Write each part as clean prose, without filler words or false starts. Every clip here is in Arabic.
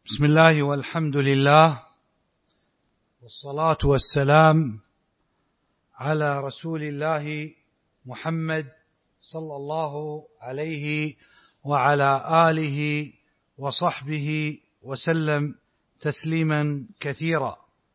بسم الله والحمد لله والصلاة والسلام على رسول الله محمد صلى الله عليه وعلى آله وصحبه وسلم تسليما كثيرا.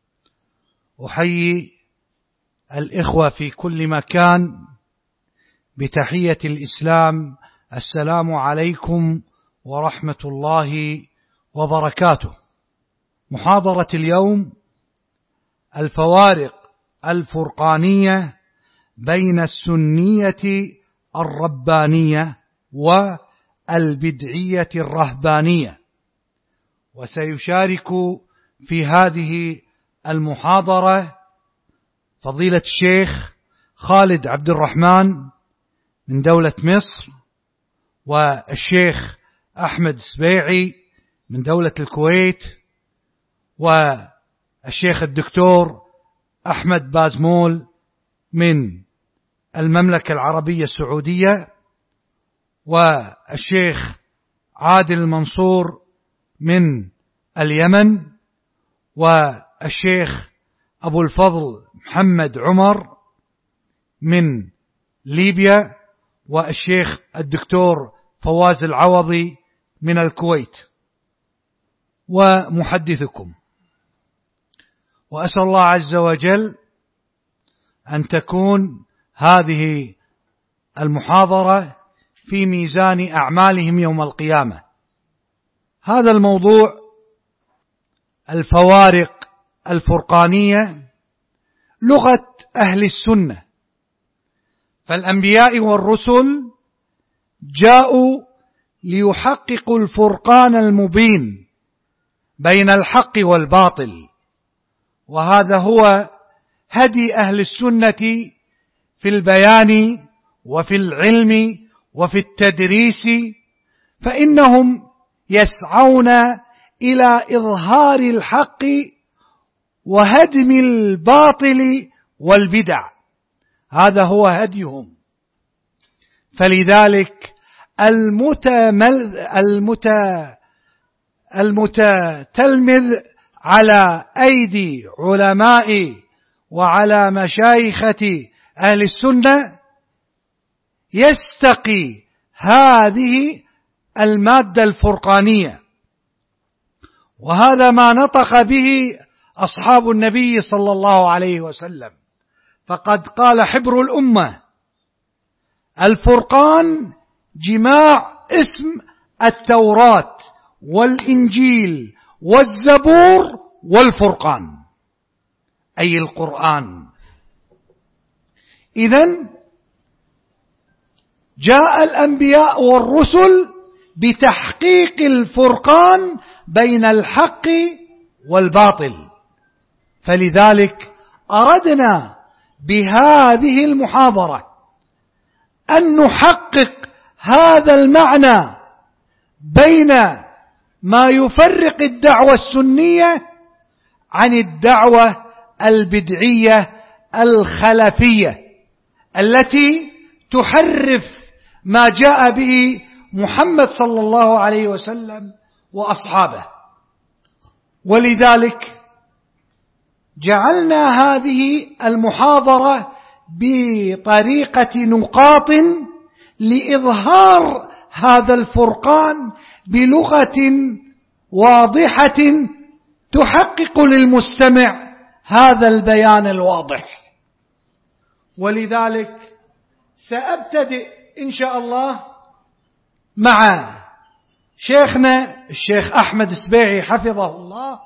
أحيي الإخوة في كل مكان بتحية الإسلام، السلام عليكم ورحمة الله وبركاته. محاضرة اليوم: الفوارق الفرقانية بين السنية الربانية والبدعية الرهبانية. وسيشارك في هذه المحاضرة فضيلة الشيخ خالد عبد الرحمن من دولة مصر، والشيخ أحمد السبيعي من دولة الكويت، والشيخ الدكتور أحمد بازمول من المملكة العربية السعودية، والشيخ عادل المنصور من اليمن، والشيخ أبو الفضل محمد عمر من ليبيا، والشيخ الدكتور فواز العوضي من الكويت، ومحدثكم. وأسأل الله عز وجل أن تكون هذه المحاضرة في ميزان أعمالهم يوم القيامة. هذا الموضوع: الفوارق الفرقانية، لغة أهل السنة. فالأنبياء والرسل جاءوا ليحققوا الفرقان المبين بين الحق والباطل، وهذا هو هدي أهل السنة في البيان وفي العلم وفي التدريس، فإنهم يسعون إلى إظهار الحق وهدم الباطل والبدع، هذا هو هديهم. فلذلك المتتلمذ على أيدي علماء وعلى مشايخة أهل السنة يستقي هذه المادة الفرقانية، وهذا ما نطق به أصحاب النبي صلى الله عليه وسلم، فقد قال حبر الأمة: الفرقان جماع اسم التوراة والإنجيل والزبور والفرقان، أي القرآن. إذن جاء الأنبياء والرسل بتحقيق الفرقان بين الحق والباطل، فلذلك أردنا بهذه المحاضرة أن نحقق هذا المعنى بين ما يفرق الدعوة السنية عن الدعوة البدعية الخلفية التي تحرف ما جاء به محمد صلى الله عليه وسلم وأصحابه. ولذلك جعلنا هذه المحاضرة بطريقة نقاط لإظهار هذا الفرقان بلغة واضحة تحقق للمستمع هذا البيان الواضح. ولذلك سأبتدئ إن شاء الله مع شيخنا الشيخ أحمد السبيعي حفظه الله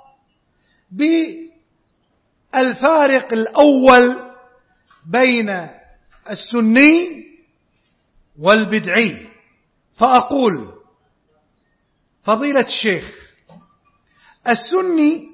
بالفارق الأول بين السني والبدعي. فأقول: فضيلة الشيخ، السني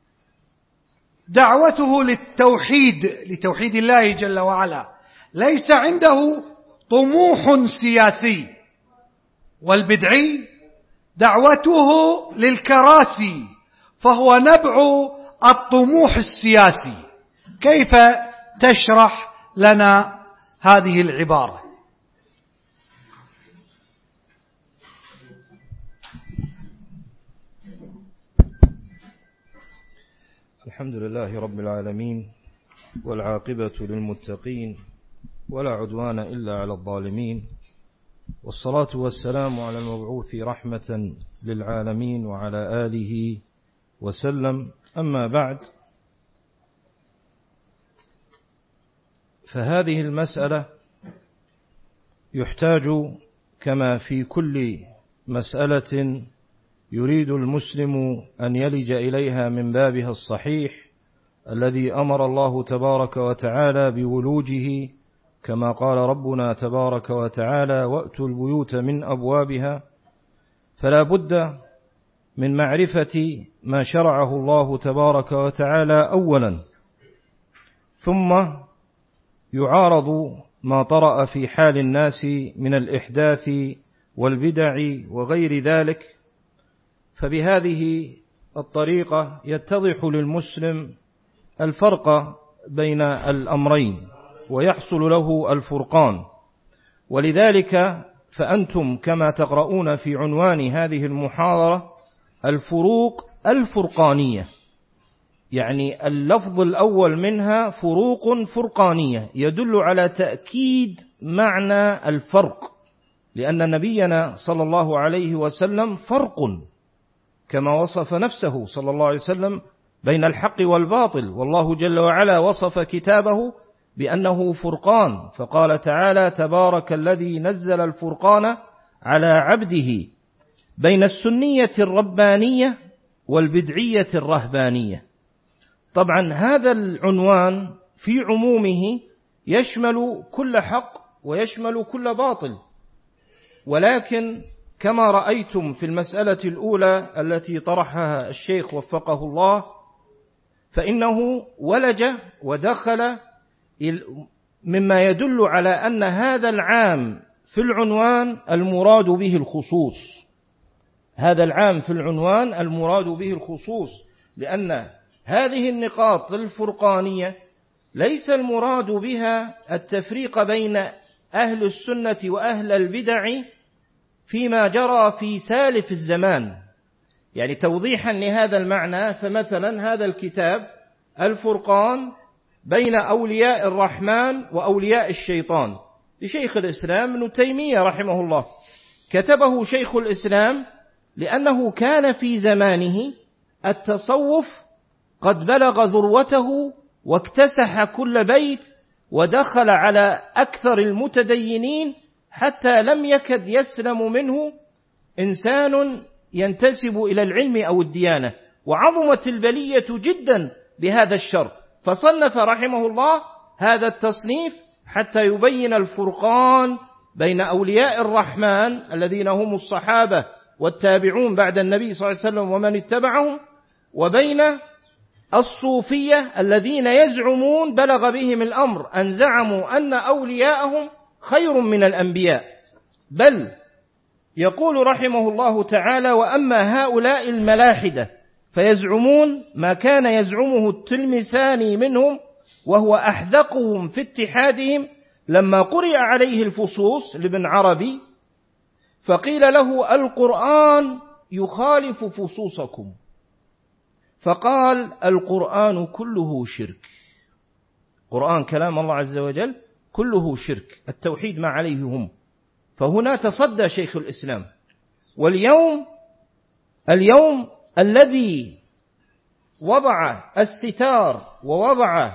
دعوته لتوحيد الله جل وعلا، ليس عنده طموح سياسي، والبدعي دعوته للكراسي، فهو نبع الطموح السياسي. كيف تشرح لنا هذه العبارة؟ الحمد لله رب العالمين، والعاقبة للمتقين، ولا عدوان إلا على الظالمين، والصلاة والسلام على المبعوث رحمة للعالمين وعلى آله وسلم. أما بعد، فهذه المسألة يحتاج كما في كل مسألة يريد المسلم أن يلج إليها من بابها الصحيح الذي أمر الله تبارك وتعالى بولوجه، كما قال ربنا تبارك وتعالى: وأتوا البيوت من أبوابها. فلا بد من معرفة ما شرعه الله تبارك وتعالى أولا، ثم يعارض ما طرأ في حال الناس من الإحداث والبدع وغير ذلك. فبهذه الطريقة يتضح للمسلم الفرق بين الأمرين ويحصل له الفرقان. ولذلك فأنتم كما تقرؤون في عنوان هذه المحاضرة الفروق الفرقانية، يعني اللفظ الأول منها فروق فرقانية يدل على تأكيد معنى الفرق، لأن نبينا صلى الله عليه وسلم فرق كما وصف نفسه صلى الله عليه وسلم بين الحق والباطل، والله جل وعلا وصف كتابه بأنه فرقان، فقال تعالى: تبارك الذي نزل الفرقان على عبده بين السنية الربانية والبدعية الرهبانية. طبعا هذا العنوان في عمومه يشمل كل حق ويشمل كل باطل، ولكن كما رأيتم في المسألة الأولى التي طرحها الشيخ وفقه الله، فإنه ولج ودخل مما يدل على أن هذا العام في العنوان المراد به الخصوص. هذا العام في العنوان المراد به الخصوص، لأن هذه النقاط الفرقانية ليس المراد بها التفريق بين أهل السنة وأهل البدع فيما جرى في سالف الزمان. يعني توضيحا لهذا المعنى، فمثلا هذا الكتاب الفرقان بين أولياء الرحمن وأولياء الشيطان لشيخ الإسلام ابن تيمية رحمه الله، كتبه شيخ الإسلام لأنه كان في زمانه التصوف قد بلغ ذروته واكتسح كل بيت ودخل على أكثر المتدينين، حتى لم يكد يسلم منه إنسان ينتسب إلى العلم أو الديانة، وعظمت البلية جدا بهذا الشر، فصنف رحمه الله هذا التصنيف حتى يبين الفرقان بين أولياء الرحمن الذين هم الصحابة والتابعون بعد النبي صلى الله عليه وسلم ومن اتبعهم، وبين الصوفية الذين يزعمون بلغ بهم الأمر أن زعموا أن أولياءهم خير من الأنبياء. بل يقول رحمه الله تعالى: وأما هؤلاء الملاحدة فيزعمون ما كان يزعمه التلمساني منهم، وهو أحدقهم في اتحادهم، لما قرئ عليه الفصوص لابن عربي فقيل له: القرآن يخالف فصوصكم، فقال: القرآن كله شرك. قرآن كلام الله عز وجل كله شرك، التوحيد ما عليه هم. فهنا تصدى شيخ الإسلام. واليوم الذي وضع الستار ووضع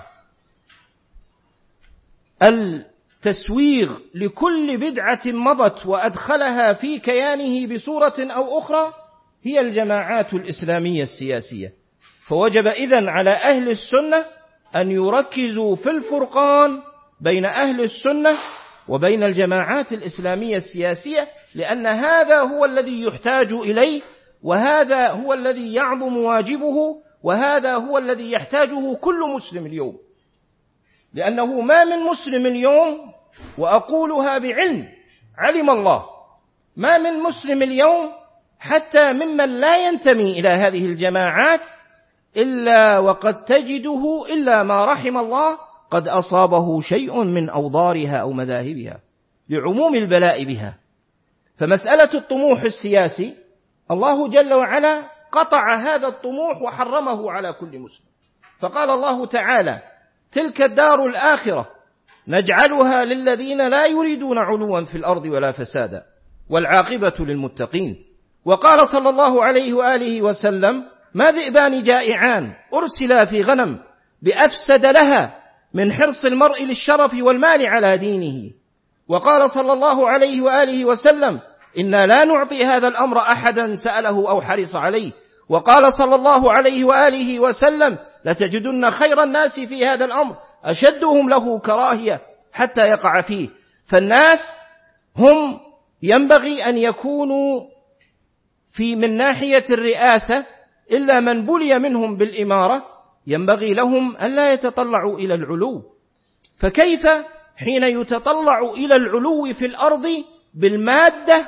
التسويغ لكل بدعة مضت وأدخلها في كيانه بصورة أو أخرى هي الجماعات الإسلامية السياسية. فوجب إذن على أهل السنة أن يركزوا في الفرقان بين أهل السنة وبين الجماعات الإسلامية السياسية، لأن هذا هو الذي يحتاج إليه، وهذا هو الذي يعظم واجبه، وهذا هو الذي يحتاجه كل مسلم اليوم. لأنه ما من مسلم اليوم، وأقولها بعلم علم الله، ما من مسلم اليوم حتى ممن لا ينتمي إلى هذه الجماعات إلا وقد تجده إلا ما رحم الله قد أصابه شيء من أوضارها أو مذاهبها لعموم البلاء بها. فمسألة الطموح السياسي الله جل وعلا قطع هذا الطموح وحرمه على كل مسلم. فقال الله تعالى: تلك الدار الآخرة نجعلها للذين لا يريدون علوا في الأرض ولا فسادا والعاقبة للمتقين. وقال صلى الله عليه وآله وسلم: ما ذئبان جائعان أرسلا في غنم بأفسد لها من حرص المرء للشرف والمال على دينه. وقال صلى الله عليه وآله وسلم: إنا لا نعطي هذا الأمر أحدا سأله أو حرص عليه. وقال صلى الله عليه وآله وسلم: لتجدن خير الناس في هذا الأمر أشدهم له كراهية حتى يقع فيه. فالناس هم ينبغي أن يكونوا من ناحية الرئاسة إلا من بلي منهم بالإمارة ينبغي لهم أن لا يتطلعوا إلى العلو. فكيف حين يتطلع إلى العلو في الأرض بالمادة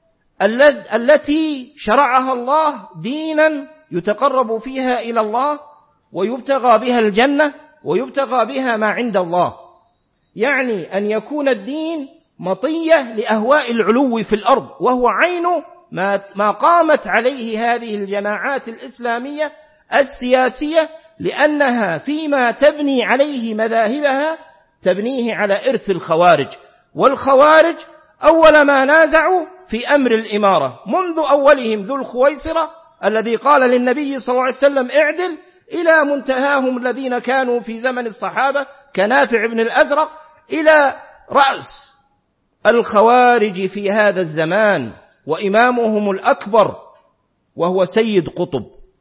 التي شرعها الله دينا يتقرب فيها إلى الله ويبتغى بها الجنة ويبتغى بها ما عند الله؟ يعني أن يكون الدين مطية لأهواء العلو في الأرض، وهو عين ما قامت عليه هذه الجماعات الإسلامية السياسية، لأنها فيما تبني عليه مذاهبها تبنيه على إرث الخوارج. والخوارج أول ما نازعوا في أمر الإمارة منذ أولهم ذو الخويصرة الذي قال للنبي صلى الله عليه وسلم: اعدل، إلى منتهاهم الذين كانوا في زمن الصحابة كنافع بن الأزرق، إلى رأس الخوارج في هذا الزمان وإمامهم الأكبر وهو سيد قطب.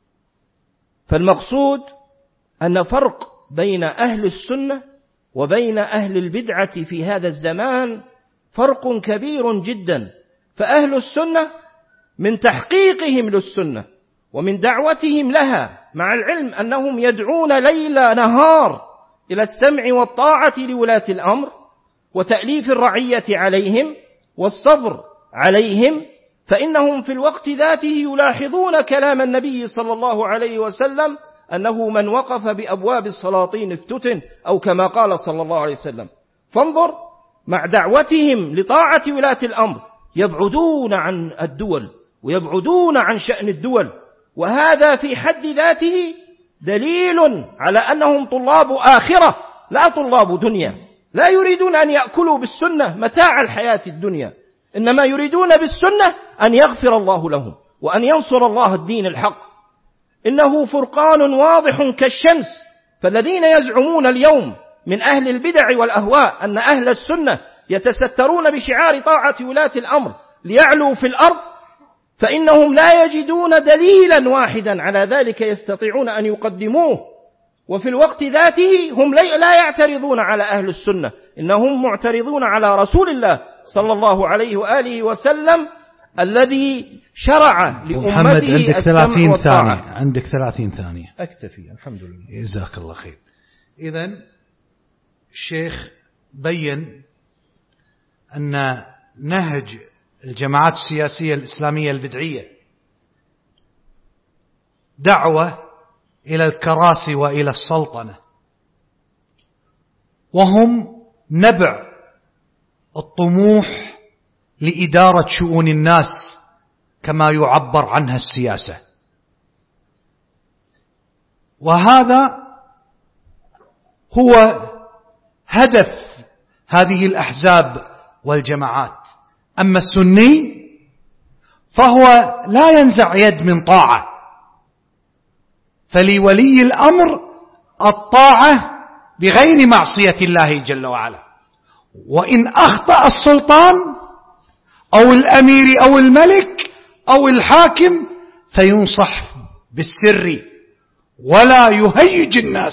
فالمقصود أن فرق بين أهل السنة وبين أهل البدعة في هذا الزمان فرق كبير جدا. فأهل السنة من تحقيقهم للسنة ومن دعوتهم لها، مع العلم أنهم يدعون ليل نهار إلى السمع والطاعة لولاة الأمر وتأليف الرعية عليهم والصبر عليهم، فإنهم في الوقت ذاته يلاحظون كلام النبي صلى الله عليه وسلم أنه من وقف بأبواب السلاطين افتتن، أو كما قال صلى الله عليه وسلم. فانظر مع دعوتهم لطاعة ولاة الأمر يبعدون عن الدول ويبعدون عن شأن الدول، وهذا في حد ذاته دليل على أنهم طلاب آخرة لا طلاب دنيا. لا يريدون أن يأكلوا بالسنة متاع الحياة الدنيا، إنما يريدون بالسنة أن يغفر الله لهم وأن ينصر الله الدين الحق. إنه فرقان واضح كالشمس. فالذين يزعمون اليوم من أهل البدع والأهواء أن أهل السنة يتسترون بشعار طاعة ولاة الأمر ليعلوا في الأرض، فإنهم لا يجدون دليلا واحدا على ذلك يستطيعون أن يقدموه. وفي الوقت ذاته هم لا يعترضون على أهل السنة، إنهم معترضون على رسول الله صلى الله عليه وآله وسلم الذي شرع لأمته عندك 30 والطاعة. ثانية. عندك 30 ثانية. أكتفي، الحمد لله. جزاك الله خير. إذن الشيخ بين أن نهج الجماعات السياسية الإسلامية البدعية دعوة إلى الكراسي وإلى السلطنة، وهم نبع الطموح لإدارة شؤون الناس كما يعبر عنها السياسة. وهذا هو هدف هذه الأحزاب والجماعات. أما السني فهو لا ينزع يد من طاعة، فلولي الأمر الطاعة بغير معصية الله جل وعلا. وإن أخطأ السلطان أو الأمير أو الملك أو الحاكم فينصح بالسر ولا يهيج الناس،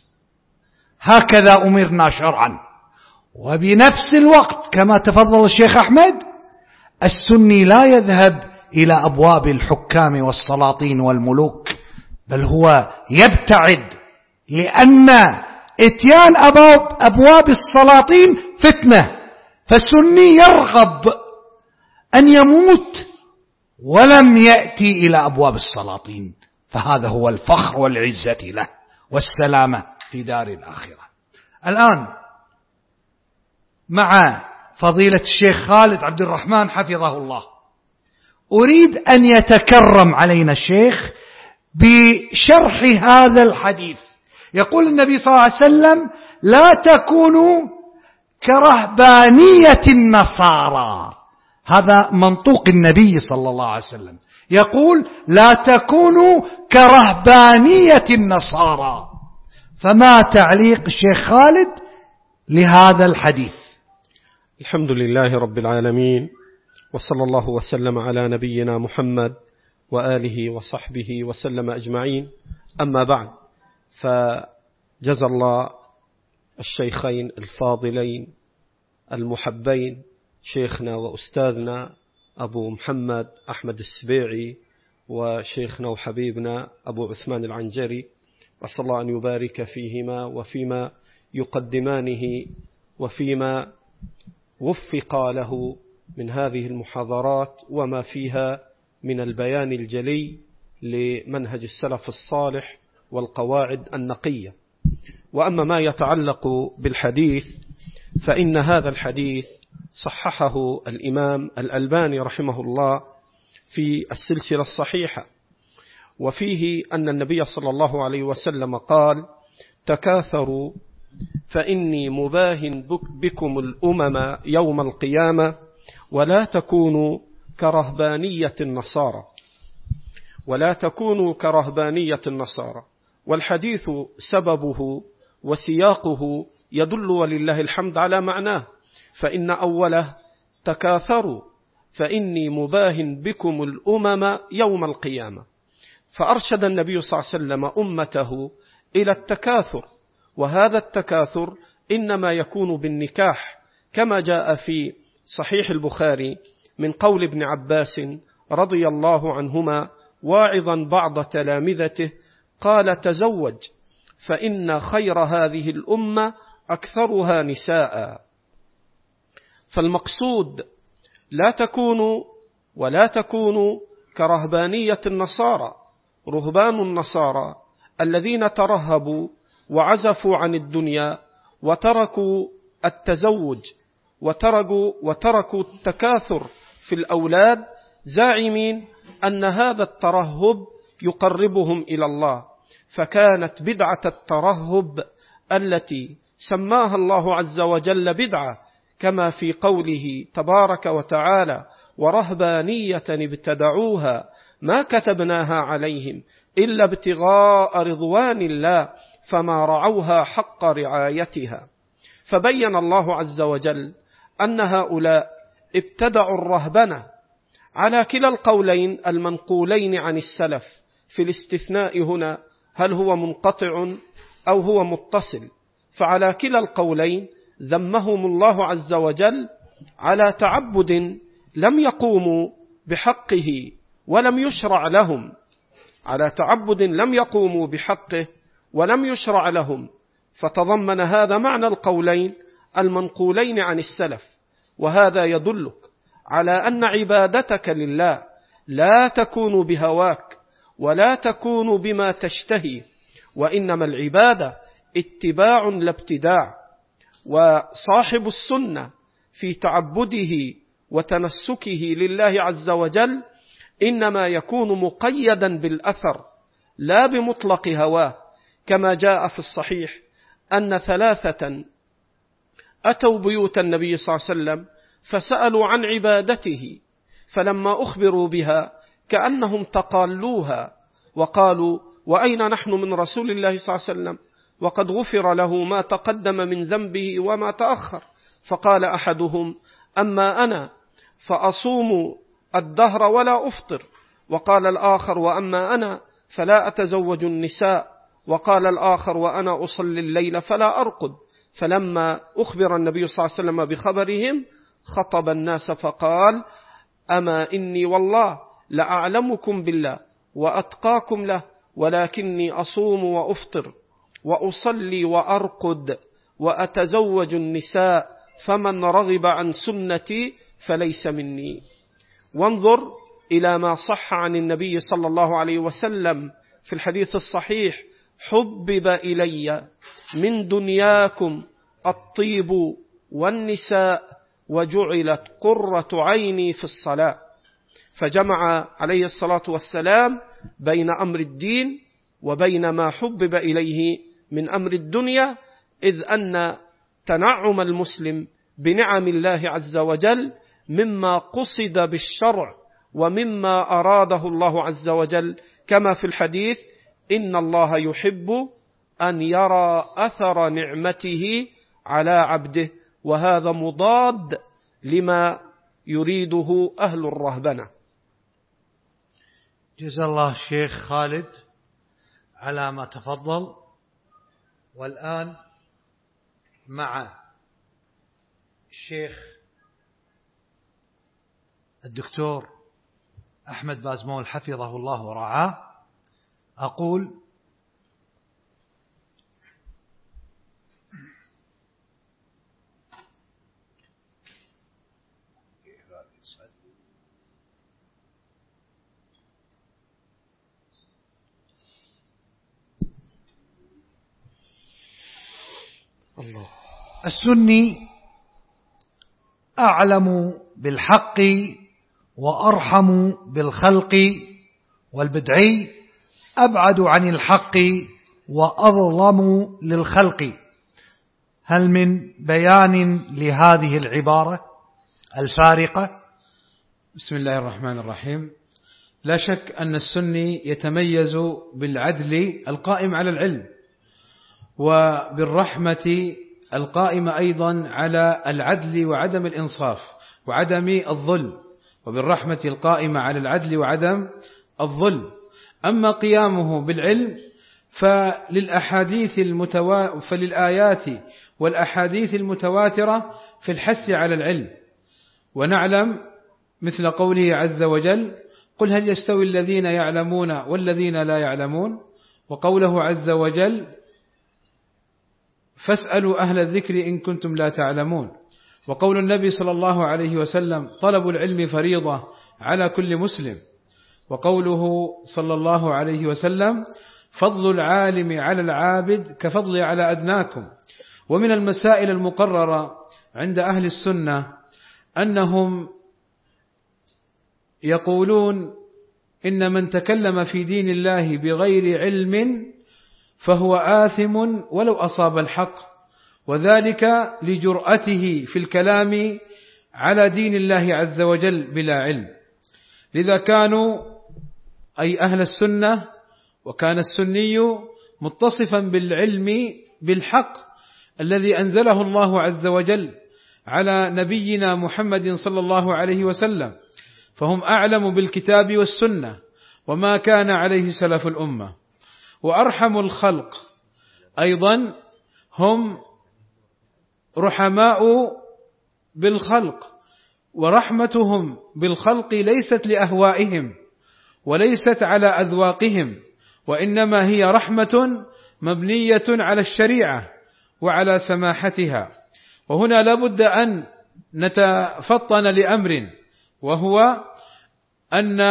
هكذا أمرنا شرعا. وبنفس الوقت كما تفضل الشيخ أحمد، السني لا يذهب إلى أبواب الحكام والسلاطين والملوك، بل هو يبتعد، لأن اتيان أبواب السلاطين فتنة. فالسني يرغب أن يموت ولم يأتي إلى أبواب السلاطين، فهذا هو الفخر والعزة له والسلامة في دار الآخرة. الآن مع فضيلة الشيخ خالد عبد الرحمن حفظه الله أريد أن يتكرم علينا الشيخ بشرح هذا الحديث، يقول النبي صلى الله عليه وسلم لا تكونوا كرهبانية النصارى. هذا منطوق النبي صلى الله عليه وسلم، يقول لا تكونوا كرهبانية النصارى. فما تعليق الشيخ خالد لهذا الحديث؟ الحمد لله رب العالمين، وصلى الله وسلم على نبينا محمد وآله وصحبه وسلم أجمعين. أما بعد، فجزى الله الشيخين الفاضلين المحبين شيخنا وأستاذنا أبو محمد أحمد السبيعي وشيخنا وحبيبنا أبو عثمان العنجري، أسأل الله أن يبارك فيهما وفيما يقدمانه وفيما وفق له من هذه المحاضرات وما فيها من البيان الجلي لمنهج السلف الصالح والقواعد النقية. وأما ما يتعلق بالحديث فإن هذا الحديث صححه الإمام الألباني رحمه الله في السلسلة الصحيحة، وفيه أن النبي صلى الله عليه وسلم قال: تكاثروا فإني مباهن بكم الأمم يوم القيامة ولا تكونوا كرهبانية النصارى، ولا تكونوا كرهبانية النصارى. والحديث سببه وسياقه يدل ولله الحمد على معناه، فإن أوله تكاثروا فإني مباهن بكم الأمم يوم القيامة، فأرشد النبي صلى الله عليه وسلم أمته إلى التكاثر، وهذا التكاثر إنما يكون بالنكاح، كما جاء في صحيح البخاري من قول ابن عباس رضي الله عنهما واعظا بعض تلامذته قال: تزوج فإن خير هذه الأمة أكثرها نساء. فالمقصود لا تكونوا كرهبانية النصارى، رهبان النصارى الذين ترهبوا وعزفوا عن الدنيا وتركوا التزوج وتركوا التكاثر في الأولاد، زاعمين أن هذا الترهب يقربهم إلى الله. فكانت بدعة الترهب التي سماها الله عز وجل بدعة، كما في قوله تبارك وتعالى: ورهبانية ابتدعوها ما كتبناها عليهم إلا ابتغاء رضوان الله فما رعوها حق رعايتها. فبين الله عز وجل أن هؤلاء ابتدعوا الرهبنة على كلا القولين المنقولين عن السلف. في الاستثناء هنا هل هو منقطع أو هو متصل؟ فعلى كلا القولين ذمهم الله عز وجل على تعبد لم يقوموا بحقه ولم يشرع لهم، على تعبد لم يقوموا بحقه ولم يشرع لهم. فتضمن هذا معنى القولين المنقولين عن السلف، وهذا يدلك على أن عبادتك لله لا تكون بهواك ولا تكون بما تشتهي، وإنما العبادة اتباع لا ابتداع. وصاحب السنة في تعبده وتنسكه لله عز وجل إنما يكون مقيدا بالأثر لا بمطلق هواه، كما جاء في الصحيح أن 3 أتوا بيوت النبي صلى الله عليه وسلم فسألوا عن عبادته، فلما أخبروا بها كأنهم تقالوها وقالوا: وأين نحن من رسول الله صلى الله عليه وسلم وقد غفر له ما تقدم من ذنبه وما تأخر؟ فقال أحدهم: أما أنا فأصوم الدهر ولا أفطر. وقال الآخر: وأما أنا فلا أتزوج النساء. وقال الآخر: وأنا أصلي الليل فلا أرقد. فلما أخبر النبي صلى الله عليه وسلم بخبرهم خطب الناس فقال: أما إني والله لأعلمكم بالله وأتقاكم له، ولكني أصوم وأفطر وأصلي وأرقد وأتزوج النساء، فمن رغب عن سنتي فليس مني. وانظر إلى ما صح عن النبي صلى الله عليه وسلم في الحديث الصحيح: حبب إلي من دنياكم الطيب والنساء وجعلت قرة عيني في الصلاة. فجمع عليه الصلاة والسلام بين أمر الدين وبين ما حبب إليه من أمر الدنيا، إذ أن تنعم المسلم بنعم الله عز وجل مما قصد بالشرع ومما أراده الله عز وجل، كما في الحديث: إن الله يحب أن يرى أثر نعمته على عبده، وهذا مضاد لما يريده أهل الرهبنة. جزا الله الشيخ خالد على ما تفضل. والآن مع الشيخ الدكتور أحمد بازمول حفظه الله ورعاه أقول: الله. السني أعلم بالحق وأرحم بالخلق، والبدعي أبعد عن الحق وأظلم للخلق. هل من بيان لهذه العبارة الفارقة؟ بسم الله الرحمن الرحيم. لا شك أن السني يتميز بالعدل القائم على العلم، وبالرحمة القائمة أيضا على العدل وعدم الإنصاف وعدم الظلم، وبالرحمة القائمة على العدل وعدم الظلم. أما قيامه بالعلم فللآيات والأحاديث المتواترة في الحث على العلم، ونعلم مثل قوله عز وجل: قل هل يستوي الذين يعلمون والذين لا يعلمون، وقوله عز وجل: فاسألوا أهل الذكر إن كنتم لا تعلمون، وقول النبي صلى الله عليه وسلم: طلب العلم فريضة على كل مسلم، وقوله صلى الله عليه وسلم: فضل العالم على العابد كفضل على أدناكم. ومن المسائل المقررة عند أهل السنة أنهم يقولون: إن من تكلم في دين الله بغير علم فهو آثم ولو أصاب الحق، وذلك لجرأته في الكلام على دين الله عز وجل بلا علم. لذا كانوا أي أهل السنة، وكان السني متصفا بالعلم بالحق الذي أنزله الله عز وجل على نبينا محمد صلى الله عليه وسلم، فهم أعلم بالكتاب والسنة وما كان عليه سلف الأمة. وأرحم الخلق أيضا هم رحماء بالخلق، ورحمتهم بالخلق ليست لأهوائهم وليست على أذواقهم، وإنما هي رحمة مبنية على الشريعة وعلى سماحتها. وهنا لابد أن نتفطن لأمر، وهو أن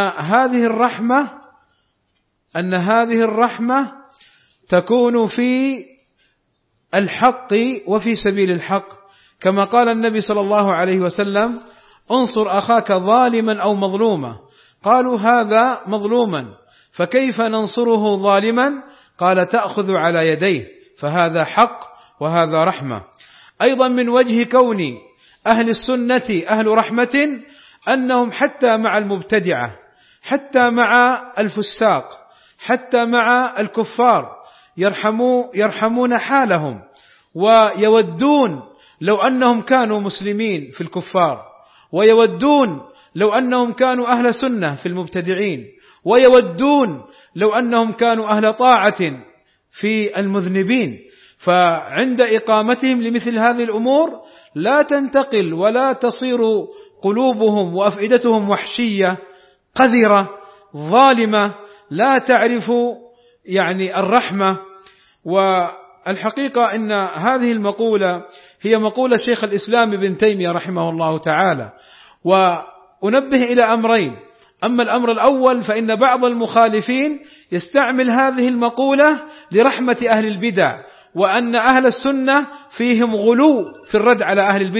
هذه الرحمة تكون في الحق وفي سبيل الحق، كما قال النبي صلى الله عليه وسلم: انصر أخاك ظالما أو مظلوما. قالوا: هذا مظلوما فكيف ننصره ظالما؟ قال: تأخذ على يديه، فهذا حق وهذا رحمة. أيضا من وجه كون أهل السنة أهل رحمة أنهم حتى مع المبتدعة، حتى مع الفساق، حتى مع الكفار يرحمون حالهم، ويودون لو أنهم كانوا مسلمين في الكفار، ويودون لو أنهم كانوا أهل سنة في المبتدعين، ويودون لو أنهم كانوا أهل طاعة في المذنبين. فعند إقامتهم لمثل هذه الأمور لا تنتقل ولا تصير قلوبهم وأفئدتهم وحشية قذرة ظالمة لا تعرف الرحمة. والحقيقة أن هذه المقولة هي مقولة شيخ الإسلام ابن تيمية رحمه الله تعالى. وأنبه إلى أمرين: أما الأمر الأول فإن بعض المخالفين يستعمل هذه المقولة لرحمة أهل البدع، وأن أهل السنة فيهم غلو في الرد على أهل البدع،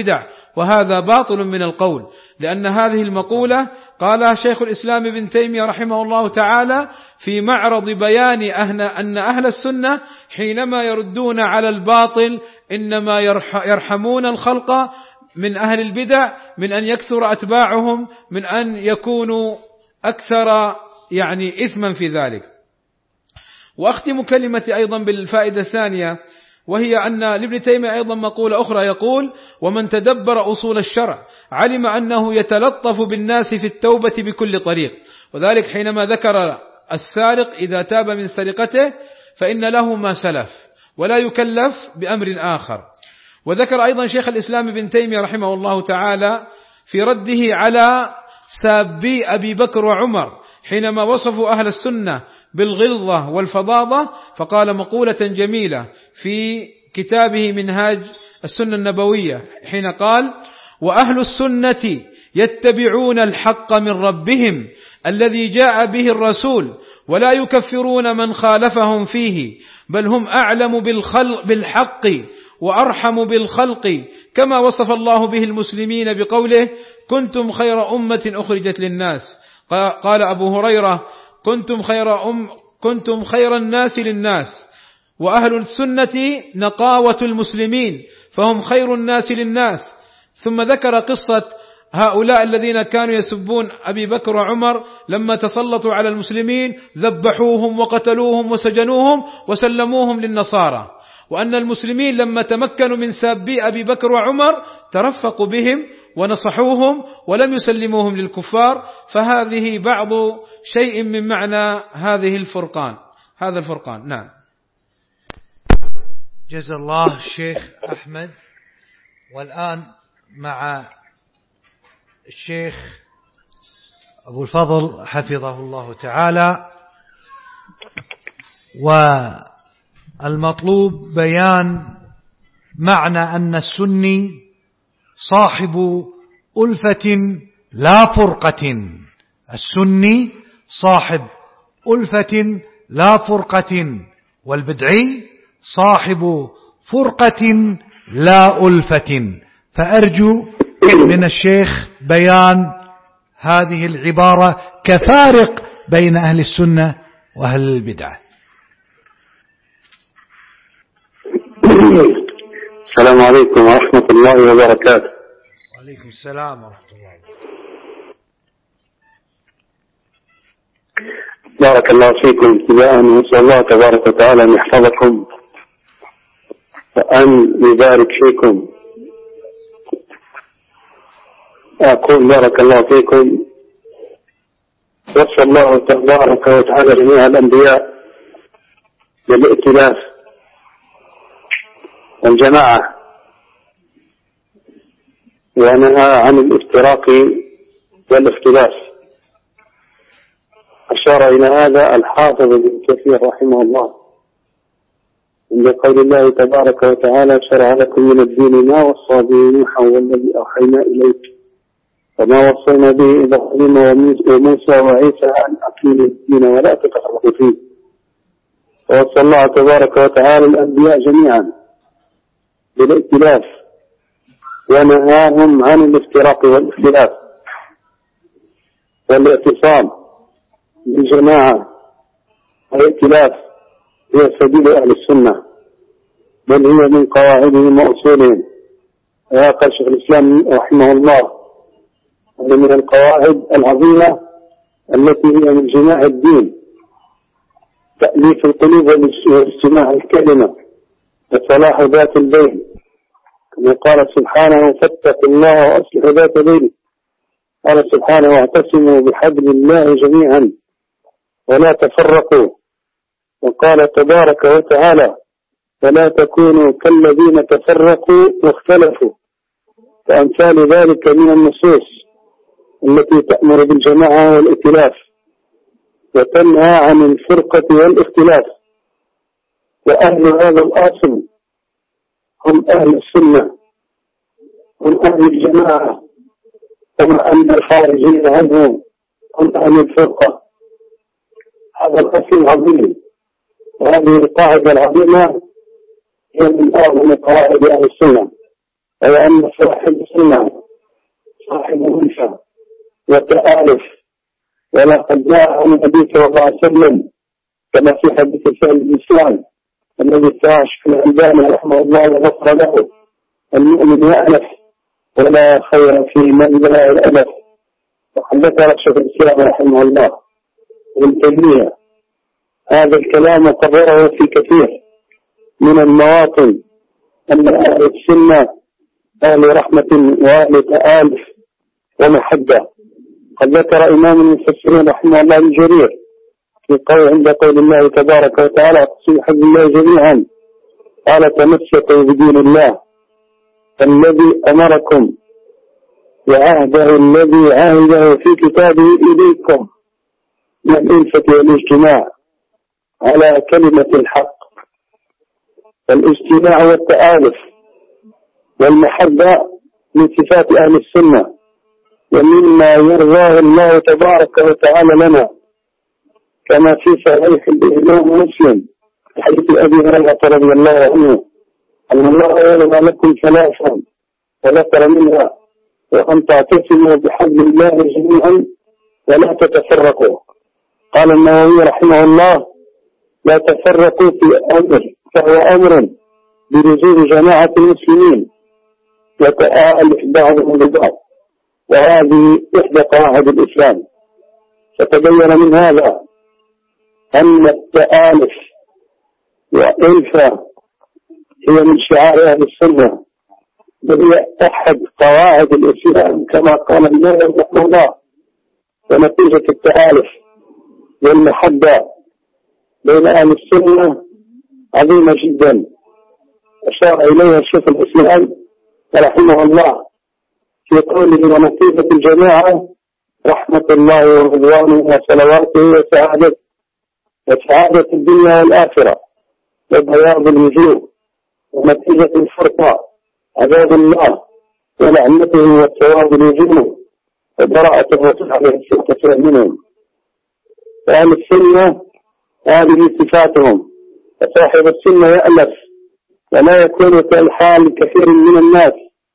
وهذا باطل من القول، لأن هذه المقولة قالها شيخ الإسلام ابن تيمية رحمه الله تعالى في معرض بيان أن أهل السنة حينما يردون على الباطل إنما يرحمون الخلق من أهل البدع من أن يكثر أتباعهم، من أن يكونوا أكثر إثما في ذلك. وأختم كلمتي أيضا بالفائدة الثانية، وهي أن لابن تيمية أيضا مقولة أخرى يقول: ومن تدبر أصول الشرع علم أنه يتلطف بالناس في التوبة بكل طريق، وذلك حينما ذكر السارق إذا تاب من سرقته فإن له ما سلف ولا يكلف بأمر آخر. وذكر أيضا شيخ الإسلام ابن تيمية رحمه الله تعالى في رده على سابي أبي بكر وعمر حينما وصفوا أهل السنة بالغلظة والفظاظة، فقال مقولة جميلة في كتابه منهاج السنة النبوية حين قال: وأهل السنة يتبعون الحق من ربهم الذي جاء به الرسول ولا يكفرون من خالفهم فيه، بل هم أعلم بالحق وأرحم بالخلق، كما وصف الله به المسلمين بقوله: كنتم خير أمة أخرجت للناس. قال أبو هريرة: كنتم خير الناس للناس. وأهل السنة نقاوة المسلمين فهم خير الناس للناس. ثم ذكر قصة هؤلاء الذين كانوا يسبون أبي بكر وعمر لما تسلطوا على المسلمين ذبحوهم وقتلوهم وسجنوهم وسلموهم للنصارى، وأن المسلمين لما تمكنوا من سابي أبي بكر وعمر ترفقوا بهم ونصحوهم ولم يسلموهم للكفار. فهذه بعض شيء من معنى هذا الفرقان. نعم. جزا الله الشيخ أحمد. والآن مع الشيخ أبو الفضل حفظه الله تعالى، والمطلوب بيان معنى أن السني صاحب ألفة لا فرقة. السني صاحب ألفة لا فرقة، والبدعي صاحب فرقة لا ألفة. فأرجو من الشيخ بيان هذه العبارة كفارق بين أهل السنة وأهل البدعة. السلام عليكم ورحمة الله وبركاته. وعليكم السلام ورحمة الله وبركاته. بارك الله فيكم ابتداء، ونسأل الله تبارك وتعالى أن يحفظكم وأن يبارك فيكم. أقول بارك الله فيكم، وصف الله تبارك وتعالى جميع الأنبياء بالائتلاف والجماعة، ونهى عن الافتراق والاختلاف. أشار إلى هذا الحافظ ابن كثير رحمه الله عند قول الله تبارك وتعالى: شرع لكم من الدين ما وصى به نوحا والذي أوحينا إليك وما وصينا به إبراهيم وموسى وعيسى أن أقيموا الدين ولا تتفرقوا فيه. ووصى الله تبارك وتعالى الأنبياء جميعا بالائتلاف، ونهاهم عن الافتراق والاختلاف والاعتصام بالجماعة. الائتلاف هي سبيل أهل السنة، بل هي من قواعدهم وأصولهم. وقال شيخ الإسلام رحمه الله أن من القواعد العظيمة التي هي من جماع الدين تأليف القلوب واجتماع الكلمة وصلاح ذات البين، كما قال سبحانه: فاتقوا الله وأصلحوا ذات بين. قال سبحانه: واعتصموا بحبل الله جميعا ولا تفرقوا. وقال تبارك وتعالى: ولا تكونوا كالذين تفرقوا واختلفوا. فأمثال ذلك من النصوص التي تأمر بالجماعة والائتلاف وتنهى عن الفرقة والاختلاف. وأهل هذا الأصل هم أهل السنة، هم أهل الجماعة، كما أن الخارجين عنهم هم أهل الفرقة. هذا الأصل العظيم، وهذه القاعدة العظيمة هي من أعظم قواعد أهل السنة. أي أن صاحب السنة صاحب ألفة وتآلف، ولقد جاء النبي صلى الله عليه وسلم كما في حديث سائل الإسلام الذي تعاش في الألباني رحمه الله وغفر له: المؤمن يألف ولا خير في من لا يألف. وقد ذكر شيخ الإسلام رحمه الله ابن تيمية هذا الكلام وقرره في كثير من المواطن، أن أهل السنة أهل رحمة وأهل تآلف ومحبة. قد ذكر إمام المفسرين رحمه الله الجرير في قول عند قول الله تبارك وتعالى: اقسموا حب الله جميعا، قال: تمسكوا بدين الله الذي أمركم وعهده الذي عهده في كتابه إليكم من الألفة والاجتماع على كلمة الحق. فالاجتماع والتآلف والمحبة من صفات أهل السنة، ومما يرضاه الله تبارك وتعالى لنا، كما في صحيح الإمام مسلم حديث أبي هريرة رضي الله عنه أن الله يرضى لكم ثلاثا وذكر منها: وأن تعتصموا بحبل الله جميعا ولا تتفرقوا. قال النووي رحمه الله: لا تفرقوا في أمر فهو أمر بلزوم جماعة المسلمين وتآلف بعضهم ببعض، وهذه إحدى قواعد الإسلام. فتبين من هذا أن التآلف وألفة هي من شعار أهل السنة، بل هي أحد قواعد الإسلام كما قال النبي رحمه الله. ونتيجة التآلف والمحبة بين أهل السنة عظيمة جدا، أشار إليها الشيخ الإسلام رحمه الله في قوله: ونتيجة الجماعة رحمة الله ورضوانه وصلواته وسعادة الدنيا والآخرة وبياض الوجوه، ونتيجة الفرقة عذاب الله ولعنته والثواب الوجوه وبراءة الرسول عليه الصلاة والسلام منهم. فأهل السنة هذه صفاتهم. فصاحب السنة يألف ولا يكون كالحال كثير من الناس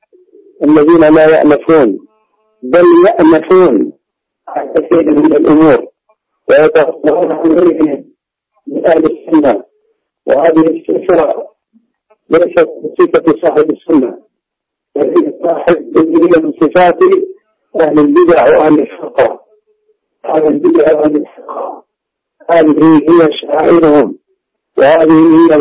الذين لا يألفون، بل يألفون عن كثير من الأمور ويتغفرون عن غيرهم من أهل السنة. وهذه الصفة ليست صفة صاحب السنة، بل صاحب من صفات أهل البدع وأهل الفرقة. أهل البدع وأهل الفرقة هذه هي شعائرهم، وهذه هي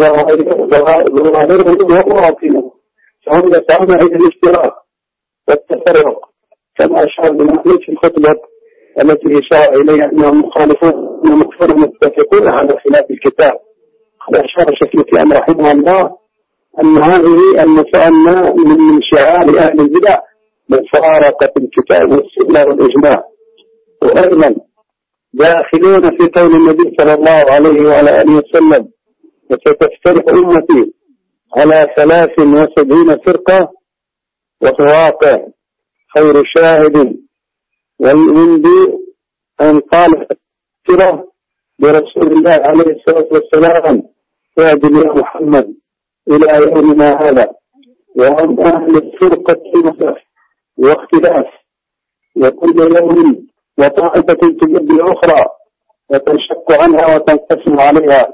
ظواهرهم ومواطنهم، فهم يسعون إلى الاشتراك والتفرق، كما أشار بن في الخطبة التي أشار إليها أنهم مخالفون ومكفرون متفقون على خلاف الكتاب. قد أشار شيخ الإسلام رحمه الله أن هذه المسألة من شعار أهل البدع مفارقة الكتاب والسنة والإجماع. وأيضا داخلون في قول النبي صلى الله عليه وعلى آله وسلم: وستفترق أمتي على 73 فرقة، وهو واقع خير شاهد والمنذ أن قال ترى برسول الله عليه الصلاة والسلام: اعدل يا محمد إلى يومنا هذا. وهم أهل الفرقة واختلاف، وكل يوم وطائفة تجد الأخرى وتنشق عنها وتنقسم عليها.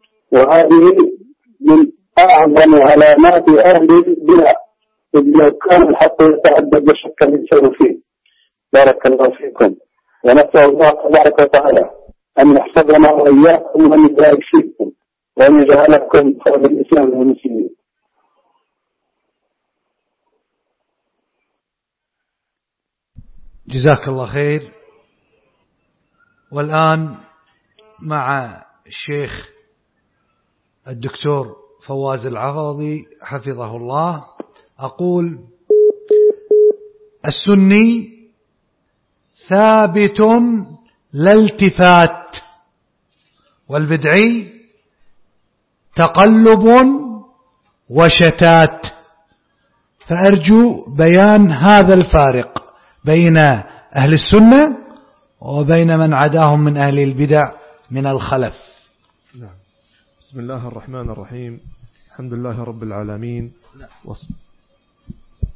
وهذه من أعظم علامات أهل البدع، إذ لو كان الحق يتعدد شك الإنسان فيه. بارك الله فيكم، ونسأل الله تبارك وتعالى أن يحفظنا وإياكم وأن يبارك فيكم وأن يجعلكم خير الإسلام والمسلمين. جزاك الله خير. والآن مع الشيخ الدكتور فواز العقضي حفظه الله أقول: السني ثابت لا التفات، والبدعي تقلب وشتات. فأرجو بيان هذا الفارق بين أهل السنة وبين من عداهم من أهل البدع من الخلف. نعم. بسم الله الرحمن الرحيم. الحمد لله رب العالمين.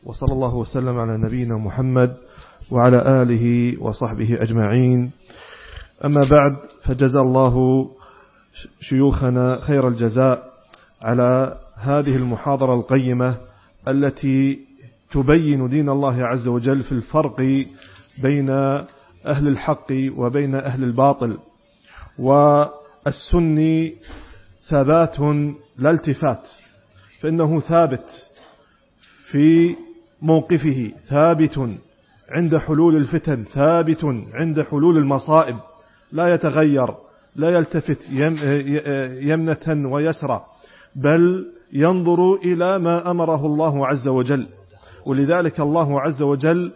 وصلى الله وسلم على نبينا محمد وعلى آله وصحبه أجمعين. أما بعد، فجزى الله شيوخنا خير الجزاء على هذه المحاضرة القيمة التي تبين دين الله عز وجل في الفرق بين أهل الحق وبين أهل الباطل. والسني ثبات لا التفات، فإنه ثابت في موقفه، ثابت عند حلول الفتن، ثابت عند حلول المصائب، لا يتغير، لا يلتفت يمنة ويسرى، بل ينظر إلى ما أمره الله عز وجل. ولذلك الله عز وجل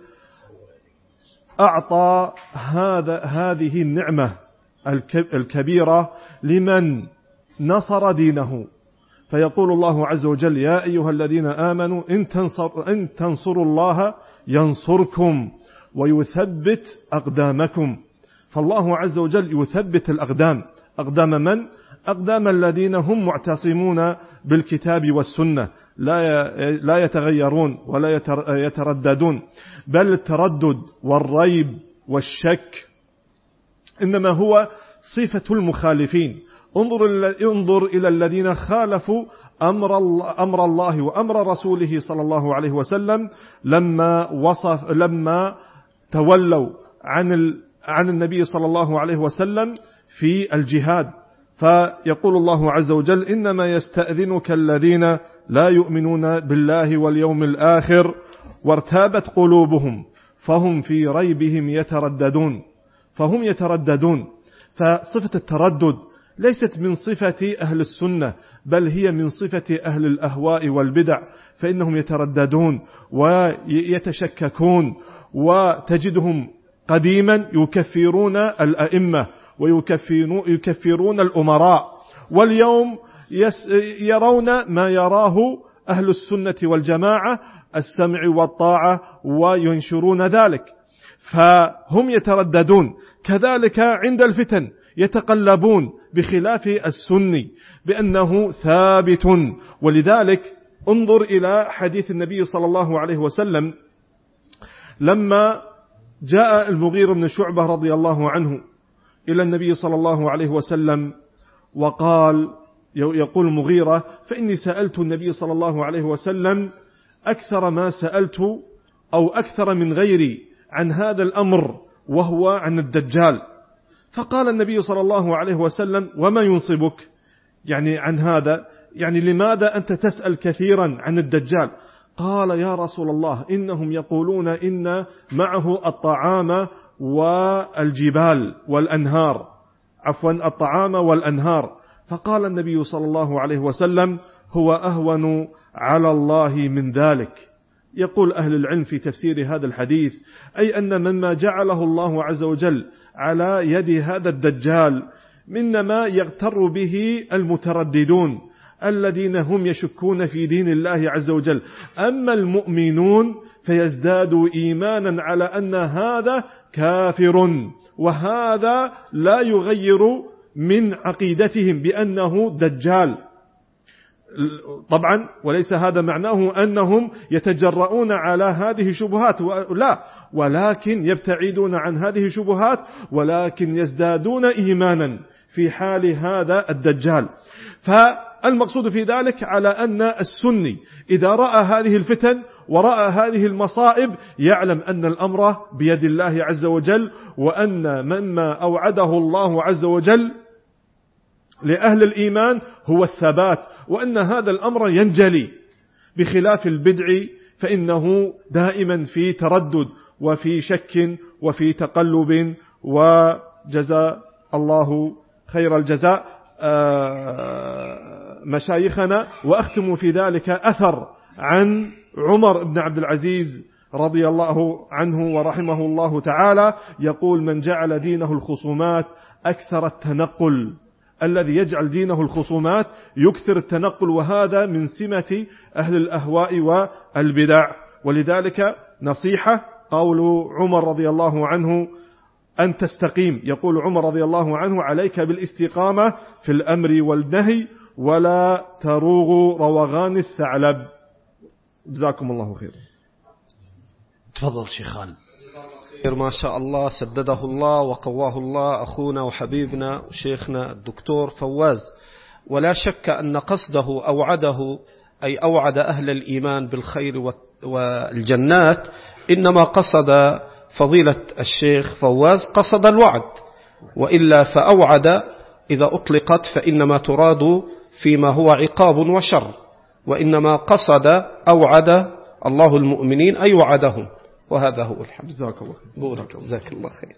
أعطى هذه النعمة الكبيرة لمن نصر دينه. فيقول الله عز وجل: يا أيها الذين آمنوا إن تنصروا الله ينصركم ويثبت أقدامكم. فالله عز وجل يثبت الأقدام. أقدام من؟ أقدام الذين هم معتصمون بالكتاب والسنة، لا يتغيرون ولا يترددون، بل التردد والريب والشك إنما هو صفة المخالفين. انظر إلى الذين خالفوا أمر الله وأمر رسوله صلى الله عليه وسلم لما تولوا عن النبي صلى الله عليه وسلم في الجهاد. فيقول الله عز وجل: إنما يستأذنك الذين لا يؤمنون بالله واليوم الآخر وارتابت قلوبهم فهم في ريبهم يترددون. فهم يترددون. فصفة التردد ليست من صفة أهل السنة، بل هي من صفة أهل الأهواء والبدع، فإنهم يترددون ويتشككون، وتجدهم قديما يكفرون الأئمة ويكفرون الأمراء، واليوم يرون ما يراه أهل السنة والجماعة، السمع والطاعة، وينشرون ذلك. فهم يترددون. كذلك عند الفتن يتقلبون، بخلاف السني بأنه ثابت. ولذلك انظر إلى حديث النبي صلى الله عليه وسلم لما جاء المغيرة بن شعبة رضي الله عنه إلى النبي صلى الله عليه وسلم وقال، يقول المغيرة: فإني سألت النبي صلى الله عليه وسلم أكثر ما سألت أو أكثر من غيري عن هذا الأمر، وهو عن الدجال. فقال النبي صلى الله عليه وسلم: وما ينصبك يعني عن هذا؟ يعني لماذا أنت تسأل كثيرا عن الدجال؟ قال: يا رسول الله، إنهم يقولون إن معه الطعام والجبال والأنهار، عفوا الطعام والأنهار. فقال النبي صلى الله عليه وسلم: هو أهون على الله من ذلك. يقول أهل العلم في تفسير هذا الحديث: أي أن مما جعله الله عز وجل على يد هذا الدجال مما يغتر به المترددون الذين هم يشكون في دين الله عز وجل. أما المؤمنون فيزدادوا إيمانا على أن هذا كافر، وهذا لا يغير من عقيدتهم بأنه دجال. طبعا وليس هذا معناه أنهم يتجرؤون على هذه الشبهات، لا، ولكن يبتعدون عن هذه الشبهات، ولكن يزدادون إيمانا في حال هذا الدجال. فالمقصود في ذلك على أن السني إذا رأى هذه الفتن ورأى هذه المصائب يعلم أن الأمر بيد الله عز وجل، وأن مما أوعده الله عز وجل لأهل الإيمان هو الثبات، وأن هذا الأمر ينجلي، بخلاف البدع فإنه دائما في تردد وفي شك وفي تقلب. وجزاء الله خير الجزاء مشايخنا. وأختم في ذلك أثر عن عمر بن عبد العزيز رضي الله عنه ورحمه الله تعالى، يقول: من جعل دينه الخصومات أكثر التنقل. الذي يجعل دينه الخصومات يكثر التنقل، وهذا من سمة أهل الأهواء والبدع. ولذلك نصيحة قول عمر رضي الله عنه: أن تستقيم. يقول عمر رضي الله عنه: عليك بالاستقامة في الأمر والنهي، ولا تروغ روغان الثعلب. جزاكم الله خير. تفضل شيخان. ما شاء الله، سدده الله وقواه الله أخونا وحبيبنا وشيخنا الدكتور فواز. ولا شك أن قصده أوعده، أي أوعد أهل الإيمان بالخير والجنات. إنما قصد فضيلة الشيخ فواز قصد الوعد، وإلا فأوعد إذا أطلقت فإنما تراد فيما هو عقاب وشر، وإنما قصد أوعد الله المؤمنين أي وعدهم، وهذا هو الحمد. جزاك الله خير. جزاك الله خير.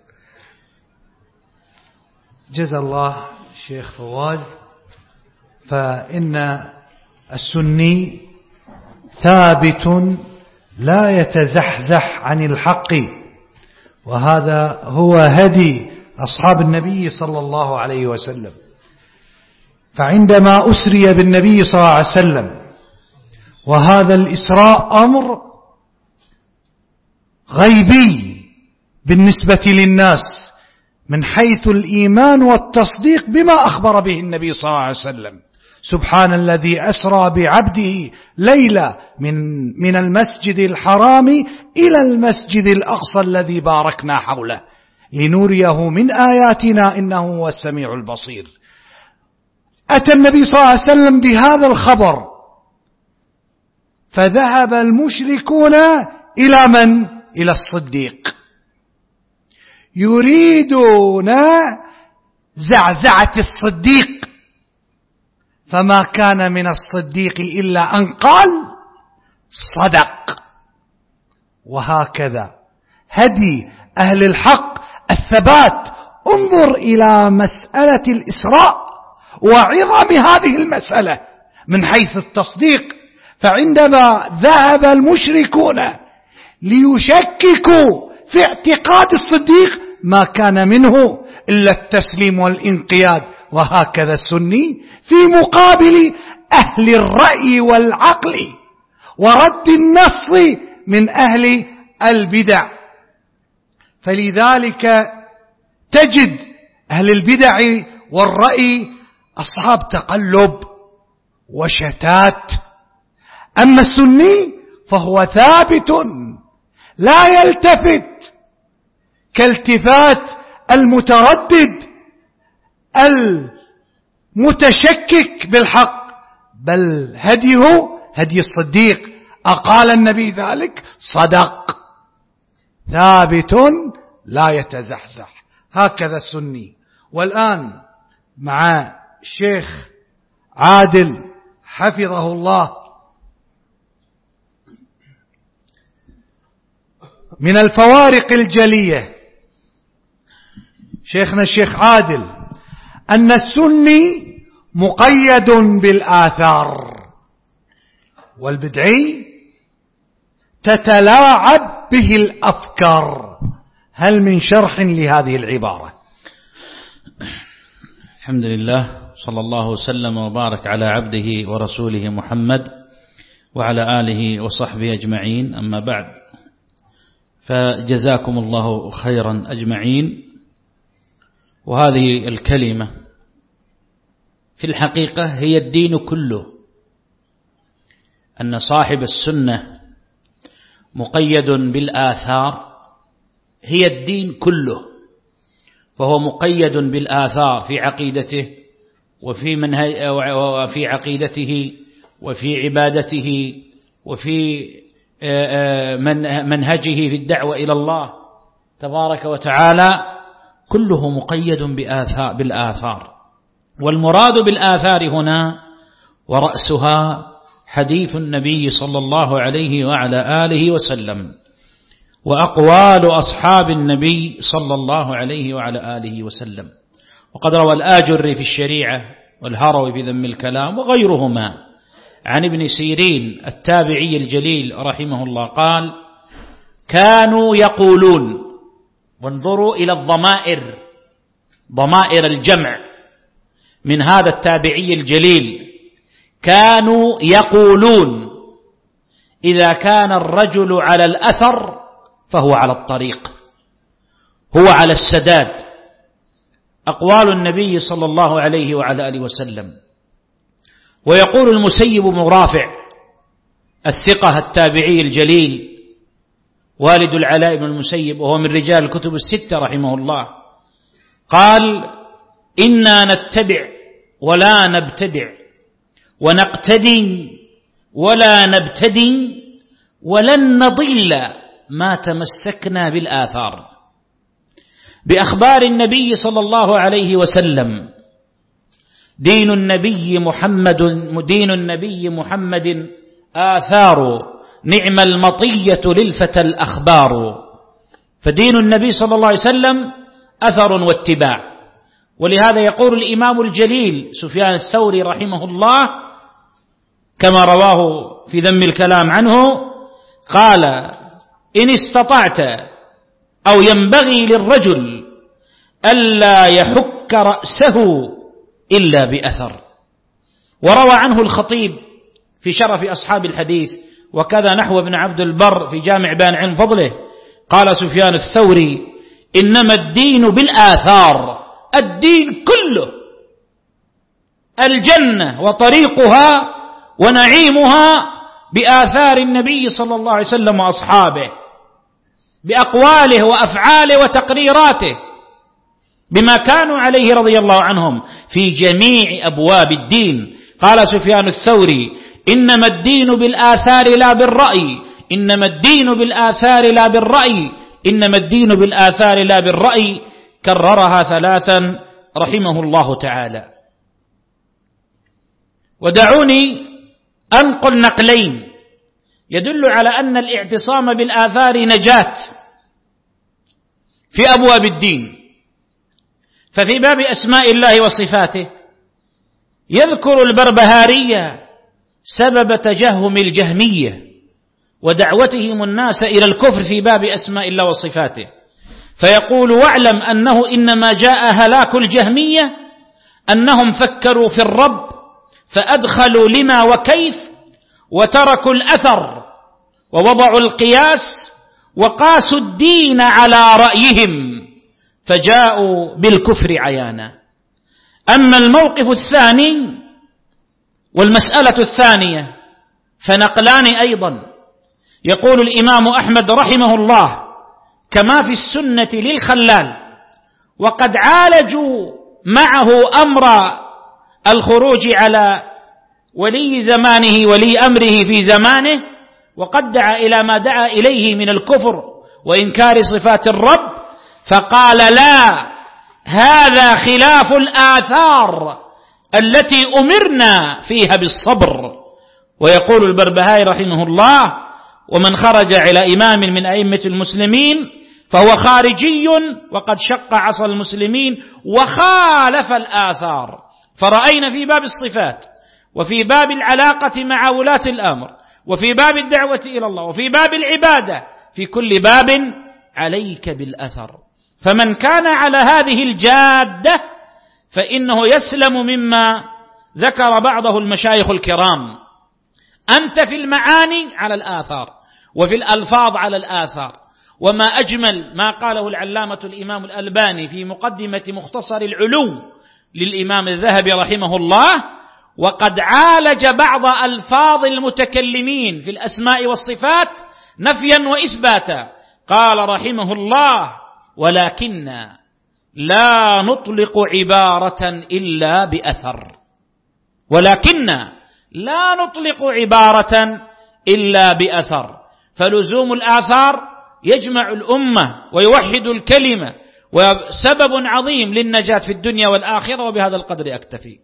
جزا الله الشيخ فواز. فإن السني ثابت لا يتزحزح عن الحق، وهذا هو هدي أصحاب النبي صلى الله عليه وسلم. فعندما أسري بالنبي صلى الله عليه وسلم، وهذا الإسراء أمر غيبي بالنسبة للناس من حيث الإيمان والتصديق بما أخبر به النبي صلى الله عليه وسلم. سبحان الذي أسرى بعبده ليلة من المسجد الحرام إلى المسجد الأقصى الذي باركنا حوله لنريه من آياتنا إنه هو السميع البصير. أتى النبي صلى الله عليه وسلم بهذا الخبر، فذهب المشركون إلى من؟ إلى الصديق، يريدون زعزعة الصديق، فما كان من الصديق إلا أن قال صدق. وهكذا هدي أهل الحق الثبات. انظر إلى مسألة الإسراء وعظم هذه المسألة من حيث التصديق. فعندما ذهب المشركون ليشككوا في اعتقاد الصديق، ما كان منه إلا التسليم والانقياد. وهكذا السني في مقابل أهل الرأي والعقل ورد النص من أهل البدع. فلذلك تجد أهل البدع والرأي أصحاب تقلب وشتات، أما السني فهو ثابت لا يلتفت كالتفات المتردد المتشكك بالحق، بل هديه هدي الصديق. أقال النبي ذلك صدق، ثابت لا يتزحزح. هكذا السني. والآن مع الشيخ عادل حفظه الله، من الفوارق الجلية شيخنا الشيخ عادل أن السني مقيد بالآثار، والبدعي تتلاعب به الأفكار. هل من شرح لهذه العبارة؟ الحمد لله، صلى الله وسلم وبارك على عبده ورسوله محمد وعلى آله وصحبه أجمعين. أما بعد، فجزاكم الله خيرا أجمعين. وهذه الكلمة في الحقيقة هي الدين كله، أن صاحب السنة مقيد بالآثار هي الدين كله، فهو مقيد بالآثار في عقيدته وفي عقيدته وفي عبادته وفي منهجه في الدعوة إلى الله تبارك وتعالى، كله مقيد بالآثار. والمراد بالآثار هنا ورأسها حديث النبي صلى الله عليه وعلى آله وسلم وأقوال أصحاب النبي صلى الله عليه وعلى آله وسلم. وقد روى الآجري في الشريعة والهروي في ذم الكلام وغيرهما عن ابن سيرين التابعي الجليل رحمه الله قال: كانوا يقولون، وانظروا إلى الضمائر، ضمائر الجمع من هذا التابعي الجليل، كانوا يقولون: إذا كان الرجل على الأثر فهو على الطريق، هو على السداد. أقوال النبي صلى الله عليه وعلى آله وسلم. ويقول المسيب بن رافع الثقة التابعي الجليل والد العلاء بن المسيب وهو من رجال الكتب الستة رحمه الله، قال: إنا نتبع ولا نبتدع، ونقتدي ولا نبتدي، ولن نضل ما تمسكنا بالآثار، بأخبار النبي صلى الله عليه وسلم. دين النبي محمد آثار، نعم المطية للفتى الأخبار. فدين النبي صلى الله عليه وسلم أثر واتباع. ولهذا يقول الإمام الجليل سفيان الثوري رحمه الله كما رواه في ذم الكلام عنه، قال: إن استطعت أو ينبغي للرجل ألا يحك رأسه إلا بأثر. وروى عنه الخطيب في شرف أصحاب الحديث، وكذا نحو ابن عبد البر في جامع بيان علم فضله، قال سفيان الثوري: إنما الدين بالآثار، الدين كله، الجنة وطريقها ونعيمها بآثار النبي صلى الله عليه وسلم وأصحابه، بأقواله وأفعاله وتقريراته، بما كانوا عليه رضي الله عنهم في جميع أبواب الدين. قال سفيان الثوري: إنما الدين بالآثار لا بالرأي، إنما الدين بالآثار لا بالرأي، إنما الدين بالآثار لا بالرأي، كررها ثلاثا رحمه الله تعالى. ودعوني أنقل نقلين يدل على أن الاعتصام بالآثار نجاة في أبواب الدين. ففي باب أسماء الله وصفاته يذكر البربهاري سبب تجهم الجهمية ودعوتهم الناس إلى الكفر في باب أسماء الله وصفاته، فيقول: واعلم أنه إنما جاء هلاك الجهمية أنهم فكروا في الرب فأدخلوا لما وكيف، وتركوا الأثر، ووضعوا القياس، وقاسوا الدين على رأيهم، فجاءوا بالكفر عيانا. أما الموقف الثاني والمسألة الثانية فنقلان أيضا. يقول الإمام أحمد رحمه الله كما في السنة للخلال، وقد عالجوا معه أمر الخروج على ولي زمانه ولي أمره في زمانه، وقد دعا إلى ما دعا إليه من الكفر وإنكار صفات الرب، فقال: لا، هذا خلاف الآثار التي أمرنا فيها بالصبر. ويقول البربهاري رحمه الله: ومن خرج على إمام من أئمة المسلمين فهو خارجي وقد شق عصا المسلمين وخالف الآثار. فرأينا في باب الصفات، وفي باب العلاقة مع ولاة الأمر، وفي باب الدعوة إلى الله، وفي باب العبادة، في كل باب عليك بالأثر. فمن كان على هذه الجادة فإنه يسلم مما ذكر بعضه المشايخ الكرام. أنت في المعاني على الآثار، وفي الألفاظ على الآثار. وما أجمل ما قاله العلامة الإمام الألباني في مقدمة مختصر العلو للإمام الذهبي رحمه الله، وقد عالج بعض ألفاظ المتكلمين في الأسماء والصفات نفيا وإثباتا. قال رحمه الله: ولكن لا نطلق عبارة إلا بأثر، ولكن لا نطلق عبارة إلا بأثر. فلزوم الآثار يجمع الأمة ويوحد الكلمة، وسبب عظيم للنجاة في الدنيا والآخرة. وبهذا القدر أكتفي.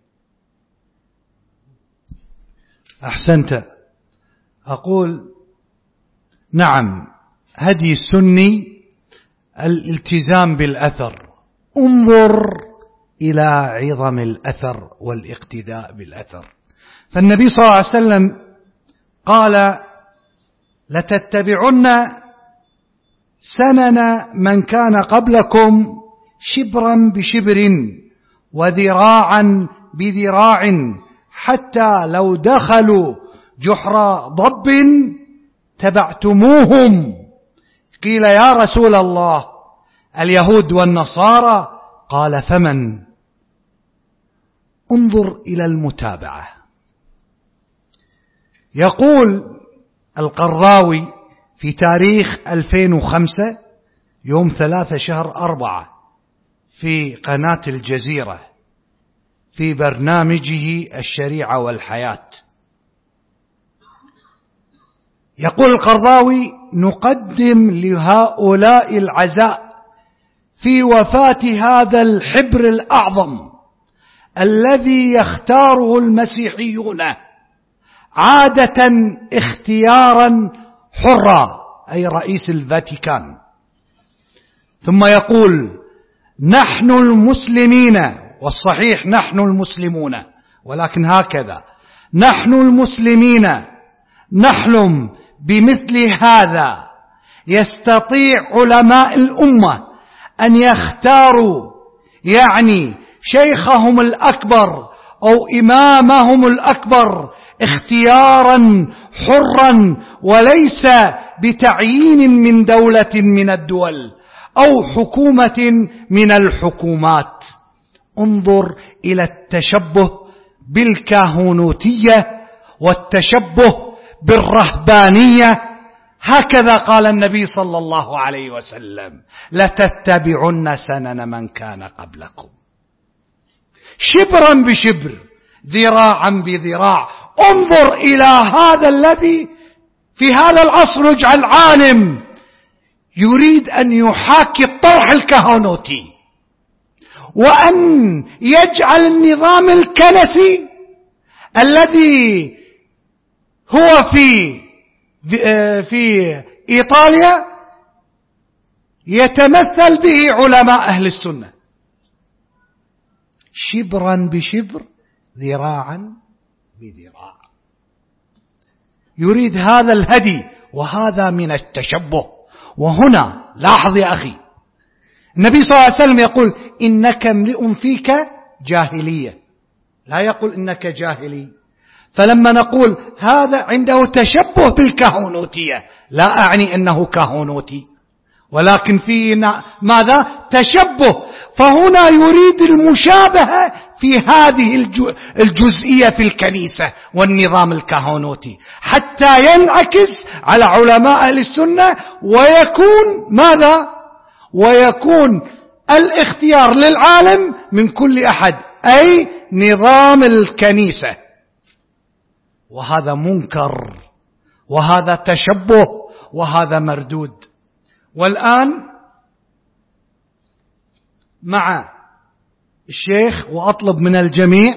أحسنت. أقول: نعم، هدي السني الالتزام بالأثر. انظر إلى عظم الأثر والاقتداء بالأثر. فالنبي صلى الله عليه وسلم قال: لتتبعن سنن من كان قبلكم شبرا بشبر وذراعا بذراع، حتى لو دخلوا جحر ضب تبعتموهم. قيل: يا رسول الله، اليهود والنصارى؟ قال: فمن؟ انظر إلى المتابعة. يقول القرضاوي في تاريخ 2005 يوم 3 شهر 4 في قناة الجزيرة في برنامجه الشريعة والحياة. يقول القرضاوي: نقدم لهؤلاء العزاء في وفاة هذا الحبر الأعظم الذي يختاره المسيحيون عادة اختيارا حرا، أي رئيس الفاتيكان. ثم يقول: نحن المسلمين، والصحيح نحن المسلمون، ولكن هكذا نحن المسلمين نحلم بمثل هذا. يستطيع علماء الأمة أن يختاروا يعني شيخهم الأكبر أو إمامهم الأكبر اختيارا حرا وليس بتعيين من دولة من الدول أو حكومة من الحكومات. انظر إلى التشبه بالكهنوتية والتشبه بالرهبانية. هكذا قال النبي صلى الله عليه وسلم: لتتبعن سنن من كان قبلكم شبرا بشبر ذراعا بذراع. انظر إلى هذا الذي في هذا العصر يجعل عالم يريد أن يحاكي الطرح الكهنوتي وأن يجعل النظام الكنسي الذي هو في إيطاليا يتمثل به علماء أهل السنة. شبرا بشبر ذراعا بذراع. يريد هذا الهدي، وهذا من التشبه. وهنا لاحظ يا أخي، النبي صلى الله عليه وسلم يقول: إنك امرئ فيك جاهلية، لا يقول إنك جاهلي. فلما نقول هذا عنده تشبه بالكهنوتية، لا أعني أنه كهنوتي، ولكن فيه ماذا؟ تشبه. فهنا يريد المشابهة في هذه الجزئية في الكنيسة والنظام الكهنوتي حتى ينعكس على علماء أهل السنة، ويكون ماذا؟ ويكون الاختيار للعالم من كل أحد، أي نظام الكنيسة. وهذا منكر، وهذا تشبه، وهذا مردود. والآن مع الشيخ، وأطلب من الجميع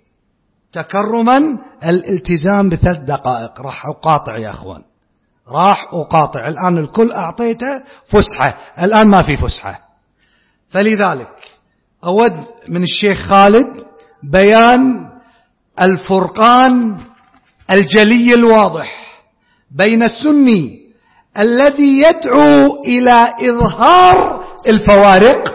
تكرما الالتزام ب3 دقائق. راح أقاطع يا أخوان، راح أقاطع. الآن الكل أعطيته فسحة، الآن ما في فسحة. فلذلك أود من الشيخ خالد بيان الفرقان الجلي الواضح بين السني الذي يدعو إلى إظهار الفوارق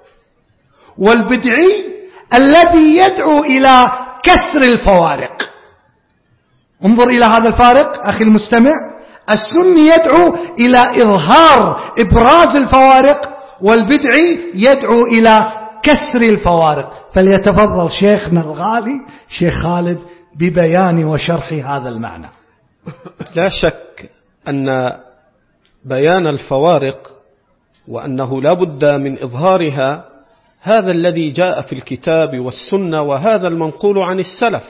والبدعي الذي يدعو إلى كسر الفوارق. انظر إلى هذا الفارق أخي المستمع. السني يدعو إلى إظهار إبراز الفوارق، والبدعي يدعو إلى كسر الفوارق. فليتفضل شيخنا الغالي شيخ خالد ببيان وشرح هذا المعنى. لا شك أن بيان الفوارق وأنه لا بد من إظهارها هذا الذي جاء في الكتاب والسنة، وهذا المنقول عن السلف.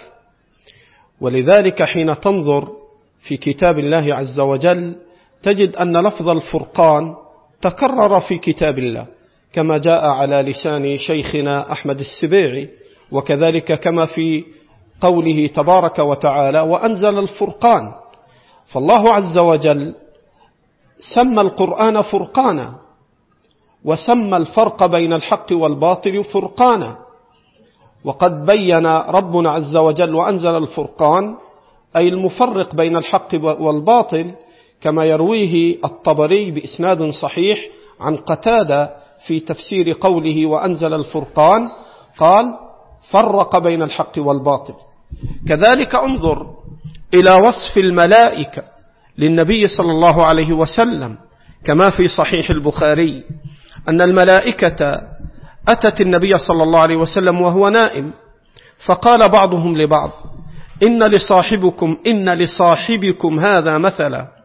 ولذلك حين تنظر في كتاب الله عز وجل تجد أن لفظ الفرقان تكرر في كتاب الله، كما جاء على لسان شيخنا أحمد السبيعي، وكذلك كما في قوله تبارك وتعالى: وأنزل الفرقان. فالله عز وجل سمى القرآن فرقانا، وسمى الفرق بين الحق والباطل فرقانا. وقد بين ربنا عز وجل وأنزل الفرقان أي المفرق بين الحق والباطل، كما يرويه الطبري بإسناد صحيح عن قتادة في تفسير قوله وأنزل الفرقان، قال: فرق بين الحق والباطل. كذلك انظر إلى وصف الملائكة للنبي صلى الله عليه وسلم، كما في صحيح البخاري أن الملائكة أتت النبي صلى الله عليه وسلم وهو نائم، فقال بعضهم لبعض: إن لصاحبكم هذا مثلا،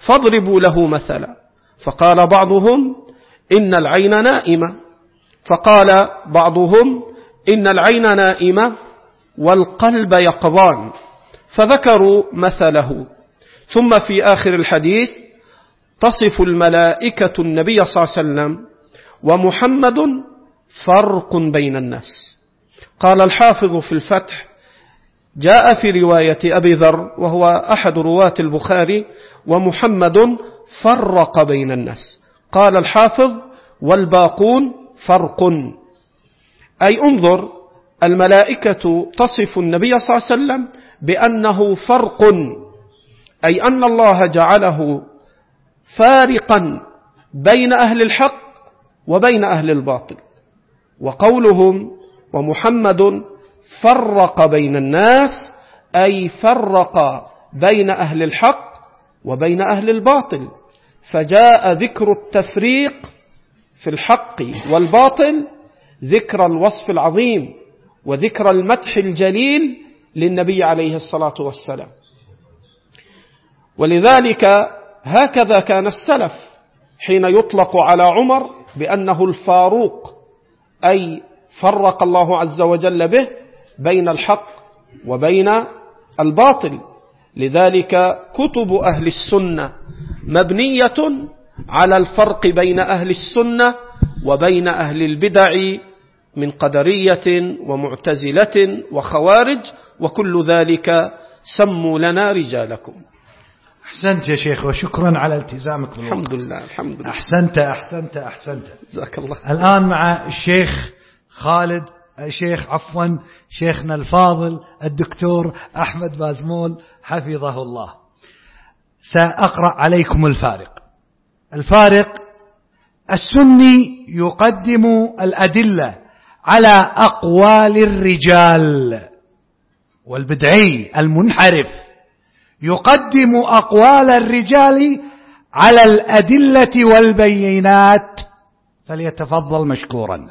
فاضربوا له مثلا. فقال بعضهم إن العين نائمة، فقال بعضهم إن العين نائمة والقلب يقظان، فذكروا مثله. ثم في آخر الحديث تصف الملائكة النبي صلى الله عليه وسلم ومحمد فرق بين الناس. قال الحافظ في الفتح: جاء في رواية أبي ذر وهو أحد رواة البخاري: ومحمد فرق بين الناس. قال الحافظ: والباقون فرق، أي انظر، الملائكة تصف النبي صلى الله عليه وسلم بأنه فرق، أي أن الله جعله فارقا بين أهل الحق وبين أهل الباطل. وقولهم ومحمد فرق بين الناس أي فرق بين أهل الحق وبين أهل الباطل، فجاء ذكر التفريق في الحق والباطل ذكر الوصف العظيم وذكر المدح الجليل للنبي عليه الصلاة والسلام. ولذلك هكذا كان السلف حين يطلق على عمر بأنه الفاروق، أي فرق الله عز وجل به بين الحق وبين الباطل. لذلك كتب أهل السنة مبنية على الفرق بين أهل السنة وبين أهل البدع من قدرية ومعتزلة وخوارج، وكل ذلك سموا لنا رجالكم. أحسنت يا شيخ، وشكرا على التزامك بالوقت. الحمد لله الحمد لله. أحسنت. جزاك الله. الآن مع الشيخ خالد، شيخنا الفاضل الدكتور أحمد بازمول حفظه الله. سأقرأ عليكم الفارق. السني يقدم الأدلة على أقوال الرجال، والبدعي المنحرف يقدم أقوال الرجال على الأدلة والبينات. فليتفضل مشكورا.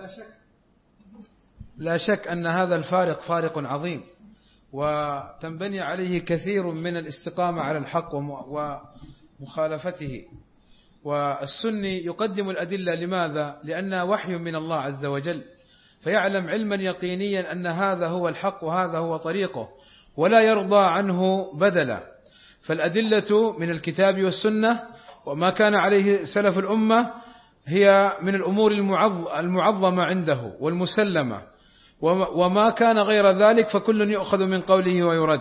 لا شك أن هذا الفارق فارق عظيم، وتنبني عليه كثير من الاستقامة على الحق ومخالفته. والسني يقدم الأدلة، لماذا؟ لأنها وحي من الله عز وجل، فيعلم علما يقينيا أن هذا هو الحق وهذا هو طريقه، ولا يرضى عنه بدلا. فالأدلة من الكتاب والسنة وما كان عليه سلف الأمة هي من الأمور المعظمة عنده والمسلمة، وما كان غير ذلك فكل يؤخذ من قوله ويرد.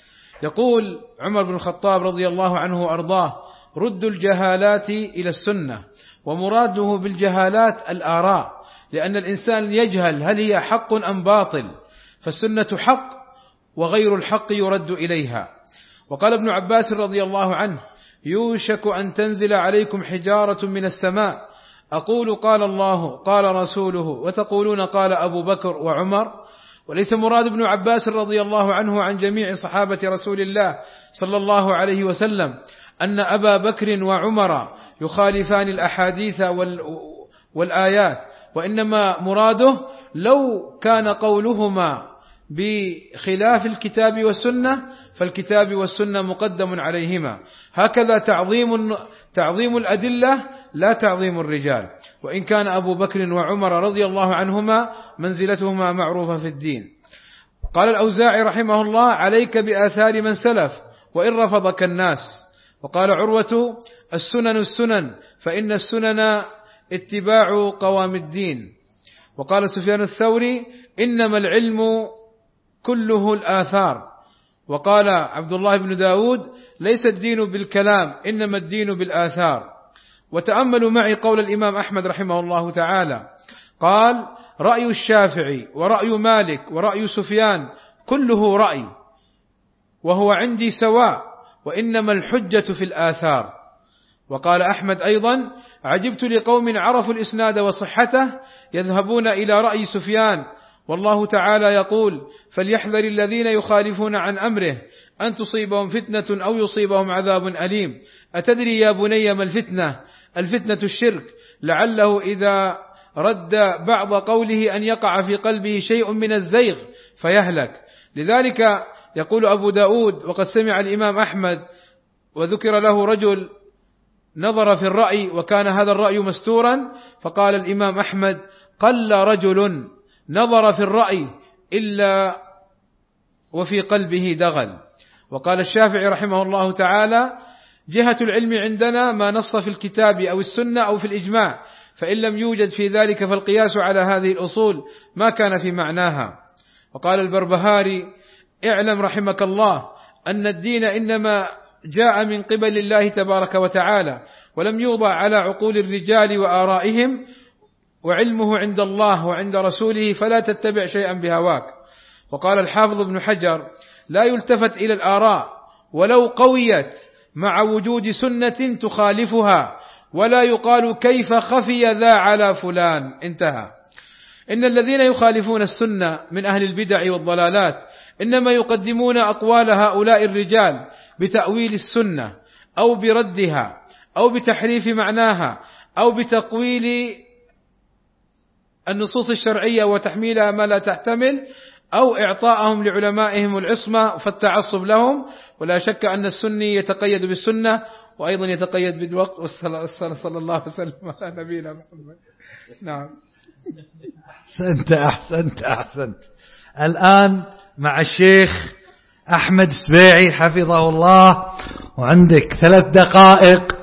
يقول عمر بن الخطاب رضي الله عنه وأرضاه: ردوا الجهالات إلى السنة. ومراده بالجهالات الآراء، لأن الإنسان يجهل هل هي حق أم باطل، فالسنة حق وغير الحق يرد إليها. وقال ابن عباس رضي الله عنه: يوشك أن تنزل عليكم حجارة من السماء، أقول قال الله قال رسوله وتقولون قال أبو بكر وعمر. وليس مراد ابن عباس رضي الله عنه عن جميع صحابة رسول الله صلى الله عليه وسلم أن أبا بكر وعمر يخالفان الأحاديث والآيات، وإنما مراده لو كان قولهما بخلاف الكتاب والسنة فالكتاب والسنة مقدم عليهما. هكذا تعظيم الأدلة لا تعظيم الرجال، وإن كان أبو بكر وعمر رضي الله عنهما منزلتهما معروفة في الدين. قال الأوزاعي رحمه الله: عليك بآثار من سلف وإن رفضك الناس. وقال عروة: السنن فإن السنن اتباع قوام الدين. وقال سفيان الثوري: إنما العلم كله الآثار. وقال عبد الله بن داود: ليس الدين بالكلام إنما الدين بالآثار. وتأملوا معي قول الإمام أحمد رحمه الله تعالى، قال: رأي الشافعي ورأي مالك ورأي سفيان كله رأي وهو عندي سواء، وإنما الحجة في الآثار. وقال أحمد أيضا: عجبت لقوم عرفوا الإسناد وصحته يذهبون إلى رأي سفيان، والله تعالى يقول: فليحذر الذين يخالفون عن أمره أن تصيبهم فتنة أو يصيبهم عذاب أليم. أتدري يا بني ما الفتنة؟ الفتنة الشرك، لعله إذا رد بعض قوله أن يقع في قلبه شيء من الزيغ فيهلك. لذلك يقول أبو داود: وقد سمع الإمام أحمد وذكر له رجل نظر في الرأي وكان هذا الرأي مستورا، فقال الإمام أحمد: قل رجل نظر في الرأي إلا وفي قلبه دغل. وقال الشافعي رحمه الله تعالى: جهة العلم عندنا ما نص في الكتاب أو السنة أو في الإجماع، فإن لم يوجد في ذلك فالقياس على هذه الأصول ما كان في معناها. وقال البربهاري: اعلم رحمك الله أن الدين إنما جاء من قبل الله تبارك وتعالى، ولم يوضع على عقول الرجال وآرائهم، وعلمه عند الله وعند رسوله، فلا تتبع شيئا بهواك. وقال الحافظ ابن حجر: لا يلتفت إلى الآراء ولو قويت مع وجود سنة تخالفها، ولا يقال كيف خفي ذا على فلان. انتهى. إن الذين يخالفون السنة من أهل البدع والضلالات إنما يقدمون أقوال هؤلاء الرجال بتأويل السنة أو بردها أو بتحريف معناها أو بتقويل النصوص الشرعية وتحميلها ما لا تحتمل، أو إعطائهم لعلمائهم العصمة فالتعصب لهم. ولا شك أن السني يتقيد بالسنة وأيضا يتقيد بالوقت. صلى الله وسلم على نبينا محمد. نعم. أحسنت. الآن مع الشيخ أحمد سبيعي حفظه الله، وعندك 3 دقائق.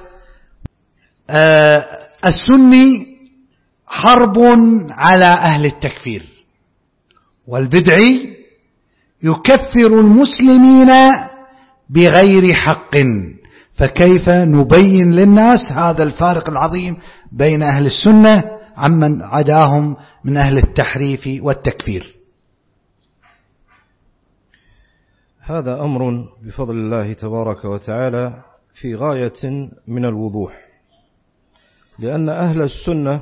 السني حرب على أهل التكفير، والبدعي يكفر المسلمين بغير حق. فكيف نبين للناس هذا الفارق العظيم بين أهل السنة عمن عداهم من أهل التحريف والتكفير؟ هذا أمر بفضل الله تبارك وتعالى في غاية من الوضوح، لأن أهل السنة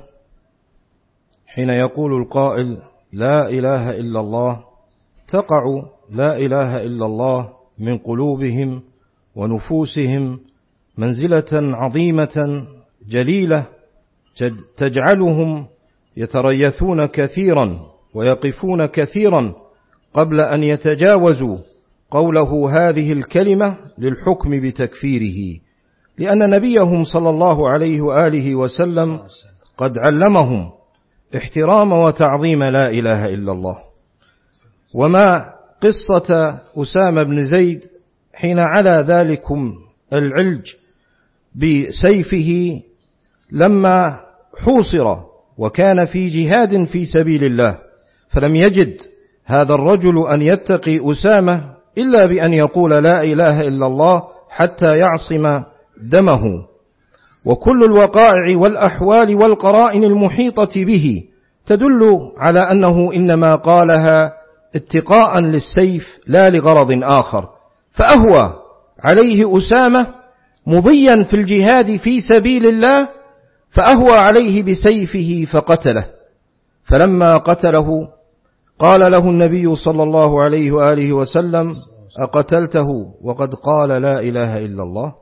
حين يقول القائل لا إله إلا الله تقع لا إله إلا الله من قلوبهم ونفوسهم منزلة عظيمة جليلة تجعلهم يتريثون كثيرا ويقفون كثيرا قبل أن يتجاوزوا قوله هذه الكلمة للحكم بتكفيره، لأن نبيهم صلى الله عليه وآله وسلم قد علمهم احترام وتعظيم لا إله إلا الله. وما قصة أسامة بن زيد حين علا ذلكم العلج بسيفه لما حوصر وكان في جهاد في سبيل الله، فلم يجد هذا الرجل أن يتقي أسامة إلا بأن يقول لا إله إلا الله حتى يعصم دمه. وكل الوقائع والأحوال والقرائن المحيطة به تدل على أنه إنما قالها اتقاء للسيف لا لغرض آخر. فأهوى عليه أسامة مضيا في الجهاد في سبيل الله، فأهوى عليه بسيفه فقتله. فلما قتله قال له النبي صلى الله عليه وآله وسلم أقتلته وقد قال لا إله إلا الله؟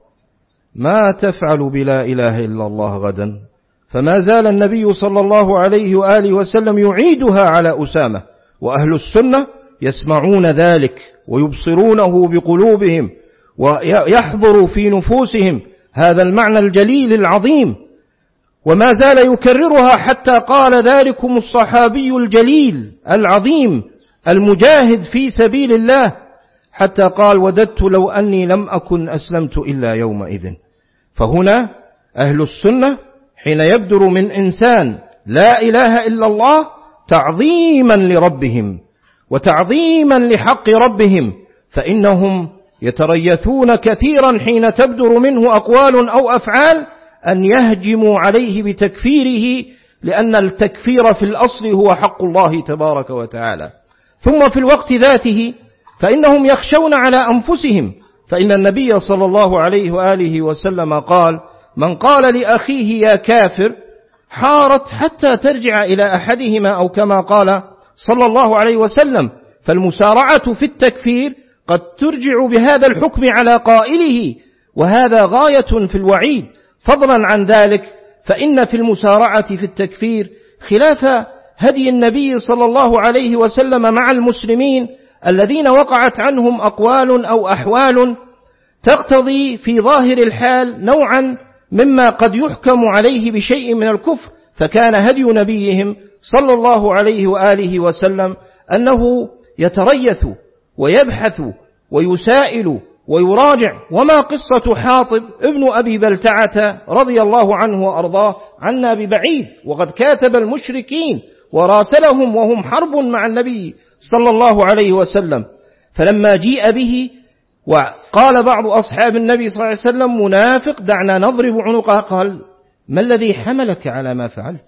ما تفعل بلا إله إلا الله غدا؟ فما زال النبي صلى الله عليه وآله وسلم يعيدها على أسامة، وأهل السنة يسمعون ذلك ويبصرونه بقلوبهم ويحضر في نفوسهم هذا المعنى الجليل العظيم، وما زال يكررها حتى قال ذلكم الصحابي الجليل العظيم المجاهد في سبيل الله، حتى قال وددت لو أني لم أكن أسلمت إلا يومئذ. فهنا أهل السنة حين يبدر من إنسان لا إله إلا الله تعظيما لربهم وتعظيما لحق ربهم، فإنهم يتريثون كثيرا حين تبدر منه أقوال أو أفعال أن يهجموا عليه بتكفيره، لأن التكفير في الأصل هو حق الله تبارك وتعالى. ثم في الوقت ذاته فإنهم يخشون على أنفسهم، فإن النبي صلى الله عليه وآله وسلم قال من قال لأخيه يا كافر حارت حتى ترجع إلى أحدهما، أو كما قال صلى الله عليه وسلم. فالمسارعة في التكفير قد ترجع بهذا الحكم على قائله، وهذا غاية في الوعيد. فضلا عن ذلك فإن في المسارعة في التكفير خلاف هدي النبي صلى الله عليه وسلم مع المسلمين الذين وقعت عنهم أقوال أو أحوال تقتضي في ظاهر الحال نوعا مما قد يحكم عليه بشيء من الكفر، فكان هدي نبيهم صلى الله عليه وآله وسلم أنه يتريث ويبحث ويسائل ويراجع. وما قصة حاطب ابن أبي بلتعة رضي الله عنه وأرضاه عنا ببعيد، وقد كاتب المشركين وراسلهم وهم حرب مع النبي صلى الله عليه وسلم، فلما جيء به وقال بعض أصحاب النبي صلى الله عليه وسلم منافق دعنا نضرب عنقه، قال ما الذي حملك على ما فعلت؟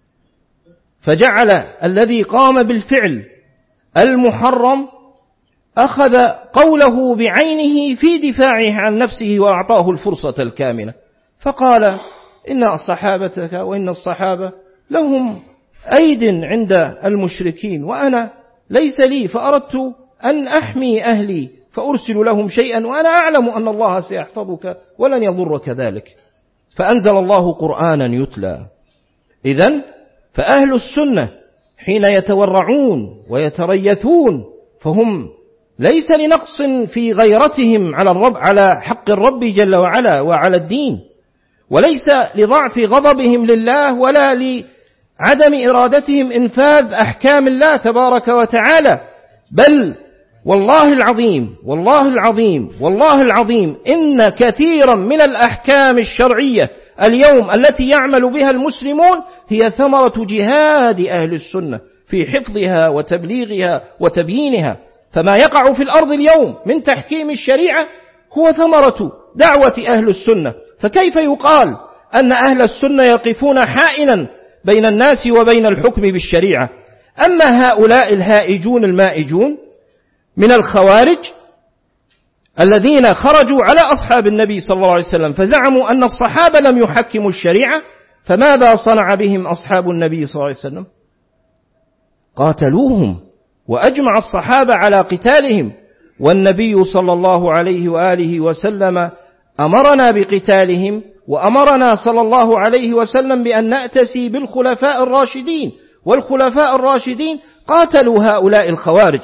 فجعل الذي قام بالفعل المحرم أخذ قوله بعينه في دفاعه عن نفسه وأعطاه الفرصة الكاملة، فقال إن صحابتك وإن الصحابة لهم أيد عند المشركين وأنا ليس لي، فأردت أن أحمي أهلي فأرسل لهم شيئا وأنا أعلم أن الله سيحفظك ولن يضرك ذلك، فأنزل الله قرآنا يتلى. إذن فأهل السنة حين يتورعون ويتريثون فهم ليس لنقص في غيرتهم على الرب، على حق الرب جل وعلا وعلى الدين، وليس لضعف غضبهم لله ولا لعدم إرادتهم إنفاذ أحكام الله تبارك وتعالى، بل والله العظيم والله العظيم والله العظيم إن كثيرا من الأحكام الشرعية اليوم التي يعمل بها المسلمون هي ثمرة جهاد أهل السنة في حفظها وتبليغها وتبيينها. فما يقع في الأرض اليوم من تحكيم الشريعة هو ثمرة دعوة أهل السنة، فكيف يقال أن أهل السنة يقفون حائلا بين الناس وبين الحكم بالشريعة؟ أما هؤلاء الهائجون المائجون من الخوارج الذين خرجوا على أصحاب النبي صلى الله عليه وسلم فزعموا أن الصحابة لم يحكموا الشريعة، فماذا صنع بهم أصحاب النبي صلى الله عليه وسلم؟ قاتلوهم وأجمع الصحابة على قتالهم، والنبي صلى الله عليه وآله وسلم أمرنا بقتالهم، وأمرنا صلى الله عليه وسلم بأن نأتسي بالخلفاء الراشدين، والخلفاء الراشدين قاتلوا هؤلاء الخوارج.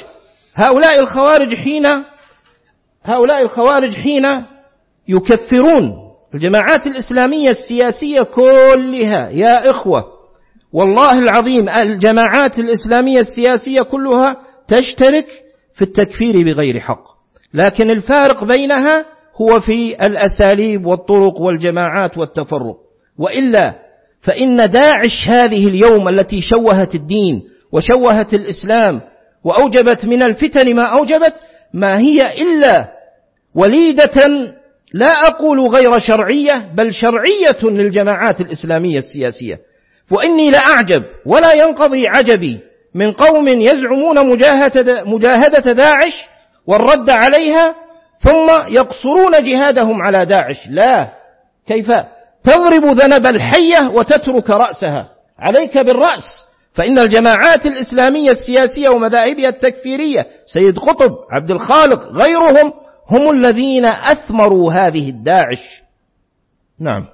هؤلاء الخوارج حين يكفرون الجماعات الإسلامية السياسية كلها، يا إخوة والله العظيم الجماعات الإسلامية السياسية كلها تشترك في التكفير بغير حق، لكن الفارق بينها هو في الأساليب والطرق والجماعات والتفرق. وإلا فإن داعش هذه اليوم التي شوهت الدين وشوهت الإسلام وأوجبت من الفتن ما أوجبت، ما هي إلا وليدة لا أقول غير شرعية بل شرعية للجماعات الإسلامية السياسية. وإني لأعجب ولا ينقضي عجبي من قوم يزعمون مجاهدة داعش والرد عليها ثم يقصرون جهادهم على داعش. لا، كيف تضرب ذنب الحية وتترك رأسها؟ عليك بالرأس، فإن الجماعات الإسلامية السياسية ومذاهبها التكفيرية سيد قطب، عبد الخالق، غيرهم هم الذين أثمروا هذه الداعش. نعم.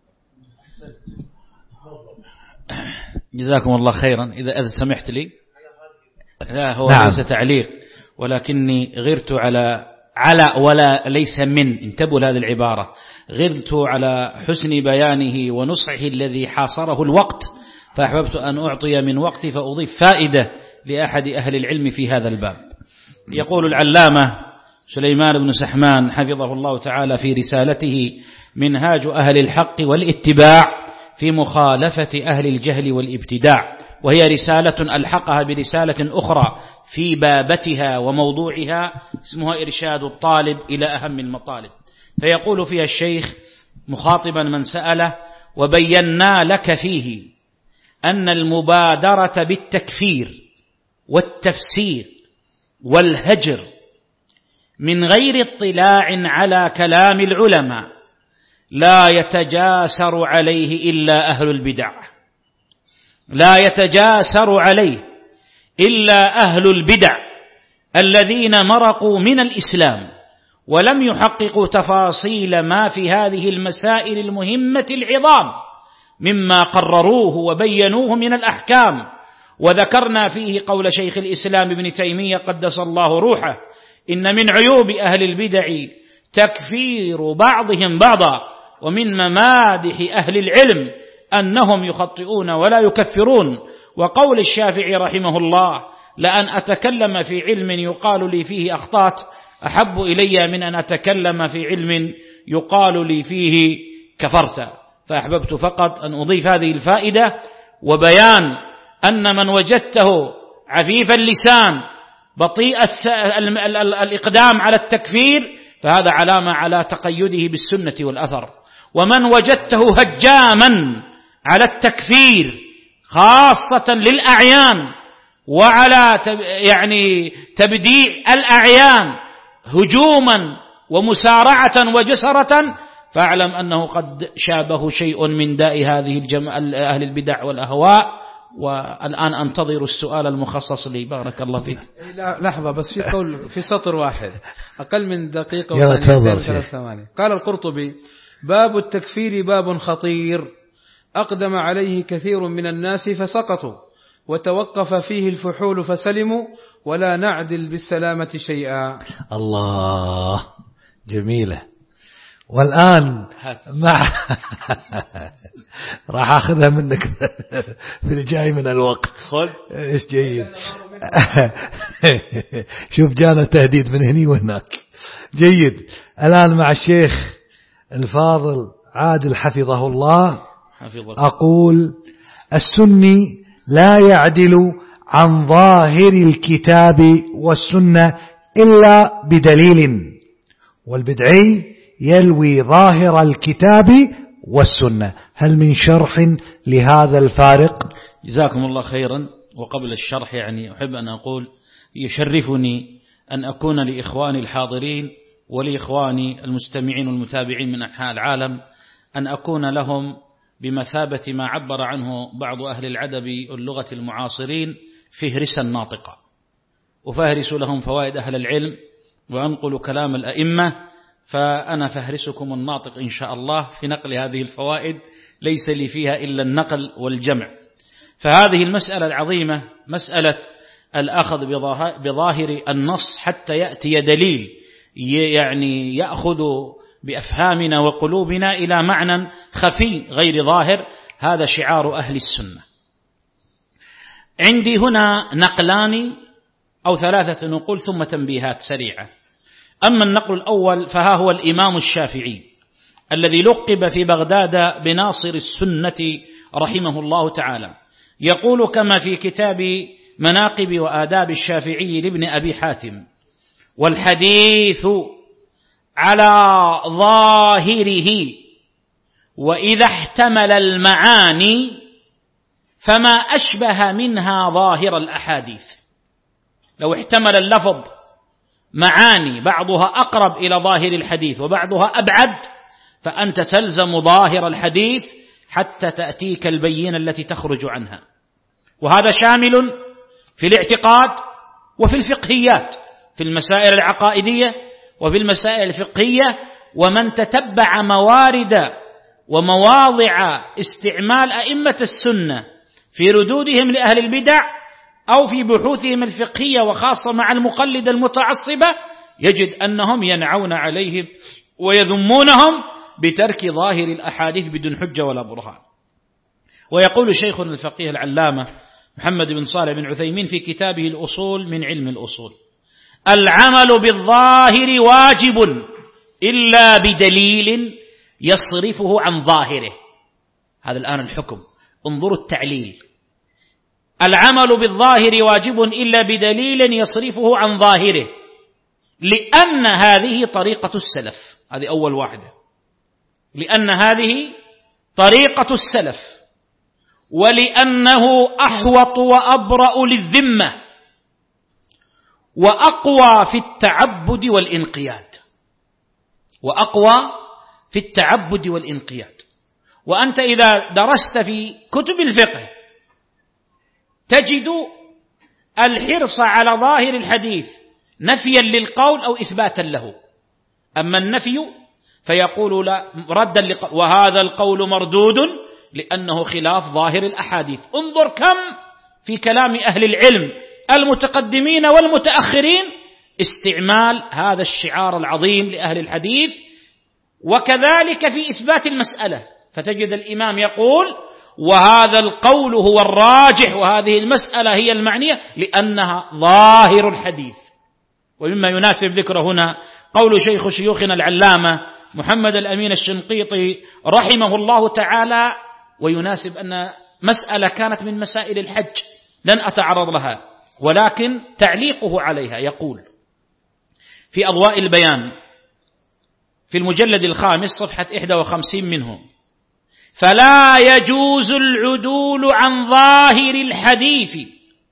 جزاكم الله خيرا. إذا سمحت لي، لا هو نعم. ليس تعليق ولكني غرت على ولا ليس من، انتبهوا لهذه العبارة، غرت على حسن بيانه ونصحه الذي حاصره الوقت، فأحببت أن أعطي من وقتي فأضيف فائدة لأحد أهل العلم في هذا الباب. يقول العلامة سليمان بن سحمان حفظه الله تعالى في رسالته منهاج أهل الحق والاتباع في مخالفة أهل الجهل والابتداع، وهي رسالة ألحقها برسالة أخرى في بابتها وموضوعها اسمها إرشاد الطالب إلى أهم المطالب. فيقول فيها الشيخ مخاطبا من سأله: وبينا لك فيه أن المبادرة بالتكفير والتفسير والهجر من غير اطلاع على كلام العلماء لا يتجاسر عليه إلا أهل البدع، لا يتجاسر عليه إلا أهل البدع الذين مرقوا من الإسلام ولم يحققوا تفاصيل ما في هذه المسائل المهمة العظام مما قرروه وبينوه من الأحكام. وذكرنا فيه قول شيخ الإسلام ابن تيمية قدس الله روحه: إن من عيوب أهل البدع تكفير بعضهم بعضا ومن ممادح أهل العلم أنهم يخطئون ولا يكفرون. وقول الشافعي رحمه الله: لأن أتكلم في علم يقال لي فيه أخطأت أحب إلي من أن أتكلم في علم يقال لي فيه كفرت. فأحببت فقط أن أضيف هذه الفائدة وبيان أن من وجدته عفيف اللسان بطيء الإقدام على التكفير فهذا علامة على تقيده بالسنة والأثر، ومن وجدته هجاما على التكفير خاصة للأعيان وعلى تبديع الأعيان هجوما ومسارعة وجسرة فاعلم أنه قد شابه شيء من داء هذه أهل البدع والأهواء. والآن أنتظر السؤال المخصص لي. بارك الله فيك. لحظة بس، في قول في سطر واحد أقل من دقيقة و3 ثواني. قال القرطبي: باب التكفير باب خطير أقدم عليه كثير من الناس فسقطوا، وتوقف فيه الفحول فسلموا، ولا نعدل بالسلامة شيئا. الله، جميلة. والآن راح أخذها منك في الجاي من الوقت. خذ. إيش جيد. شوف جانا تهديد من هني وهناك. جيد. الآن مع الشيخ الفاضل عادل حفظه الله أقول: السني لا يعدل عن ظاهر الكتاب والسنة إلا بدليل، والبدعي يلوي ظاهر الكتاب والسنة. هل من شرح لهذا الفارق؟ جزاكم الله خيرا. وقبل الشرح أحب أن أقول يشرفني أن أكون لإخواني الحاضرين ولإخواني المستمعين والمتابعين من أنحاء العالم أن أكون لهم بمثابة ما عبر عنه بعض أهل العدب واللغة المعاصرين فهرسا ناطقا، وفهرس لهم فوائد أهل العلم وأنقل كلام الأئمة، فأنا فهرسكم الناطق إن شاء الله في نقل هذه الفوائد، ليس لي فيها إلا النقل والجمع. فهذه المسألة العظيمة، مسألة الأخذ بظاهر النص حتى يأتي دليل يأخذ بأفهامنا وقلوبنا إلى معنى خفي غير ظاهر، هذا شعار أهل السنة. عندي هنا نقلان أو 3 نقول ثم تنبيهات سريعة. أما النقل الأول فها هو الإمام الشافعي الذي لقب في بغداد بناصر السنة رحمه الله تعالى، يقول كما في كتاب مناقب وآداب الشافعي لابن أبي حاتم: والحديث على ظاهره وإذا احتمل المعاني فما أشبه منها ظاهر الأحاديث. لو احتمل اللفظ معاني بعضها أقرب إلى ظاهر الحديث وبعضها أبعد فأنت تلزم ظاهر الحديث حتى تأتيك البينة التي تخرج عنها. وهذا شامل في الاعتقاد وفي الفقهيات، في المسائل العقائدية وفي المسائل الفقهية. ومن تتبع موارد ومواضع استعمال أئمة السنة في ردودهم لأهل البدع أو في بحوثهم الفقهية وخاصة مع المقلدة المتعصبة يجد أنهم ينعون عليهم ويذمونهم بترك ظاهر الأحاديث بدون حجة ولا برهان. ويقول شيخنا الفقيه العلامة محمد بن صالح بن عثيمين في كتابه الأصول من علم الأصول: العمل بالظاهر واجب إلا بدليل يصرفه عن ظاهره. هذا الآن الحكم، انظروا التعليل: العمل بالظاهر واجب إلا بدليل يصرفه عن ظاهره، لأن هذه طريقة السلف. هذه أول واحدة، لأن هذه طريقة السلف، ولأنه أحوط وأبرأ للذمة وأقوى في التعبد والإنقياد، وأقوى في التعبد والإنقياد. وأنت إذا درست في كتب الفقه تجد الحرص على ظاهر الحديث نفيا للقول أو إثباتا له. أما النفي فيقول لا ردا وهذا القول مردود لأنه خلاف ظاهر الأحاديث. انظر كم في كلام أهل العلم المتقدمين والمتأخرين استعمال هذا الشعار العظيم لأهل الحديث: وكذلك في إثبات المسألة، فتجد الإمام يقول وهذا القول هو الراجح وهذه المسألة هي المعنية لأنها ظاهر الحديث. ومما يناسب ذكره هنا قول شيخ شيوخنا العلامة محمد الأمين الشنقيطي رحمه الله تعالى، ويناسب أن مسألة كانت من مسائل الحج لن أتعرض لها، ولكن تعليقه عليها يقول في أضواء البيان في المجلد 5 صفحة 51 منه: فلا يجوز العدول عن ظاهر الحديث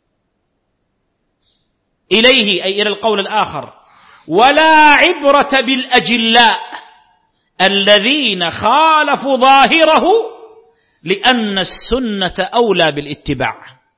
إليه، أي إلى القول الآخر، ولا عبرة بالأجلاء الذين خالفوا ظاهره، لأن السنة أولى بالاتباع.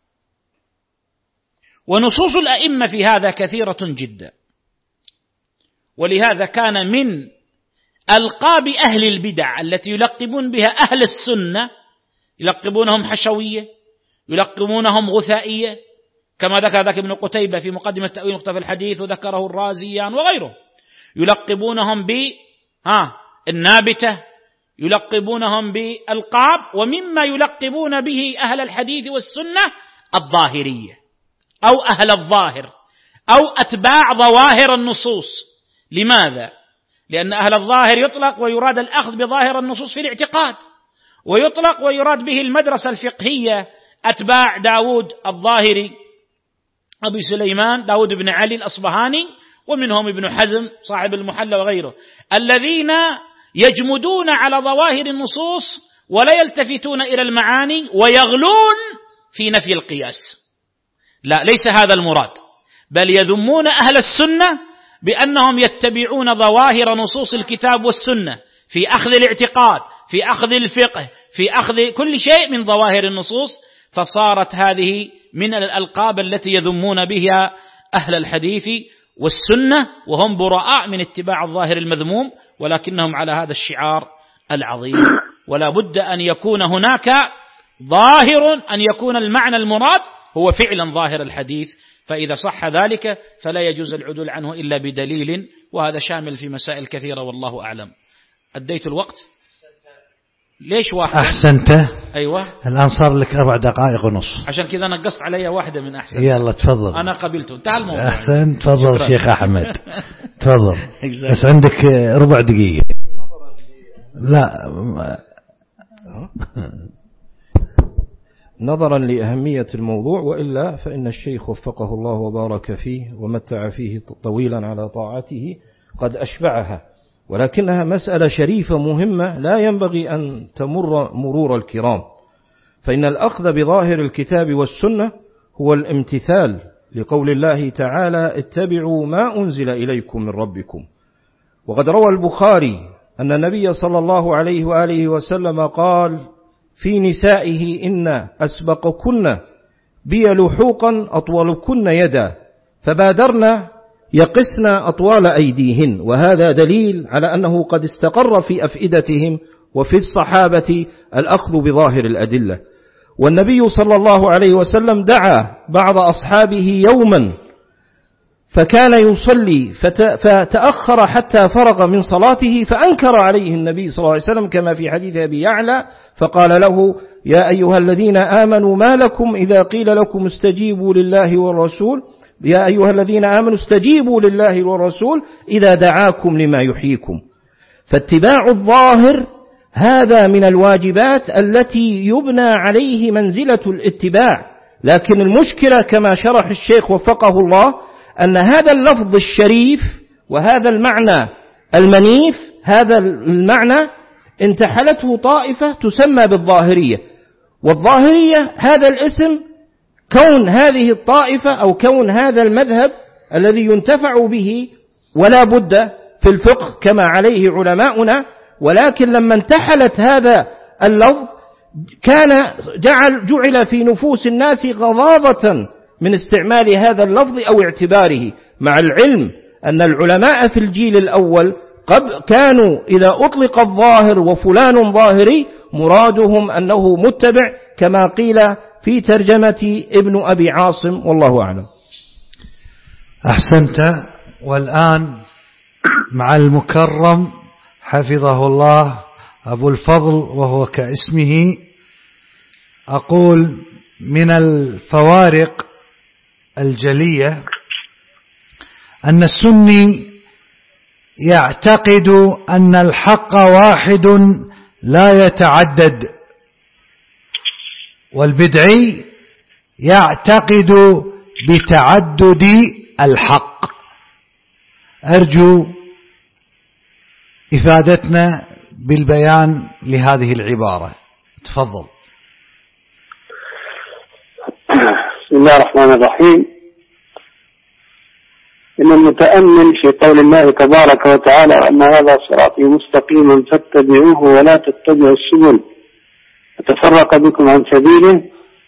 ونصوص الأئمة في هذا كثيرة جدا، ولهذا كان من ألقاب أهل البدع التي يلقبون بها أهل السنة، يلقبونهم حشوية، يلقبونهم غثائية، كما ذكر ذاك ابن قتيبة في مقدمة تأويل مختلف الحديث وذكره الرازيان وغيره، يلقبونهم بالنابتة، يلقبونهم بألقاب. ومما يلقبون به أهل الحديث والسنة الظاهرية أو أهل الظاهر أو أتباع ظواهر النصوص. لماذا؟ لأن أهل الظاهر يطلق ويراد الأخذ بظاهر النصوص في الاعتقاد، ويطلق ويراد به المدرسة الفقهية أتباع داود الظاهري أبي سليمان داود بن علي الأصبهاني، ومنهم ابن حزم صاحب المحلى وغيره، الذين يجمدون على ظواهر النصوص ولا يلتفتون إلى المعاني ويغلون في نفي القياس. لا، ليس هذا المراد، بل يذمون أهل السنة بأنهم يتبعون ظواهر نصوص الكتاب والسنة في أخذ الاعتقاد، في أخذ الفقه، في أخذ كل شيء من ظواهر النصوص. فصارت هذه من الألقاب التي يذمون بها أهل الحديث والسنة، وهم براء من اتباع الظاهر المذموم، ولكنهم على هذا الشعار العظيم. ولا بد أن يكون هناك ظاهر، أن يكون المعنى المراد هو فعلا ظاهر الحديث، فإذا صح ذلك فلا يجوز العدول عنه إلا بدليل، وهذا شامل في مسائل كثيرة والله أعلم. أديت الوقت؟ ليش واحد؟ أحسنت. أيوة، الآن صار لك 4 دقائق ونص، عشان كذا نقصت علي واحدة من أحسن. يلا تفضل. أنا قبلته، انتهى الموضوع. أحسن، تفضل شيخ أحمد. تفضل. بس عندك ربع دقيقة. لا، نظرا لأهمية الموضوع، وإلا فإن الشيخ وفقه الله وبارك فيه ومتع فيه طويلا على طاعته قد أشبعها، ولكنها مسألة شريفة مهمة لا ينبغي أن تمر مرور الكرام. فإن الأخذ بظاهر الكتاب والسنة هو الامتثال لقول الله تعالى: اتبعوا ما أنزل إليكم من ربكم. وقد روى البخاري أن النبي صلى الله عليه وآله وسلم قال في نسائه: إن أسبقكن بي لحوقا أطولكن يدا، فبادرنا يقسن أطوال أيديهن. وهذا دليل على أنه قد استقر في أفئدتهم وفي الصحابة الأخذ بظاهر الأدلة. والنبي صلى الله عليه وسلم دعا بعض أصحابه يوما فكان يصلي فتأخر حتى فرغ من صلاته، فأنكر عليه النبي صلى الله عليه وسلم كما في حديث أبي يعلى، فقال له: يا أيها الذين آمنوا ما لكم إذا قيل لكم استجيبوا لله والرسول، يا أيها الذين آمنوا استجيبوا لله والرسول إذا دعاكم لما يحييكم. فاتباع الظاهر هذا من الواجبات التي يبنى عليه منزلة الاتباع. لكن المشكلة كما شرح الشيخ وفقه الله أن هذا اللفظ الشريف وهذا المعنى المنيف، هذا المعنى انتحلته طائفة تسمى بالظاهرية. والظاهرية هذا الاسم، كون هذه الطائفة أو كون هذا المذهب الذي ينتفع به ولا بد في الفقه كما عليه علماؤنا، ولكن لما انتحلت هذا اللفظ كان جعل في نفوس الناس غضاضة من استعمال هذا اللفظ أو اعتباره، مع العلم أن العلماء في الجيل الأول كانوا إذا أطلق الظاهر وفلان ظاهري مرادهم أنه متبع، كما قيل في ترجمة ابن أبي عاصم، والله أعلم. أحسنت. والآن مع المكرم حفظه الله أبو الفضل وهو كاسمه، أقول من الفوارق الجلية أن السني يعتقد أن الحق واحد لا يتعدد، والبدعي يعتقد بتعدد الحق. أرجو إفادتنا بالبيان لهذه العبارة. تفضل. بسم الله الرحمن الرحيم. إن المتأمل في قول الله تبارك وتعالى أن هذا صراطي مستقيما فاتبعوه ولا تتبعوا السبل فتفرق بكم عن سبيله،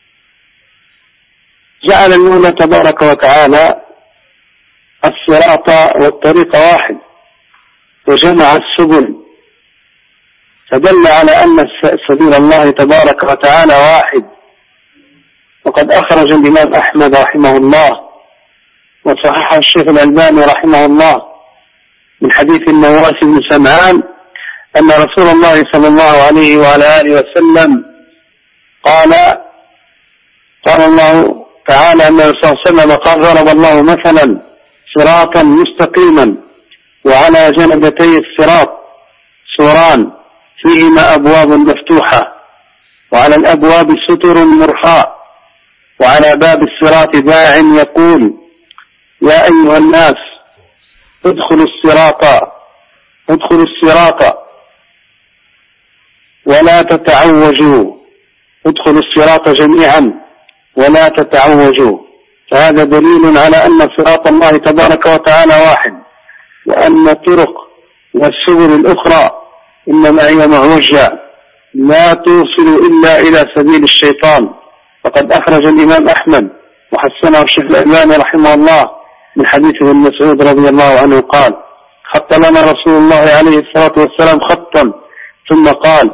جعل المولى تبارك وتعالى الصراط والطريق واحد وجمع السبل، فدل على أن سبيل الله تبارك وتعالى واحد. وقد أخرج الإمام أحمد رحمه الله وصححه الشيخ الألباني رحمه الله من حديث النواس بن سمعان أن رسول الله صلى الله عليه وعلى آله وسلم قال الله تعالى أن الرسول صلى الله عليه وسلم قال: ضرب الله مثلا صراطا مستقيما وعلى جنبتي الصراط سوران فيهما أبواب مفتوحة وعلى الأبواب ستر مرخاء وعلى باب الصراط داع يقول: يا أيها الناس ادخلوا الصراط ولا تتعوجوا، ادخلوا الصراط جميعا ولا تتعوجوا. فهذا دليل على أن صراط الله تبارك وتعالى واحد، وأن الطرق والسبل الأخرى إنما هي معوجة لا توصل إلا إلى سبيل الشيطان. فقد أخرج الإمام أحمد وحسنه الشيخ الألباني رحمه الله من حديث ابن مسعود رضي الله عنه قال: خط لنا رسول الله عليه الصلاة والسلام خطا ثم قال: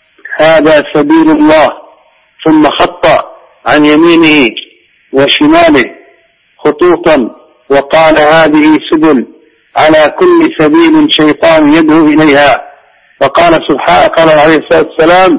هذا سبيل الله، ثم خط عن يمينه وشماله خطوطا وقال: هذه سبل، على كل سبيل شيطان يدعو إليها. وقال سبحانه، قال عليه الصلاة والسلام: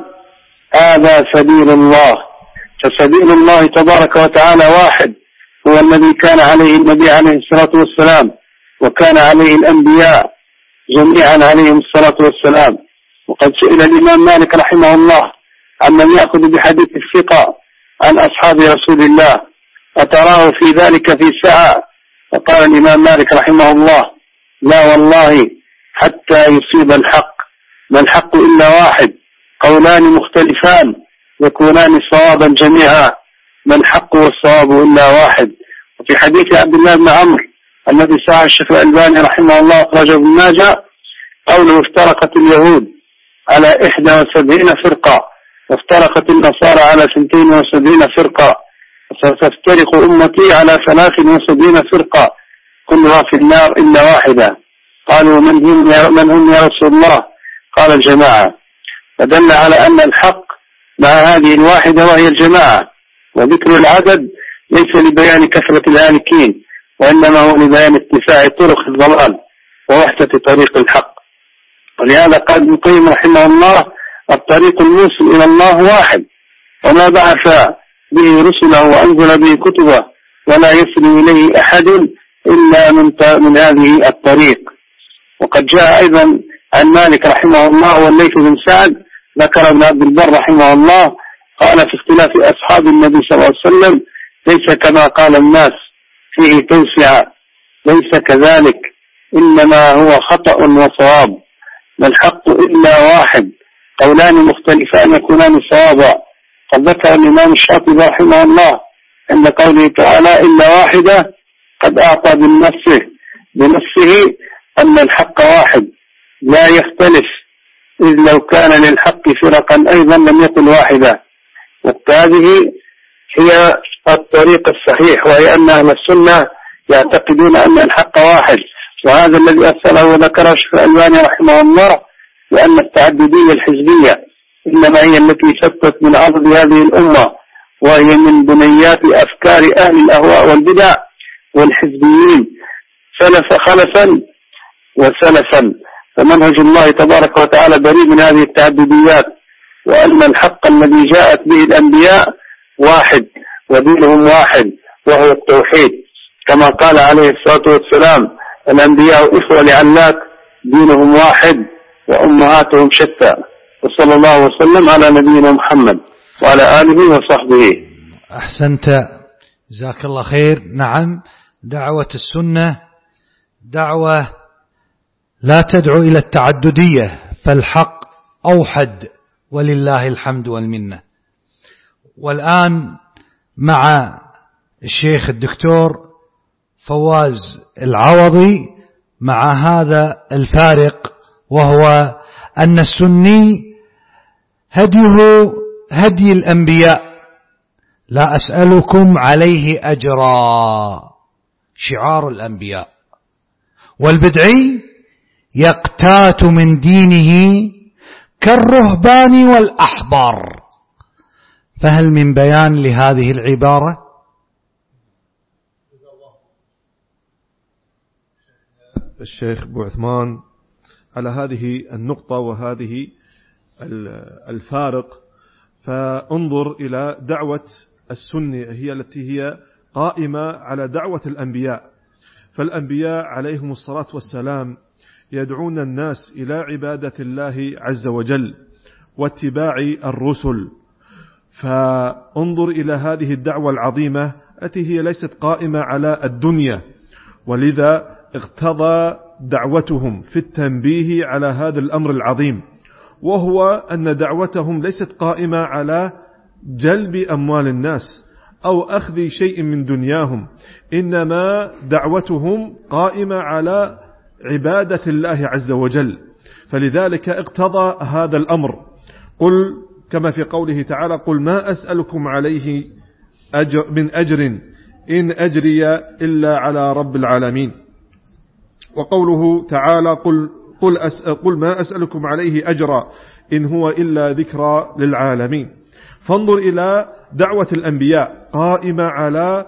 هذا سبيل الله. فسبيل الله تبارك وتعالى واحد، هو الذي كان عليه النبي عليه الصلاة والسلام وكان عليه الأنبياء جميعا عليهم الصلاة والسلام. وقد سئل الإمام مالك رحمه الله عمن يأخذ بحديث الثقة عن أصحاب رسول الله: أتراه في ذلك في ساعة؟ فقال الإمام مالك رحمه الله: لا والله حتى يصيب الحق، ما الحق إلا واحد، قولان مختلفان يكونان صوابا جميعا، ما الحق والصواب إلا واحد. وفي حديث عبد الله بن عمرو الذي صححه الشيخ الألباني رحمه الله أخرجه ابن ماجه قوله: افترقت اليهود على 71 فرقة وافترقت النصارى على 72 فرقة، وستفترق أمتي على 73 فرقة كلها في النار إلا واحدة. قالوا: من هم يا رسول الله؟ قال: الجماعة. فدل على أن الحق مع هذه الواحدة وهي الجماعة. وذكر العدد ليس لبيان كثرة الهالكين، وإنما هو لبيان اتساع طرق الضلال ووحدة طريق الحق. ولهذا قال ابن القيم رحمه الله: الطريق الموصل إلى الله واحد، وما بعث به رسله وأنزل به كتبه ولا يصل إليه أحد إلا من هذه الطريق. وقد جاء أيضا عن مالك رحمه الله والليث بن سعد ذكر ابن عبد البر رحمه الله قال: في اختلاف أصحاب النبي صلى الله عليه وسلم ليس كما قال الناس فيه توسعة، ليس كذلك، إنما هو خطأ وصواب، ما الحق إلا واحد، قولان مختلفان يكونان صوابا. قد ذكر الإمام الشافعي رحمه الله عند قوله تعالى: إلا واحدة، قد أعطى بنفسه أن الحق واحد لا يختلف، إذ لو كان للحق فرقا أيضا لم يكن واحدة. وهذه هي الطريق الصحيح، وهي أن أهل السنة يعتقدون أن الحق واحد. وهذا الذي أرسله وذكره الشيخ الألباني رحمه الله، وأن التعددية الحزبية إنما هي التي شتت من عضد هذه الأمة، وهي من بنيات أفكار أهل الأهواء والبدع والحزبيين خلفا وسلفا. فمنهج الله تبارك وتعالى بريء من هذه التعدديات، وأن الحق الذي جاءت به الأنبياء واحد ودينهم واحد وهو التوحيد، كما قال عليه الصلاة والسلام: الأنبياء إخوة لعلات دينهم واحد وأمهاتهم شتى. وصلى الله وسلم على نبينا محمد وعلى آله وصحبه. أحسنت، جزاك الله خير. نعم، دعوة السنة دعوة لا تدعو إلى التعددية، فالحق أوحد ولله الحمد والمنة. والآن مع الشيخ الدكتور فواز العوضي مع هذا الفارق، وهو أن السني هديه هدي الأنبياء، لا أسألكم عليه أجرا، شعار الأنبياء. والبدعي يقتات من دينه كالرهبان والأحبار. فهل من بيان لهذه العبارة؟ الشيخ أبو عثمان على هذه النقطة وهذه الفارق. فانظر إلى دعوة السنة، هي التي هي قائمة على دعوة الأنبياء. فالأنبياء عليهم الصلاة والسلام يدعون الناس إلى عبادة الله عز وجل واتباع الرسل. فانظر إلى هذه الدعوة العظيمة التي هي ليست قائمة على الدنيا، ولذا اقتضى دعوتهم في التنبيه على هذا الأمر العظيم، وهو أن دعوتهم ليست قائمة على جلب أموال الناس أو أخذ شيء من دنياهم، إنما دعوتهم قائمة على عبادة الله عز وجل. فلذلك اقتضى هذا الأمر. قل كما في قوله تعالى: قل ما أسألكم عليه من أجر إن أجري إلا على رب العالمين. وقوله تعالى: قل ما أسألكم عليه أجرا إن هو إلا ذكرى للعالمين. فانظر إلى دعوة الأنبياء قائمة على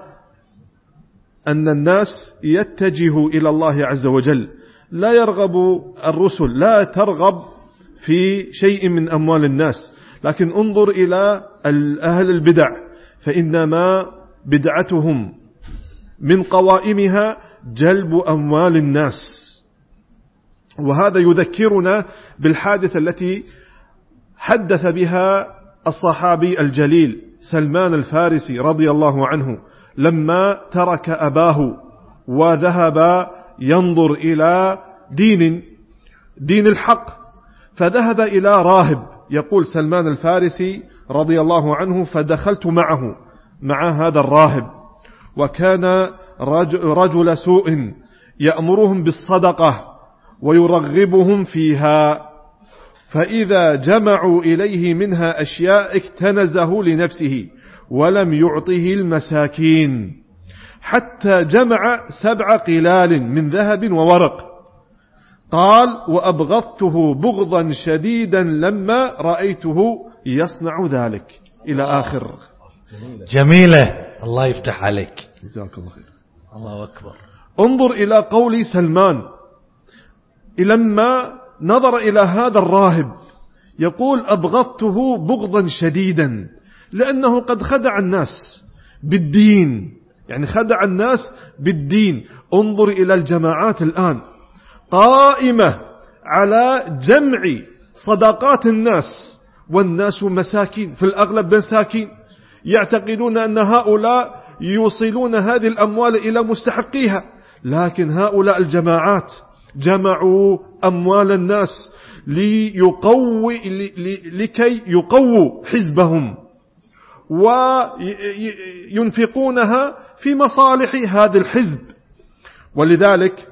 أن الناس يتجهوا إلى الله عز وجل، لا يرغب الرسل، لا ترغب في شيء من أموال الناس. لكن انظر إلى أهل البدع، فإنما بدعتهم من قوائمها جلب أموال الناس. وهذا يذكرنا بالحادثة التي حدث بها الصحابي الجليل سلمان الفارسي رضي الله عنه، لما ترك أباه وذهب ينظر إلى دين الحق، فذهب إلى راهب. يقول سلمان الفارسي رضي الله عنه: فدخلت مع هذا الراهب، وكان رجل سوء يأمرهم بالصدقة ويرغبهم فيها، فإذا جمعوا إليه منها أشياء اكتنزه لنفسه ولم يعطه المساكين، حتى جمع 7 قلال من ذهب وورق. قال: وأبغضته بغضا شديدا لما رأيته يصنع ذلك، إلى آخر. جميلة، الله يفتح عليك، جزاك الله خير. الله أكبر. انظر إلى قول سلمان لما نظر إلى هذا الراهب، يقول: أبغضته بغضا شديدا، لأنه قد خدع الناس بالدين، يعني خدع الناس بالدين. انظر إلى الجماعات الآن قائمة على جمع صدقات الناس، والناس مساكين، في الأغلب مساكين، يعتقدون أن هؤلاء يوصلون هذه الأموال إلى مستحقيها. لكن هؤلاء الجماعات جمعوا أموال الناس لكي يقووا حزبهم وينفقونها في مصالح هذا الحزب. ولذلك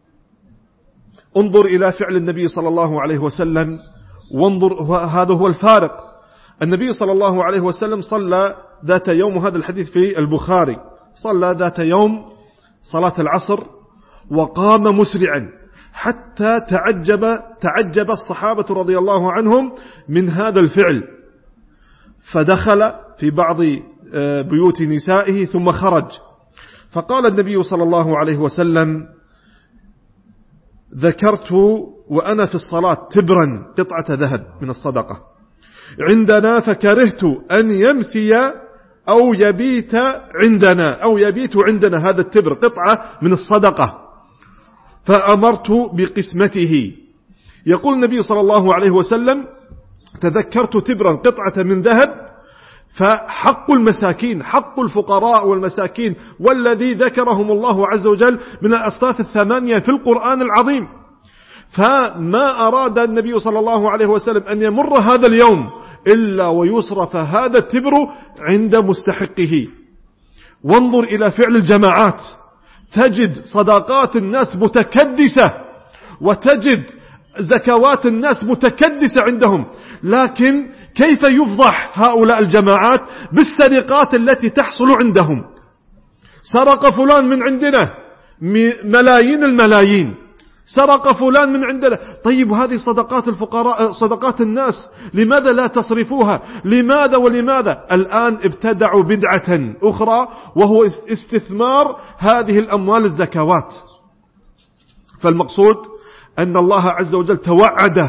انظر إلى فعل النبي صلى الله عليه وسلم، وانظر، هذا هو الفارق. النبي صلى الله عليه وسلم صلى ذات يوم، وهذا الحديث في البخاري، صلى ذات يوم صلاة العصر وقام مسرعا حتى تعجب الصحابة رضي الله عنهم من هذا الفعل، فدخل في بعض بيوت نسائه ثم خرج. فقال النبي صلى الله عليه وسلم: ذكرت وأنا في الصلاة تبرا قطعة ذهب من الصدقة عندنا، فكرهت أن يمسي أو يبيت عندنا هذا التبر قطعة من الصدقة، فأمرت بقسمته. يقول النبي صلى الله عليه وسلم: تذكرت تبرا قطعة من ذهب، فحق المساكين، حق الفقراء والمساكين، والذي ذكرهم الله عز وجل من الأصناف الثمانية في القرآن العظيم. فما أراد النبي صلى الله عليه وسلم أن يمر هذا اليوم إلا ويصرف هذا التبر عند مستحقه. وانظر إلى فعل الجماعات، تجد صداقات الناس متكدسة، وتجد زكوات الناس متكدسة عندهم، لكن كيف يفضح هؤلاء الجماعات بالسرقات التي تحصل عندهم؟ سرق فلان من عندنا ملايين الملايين، سرق فلان من عندنا. طيب هذه صدقات الفقراء، صدقات الناس، لماذا لا تصرفوها؟ لماذا ولماذا؟ الآن ابتدعوا بدعة أخرى، وهو استثمار هذه الأموال الزكوات. فالمقصود أن الله عز وجل توعد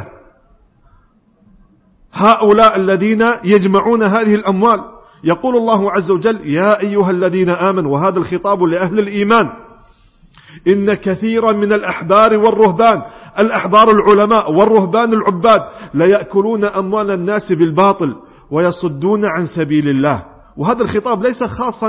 هؤلاء الذين يجمعون هذه الأموال. يقول الله عز وجل: يا أيها الذين آمنوا، وهذا الخطاب لأهل الإيمان: إن كثيرا من الأحبار والرهبان، الأحبار العلماء والرهبان العباد، ليأكلون أموال الناس بالباطل ويصدون عن سبيل الله. وهذا الخطاب ليس خاصا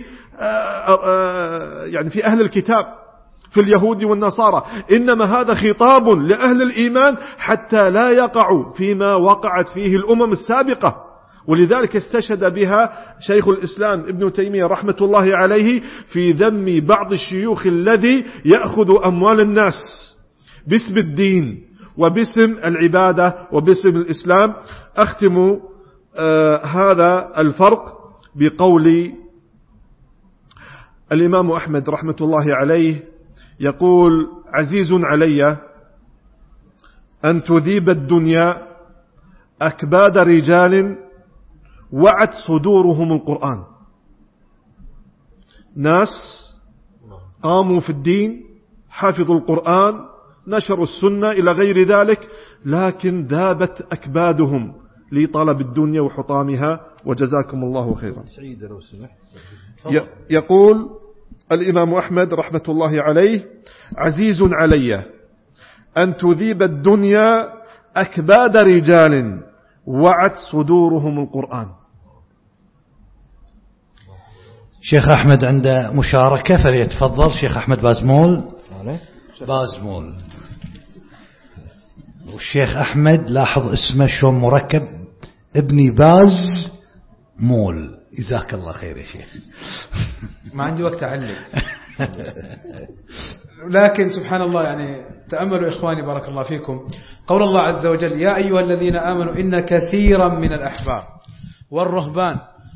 يعني في أهل الكتاب، في اليهود والنصارى، إنما هذا خطاب لأهل الإيمان حتى لا يقعوا فيما وقعت فيه الأمم السابقة. ولذلك استشهد بها شيخ الإسلام ابن تيمية رحمة الله عليه في ذم بعض الشيوخ الذي يأخذ أموال الناس باسم الدين وباسم العبادة وباسم الإسلام. أختم هذا الفرق بقول الإمام أحمد رحمة الله عليه، يقول: عزيز علي أن تذيب الدنيا أكباد رجال وعت صدورهم القرآن. ناس قاموا في الدين، حفظوا القرآن، نشروا السنة إلى غير ذلك، لكن ذابت أكبادهم لطلب الدنيا وحطامها، وجزاكم الله خيرا. يقول الإمام أحمد رحمة الله عليه: عزيز علي أن تذيب الدنيا أكباد رجال وعت صدورهم القرآن. شيخ أحمد عنده مشاركة، فليتفضل شيخ أحمد بازمول. والشيخ أحمد لاحظ اسمه شلون مركب، ابني باز مول. جزاك الله خير يا شيخ. ما عندي وقت أعلق، لكن سبحان الله، يعني تأملوا إخواني بارك الله فيكم قول الله عز وجل: يا أيها الذين آمنوا إن كثيرا من الأحبار والرهبان.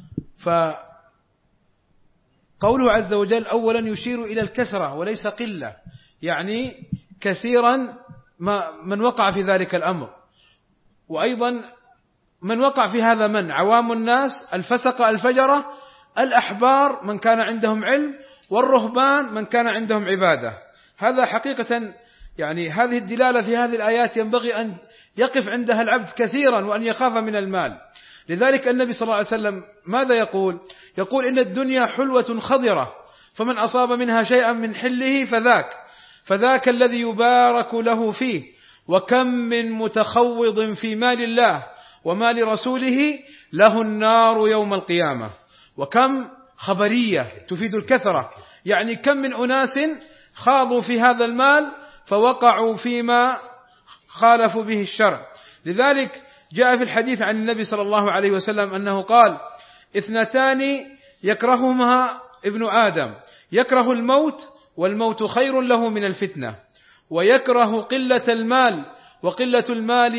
فقوله عز وجل أولا يشير إلى الكثرة وليس قلة، يعني كثيرا من وقع في ذلك الأمر. وأيضا من وقع في هذا من عوام الناس، الفسقة الفجرة، الأحبار من كان عندهم علم، والرهبان من كان عندهم عبادة. هذا حقيقة يعني هذه الدلالة في هذه الآيات ينبغي أن يقف عندها العبد كثيرا وأن يخاف من المال. لذلك النبي صلى الله عليه وسلم ماذا يقول؟ يقول: إن الدنيا حلوة خضرة، فمن أصاب منها شيئا من حله فذاك الذي يبارك له فيه. وكم من متخوض في مال الله ومال رسوله له النار يوم القيامة. وكم خبرية تفيد الكثرة، يعني كم من أناس خاضوا في هذا المال فوقعوا فيما خالفوا به الشرع. لذلك جاء في الحديث عن النبي صلى الله عليه وسلم أنه قال: 2 يكرههما ابن آدم، يكره الموت والموت خير له من الفتنة، ويكره قلة المال وقلة المال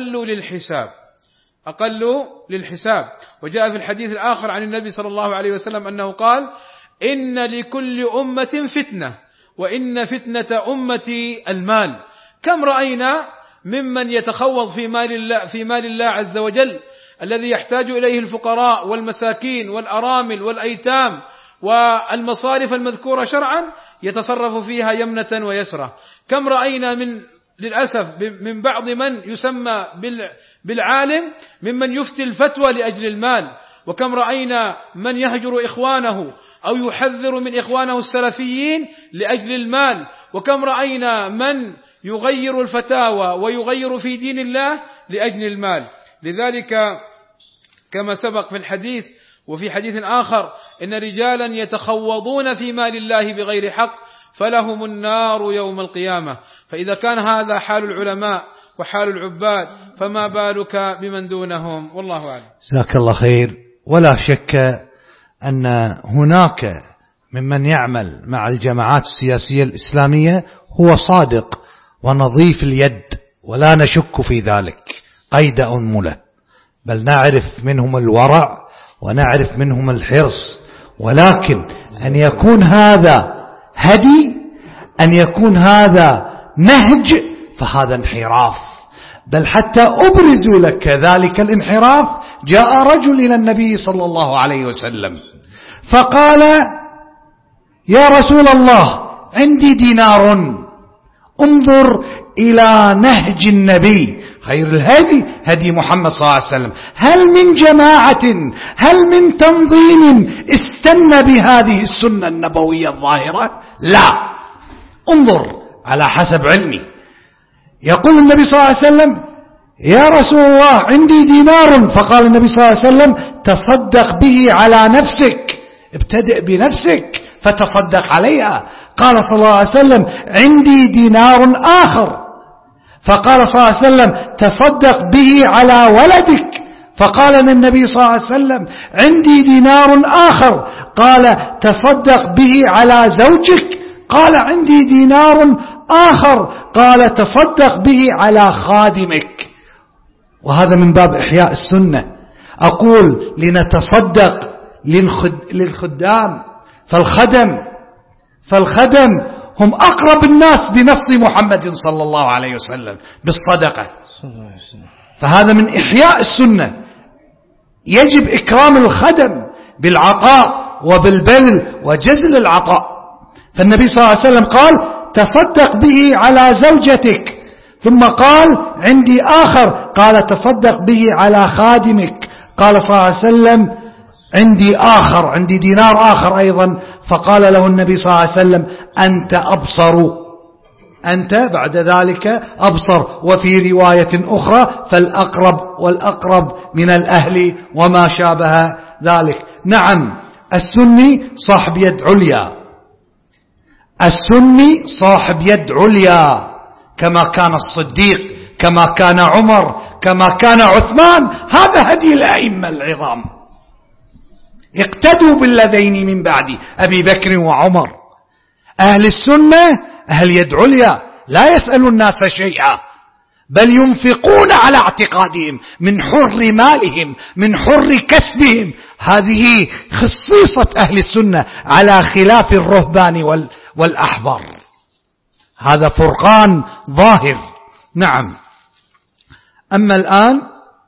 أقل للحساب. وجاء في الحديث الآخر عن النبي صلى الله عليه وسلم أنه قال: إن لكل أمة فتنة وإن فتنة أمتي المال. كم رأينا ممن يتخوض في مال الله عز وجل الذي يحتاج إليه الفقراء والمساكين والأرامل والأيتام والمصارف المذكورة شرعا، يتصرف فيها يمنة ويسرة. كم رأينا من للأسف من بعض من يسمى بالعالم ممن يفتي الفتوى لأجل المال، وكم رأينا من يهجر إخوانه أو يحذر من إخوانه السلفيين لأجل المال، وكم رأينا من يغير الفتاوى ويغير في دين الله لأجل المال. لذلك كما سبق في الحديث وفي حديث آخر إن رجالا يتخوضون في مال الله بغير حق فلهم النار يوم القيامة. فإذا كان هذا حال العلماء وحال العباد فما بالك بمن دونهم، والله أعلم. جزاك الله خير. ولا شك أن هناك ممن يعمل مع الجماعات السياسية الإسلامية هو صادق ونظيف اليد، ولا نشك في ذلك قيد أنملة، بل نعرف منهم الورع ونعرف منهم الحرص، ولكن أن يكون هذا هدي، أن يكون هذا نهج، فهذا انحراف. بل حتى أبرز لك ذلك الانحراف، جاء رجل إلى النبي صلى الله عليه وسلم فقال: يا رسول الله، عندي دينار، انظر إلى نهج النبي، خير الهدي هدي محمد صلى الله عليه وسلم، هل من جماعة، هل من تنظيم استنى بهذه السنة النبوية الظاهرة؟ لا. انظر على حسب علمي. يقول النبي صلى الله عليه وسلم: يا رسول الله، عندي دينار. فقال النبي صلى الله عليه وسلم: تصدق به على نفسك، ابتدئ بنفسك فتصدق عليها. قال صلى الله عليه وسلم: عندي دينار آخر. فقال صلى الله عليه وسلم: تصدق به على ولدك. فقال النبي صلى الله عليه وسلم: عندي دينار آخر. قال: تصدق به على زوجك. قال: عندي دينار آخر. قال: تصدق به على خادمك. وهذا من باب إحياء السنة. أقول لنتصدق للخدام، فالخدم هم أقرب الناس بنص محمد صلى الله عليه وسلم بالصدقة، فهذا من إحياء السنة. يجب إكرام الخدم بالعطاء وبالبذل وجزل العطاء. فالنبي صلى الله عليه وسلم قال: تصدق به على زوجتك، ثم قال: عندي آخر. قال: تصدق به على خادمك. قال صلى الله عليه وسلم: عندي آخر، عندي دينار آخر أيضا. فقال له النبي صلى الله عليه وسلم: أنت أبصر، أنت بعد ذلك أبصر. وفي رواية أخرى: فالأقرب والأقرب من الأهل وما شابه ذلك. نعم، السني صاحب يد عليا، السني صاحب يد عليا، كما كان الصديق، كما كان عمر، كما كان عثمان. هذا هدي الأئمة العظام، اقتدوا بالذين من بعد أبي بكر وعمر. أهل السنة أهل يد عليا، لا يسأل الناس شيئا، بل ينفقون على اعتقادهم من حر مالهم، من حر كسبهم. هذه خصيصة أهل السنة على خلاف الرهبان والأحبار. هذا فرقان ظاهر. نعم. أما الآن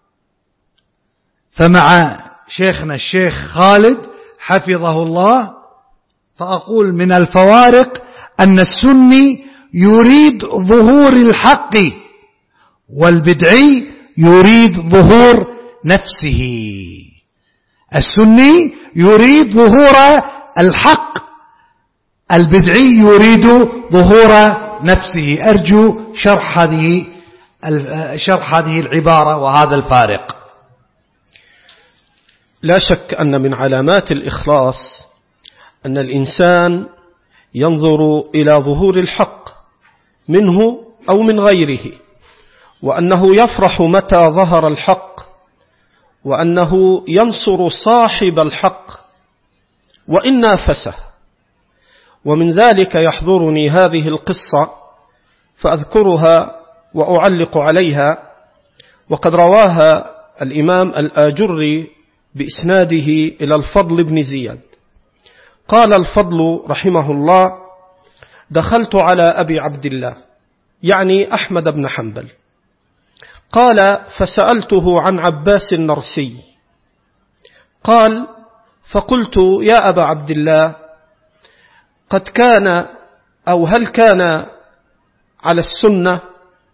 فمع شيخنا الشيخ خالد حفظه الله، فأقول من الفوارق أن السني يريد ظهور الحق، والبدعي يريد ظهور نفسه. السني يريد ظهور الحق، البدعي يريد ظهور نفسه. أرجو شرح هذه العبارة وهذا الفارق. لا شك أن من علامات الإخلاص أن الإنسان ينظر إلى ظهور الحق منه أو من غيره، وأنه يفرح متى ظهر الحق، وأنه ينصر صاحب الحق وإن نافسه. ومن ذلك يحضرني هذه القصة فأذكرها وأعلق عليها. وقد رواها الإمام الآجري بإسناده إلى الفضل بن زياد. قال الفضل رحمه الله: دخلت على أبي عبد الله، يعني أحمد بن حنبل. قال: فسألته عن عباس النرسي. قال: فقلت: يا أبا عبد الله، قد كان أو هل كان على السنة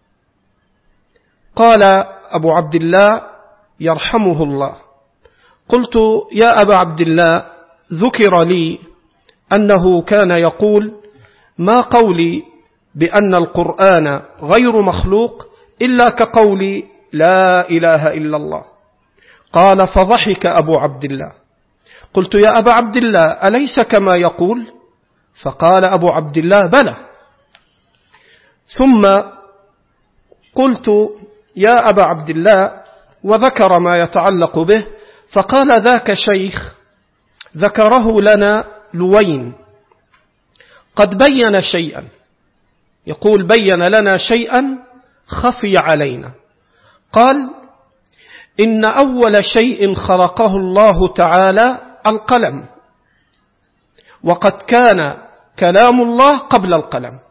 قال أبو عبد الله يرحمه الله: قلت يا أبا عبد الله ذكر لي أنه كان يقول: ما قولي بأن القرآن غير مخلوق إلا كقولي لا إله إلا الله. قال: فضحك أبو عبد الله. قلت يا أبا عبد الله أليس كما يقول؟ فقال أبو عبد الله: بلى. ثم قلت يا أبا عبد الله، وذكر ما يتعلق به، فقال: ذاك شيخ ذكره لنا لوين قد بين شيئا، يقول بين لنا شيئا خفي علينا. قال: إن أول شيء خلقه الله تعالى القلم، وقد كان كلام الله قبل القلم.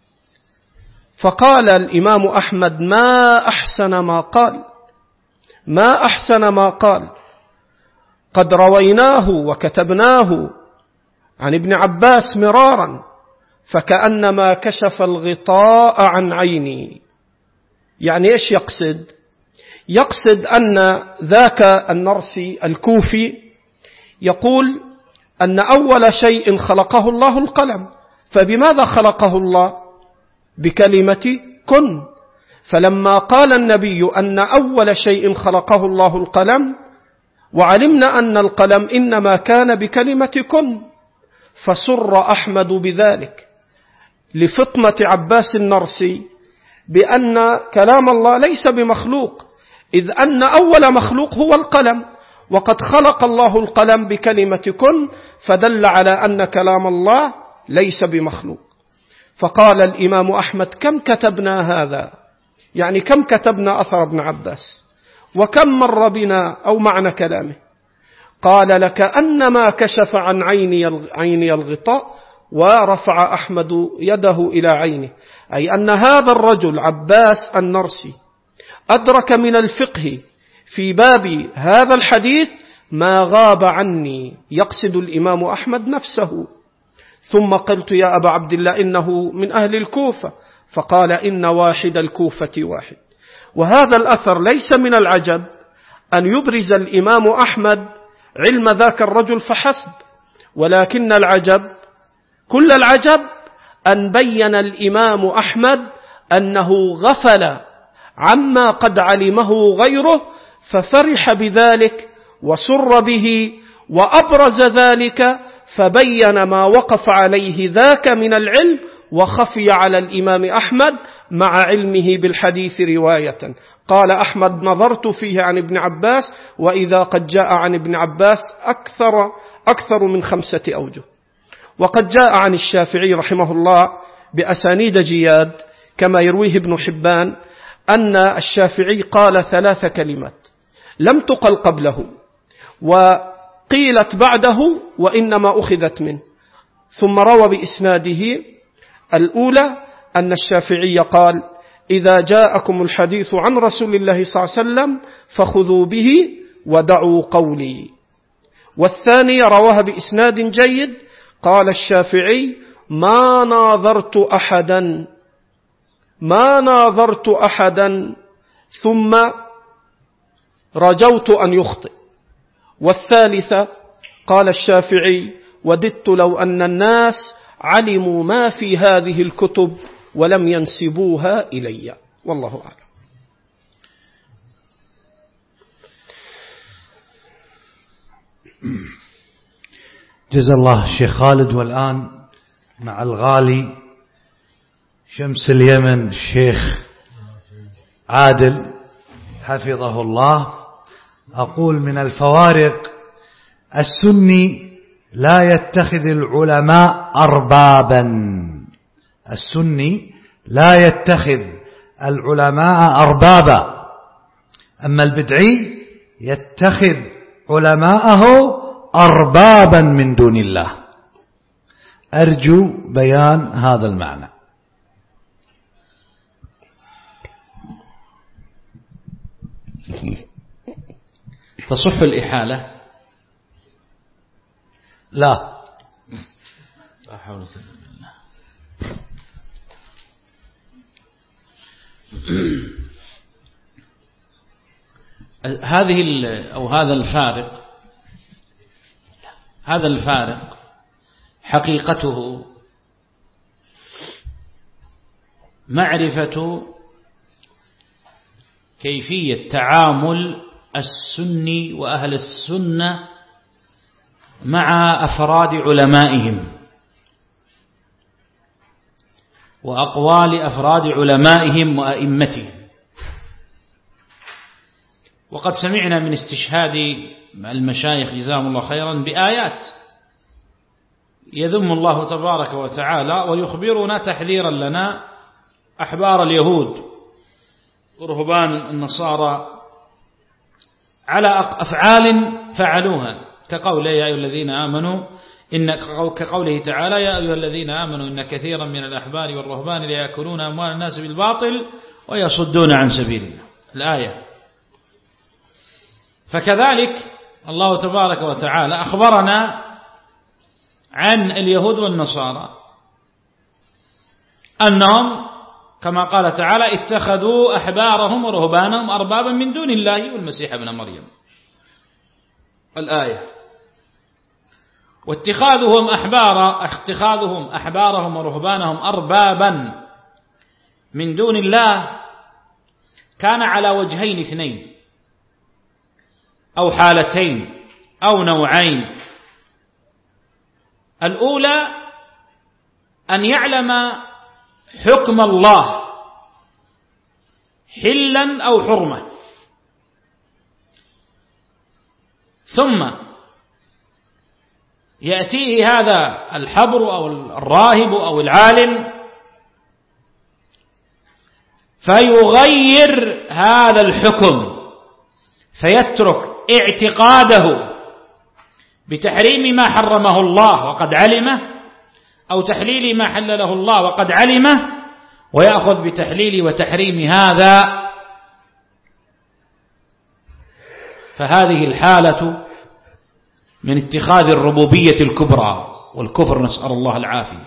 فقال الإمام أحمد: ما أحسن ما قال، ما أحسن ما قال، قد رويناه وكتبناه عن ابن عباس مرارا، فكأنما كشف الغطاء عن عيني. يعني إيش يقصد؟ يقصد أن ذاك النرسي الكوفي يقول أن أول شيء خلقه الله القلم، فبماذا خلقه الله؟ بكلمة كن. فلما قال النبي أن أول شيء خلقه الله القلم، وعلمنا أن القلم إنما كان بكلمة كن، فسر أحمد بذلك لفطنة عباس النرسي بأن كلام الله ليس بمخلوق، إذ أن أول مخلوق هو القلم، وقد خلق الله القلم بكلمة كن، فدل على أن كلام الله ليس بمخلوق. فقال الإمام أحمد: كم كتبنا هذا؟ يعني كم كتبنا أثر ابن عباس، وكم مر بنا أو معنى كلامه؟ قال: لك أنما كشف عن عيني الغطاء. ورفع أحمد يده إلى عينه، أي أن هذا الرجل عباس النرسي أدرك من الفقه في باب هذا الحديث ما غاب عني، يقصد الإمام أحمد نفسه. ثم قلت يا أبا عبد الله إنه من أهل الكوفة، فقال: إن واحد الكوفة واحد. وهذا الأثر ليس من العجب أن يبرز الإمام أحمد علم ذاك الرجل فحسب، ولكن العجب كل العجب أن بين الإمام أحمد أنه غفل عما قد علمه غيره، ففرح بذلك وسر به وأبرز ذلك، فبين ما وقف عليه ذاك من العلم، وخفي على الإمام أحمد مع علمه بالحديث رواية. قال أحمد: نظرت فيه عن ابن عباس، وإذا قد جاء عن ابن عباس أكثر من 5 أوجه. وقد جاء عن الشافعي رحمه الله بأسانيد جياد كما يرويه ابن حبان أن الشافعي قال 3 كلمات لم تقل قبله وقيلت بعده وإنما أخذت منه، ثم روى بإسناده. الأولى أن الشافعي قال: إذا جاءكم الحديث عن رسول الله صلى الله عليه وسلم فخذوا به ودعوا قولي. والثانية رواها بإسناد جيد، قال الشافعي: ما ناظرت أحدا ثم رجوت أن يخطئ. والثالثة قال الشافعي: وددت لو أن الناس علموا ما في هذه الكتب ولم ينسبوها إلي، والله أعلم. جزا الله الشيخ خالد. والآن مع الغالي شمس اليمن الشيخ عادل حفظه الله، أقول من الفوارق: السني لا يتخذ العلماء أربابا، السني لا يتخذ العلماء أربابا، أما البدعي يتخذ علماءه أربابا من دون الله. أرجو بيان هذا المعنى. تصح الإحالة؟ لا. لا حول ولا قوة إلا بالله. هذا الفارق حقيقته معرفة كيفية تعامل السني وأهل السنة مع أفراد علمائهم وأقوال أفراد علمائهم وأئمتهم. وقد سمعنا من استشهاد المشايخ جزاهم الله خيرا بآيات يذم الله تبارك وتعالى ويخبرنا تحذيرا لنا أحبار اليهود ورهبان النصارى على أفعال فعلوها كقوله يا أيها الذين آمنوا كقوله تعالى يا أيها الذين آمنوا إن كثيرا من الأحبار والرهبان ليأكلون أموال الناس بالباطل ويصدون عن سبيل الله الآية. فكذلك الله تبارك وتعالى أخبرنا عن اليهود والنصارى أنهم كما قال تعالى اتخذوا أحبارهم ورهبانهم أربابا من دون الله والمسيح ابن مريم الآية. واتخاذهم أحبارهم ورهبانهم أربابا من دون الله كان على وجهين اثنين أو حالتين أو نوعين. الأولى أن يعلم حكم الله حلا أو حرمة ثم يأتيه هذا الحبر أو الراهب أو العالم فيغير هذا الحكم فيترك اعتقاده بتحريم ما حرمه الله وقد علمه أو تحليل ما حلله الله وقد علمه ويأخذ بتحليل وتحريم هذا. فهذه الحالة من اتخاذ الربوبية الكبرى والكفر نسأل الله العافية.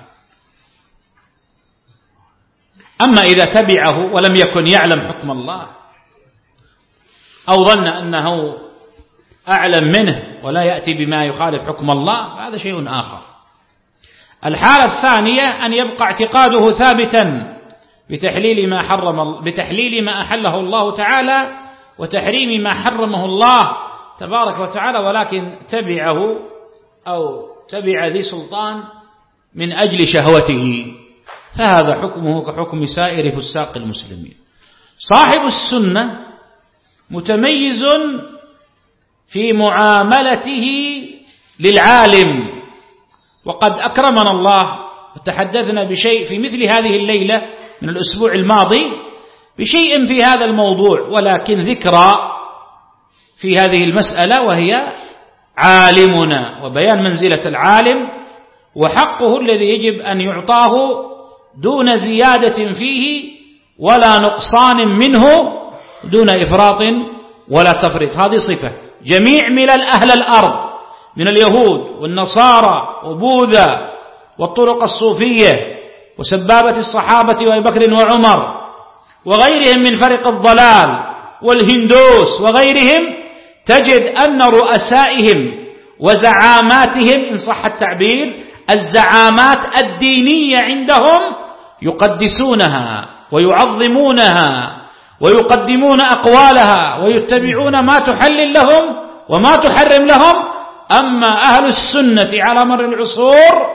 أما إذا تبعه ولم يكن يعلم حكم الله أو ظن أنه أعلم منه ولا يأتي بما يخالف حكم الله هذا شيء آخر. الحالة الثانية أن يبقى اعتقاده ثابتا بتحليل ما أحله الله تعالى وتحريم ما حرمه الله تبارك وتعالى ولكن تبعه أو تبع ذي سلطان من أجل شهوته فهذا حكمه كحكم سائر فساق المسلمين. صاحب السنة متميز في معاملته للعالم وقد أكرمنا الله وتحدثنا بشيء في مثل هذه الليلة من الأسبوع الماضي بشيء في هذا الموضوع ولكن ذكرى في هذه المسألة وهي عالمنا وبيان منزلة العالم وحقه الذي يجب أن يعطاه دون زيادة فيه ولا نقصان منه دون إفراط ولا تفريط. هذه صفة جميع ملل أهل الأرض من اليهود والنصارى وبوذا والطرق الصوفية وسبابة الصحابة وأبي بكر وعمر وغيرهم من فرق الضلال والهندوس وغيرهم تجد أن رؤسائهم وزعاماتهم إن صح التعبير الزعامات الدينية عندهم يقدسونها ويعظمونها ويقدمون أقوالها ويتبعون ما تحلل لهم وما تحرم لهم. أما أهل السنة على مر العصور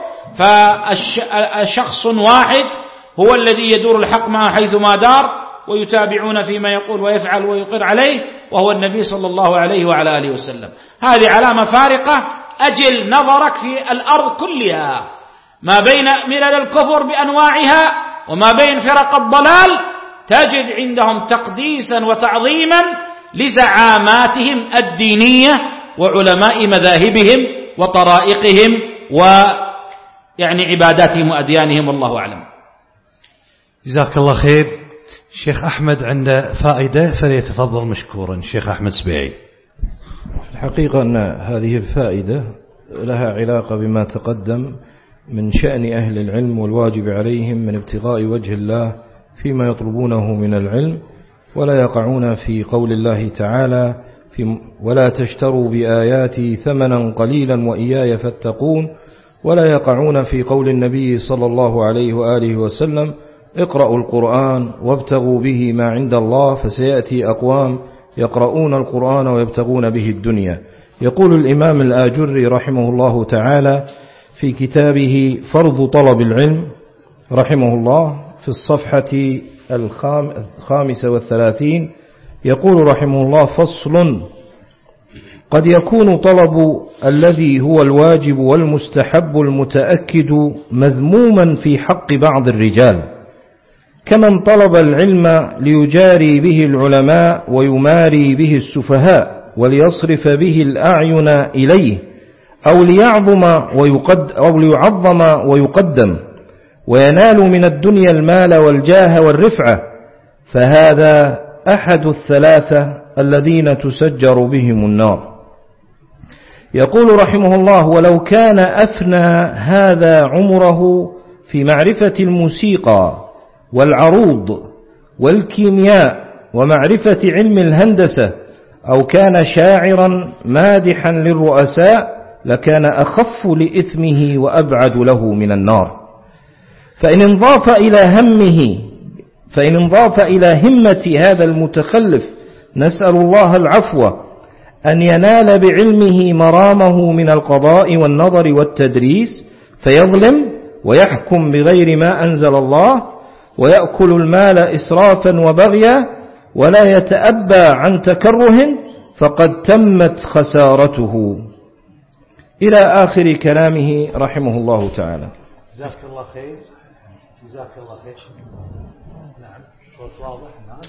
فالشخص واحد هو الذي يدور الحق معه حيثما دار ويتابعون فيما يقول ويفعل ويقر عليه وهو النبي صلى الله عليه وعلى آله وسلم. هذه علامة فارقة. أجل نظرك في الأرض كلها ما بين ملل الكفر بأنواعها وما بين فرق الضلال تجد عندهم تقديسا وتعظيما لزعاماتهم الدينية وعلماء مذاهبهم وطرائقهم ويعني عباداتهم وأديانهم والله أعلم. جزاك الله خير. الشيخ أحمد عنده فائدة فليتفضل مشكورا. الشيخ أحمد سبيعي. في الحقيقة أن هذه الفائدة لها علاقة بما تقدم من شأن أهل العلم والواجب عليهم من ابتغاء وجه الله فيما يطلبونه من العلم ولا يقعون في قول الله تعالى ولا تشتروا بآياتي ثمنا قليلا وإياي فاتقون، ولا يقعون في قول النبي صلى الله عليه وآله وسلم اقرأوا القرآن وابتغوا به ما عند الله فسيأتي أقوام يقرؤون القرآن ويبتغون به الدنيا. يقول الإمام الآجري رحمه الله تعالى في كتابه فرض طلب العلم رحمه الله في الصفحة 35 يقول رحمه الله: فصل: قد يكون طلب الذي هو الواجب والمستحب المتأكد مذموما في حق بعض الرجال، كمن طلب العلم ليجاري به العلماء ويماري به السفهاء وليصرف به الأعين إليه، أو ليعظم ويقدم وينال من الدنيا المال والجاه والرفعة، فهذا أحد الثلاثة الذين تسجر بهم النار. يقول رحمه الله: ولو كان أفنى هذا عمره في معرفة الموسيقى والعروض والكيمياء ومعرفة علم الهندسة، أو كان شاعرا مادحا للرؤساء، لكان أخف لإثمه وأبعد له من النار. فإن انضاف إلى همة هذا المتخلف نسأل الله العفو أن ينال بعلمه مرامه من القضاء والنظر والتدريس، فيظلم ويحكم بغير ما أنزل الله، ويأكل المال إسرافا وبغيا، ولا يتأبى عن تكره، فقد تمت خسارته، إلى آخر كلامه رحمه الله تعالى. جزاك الله خير. جزاك الله خير. نعم، صوت واضح. نعم،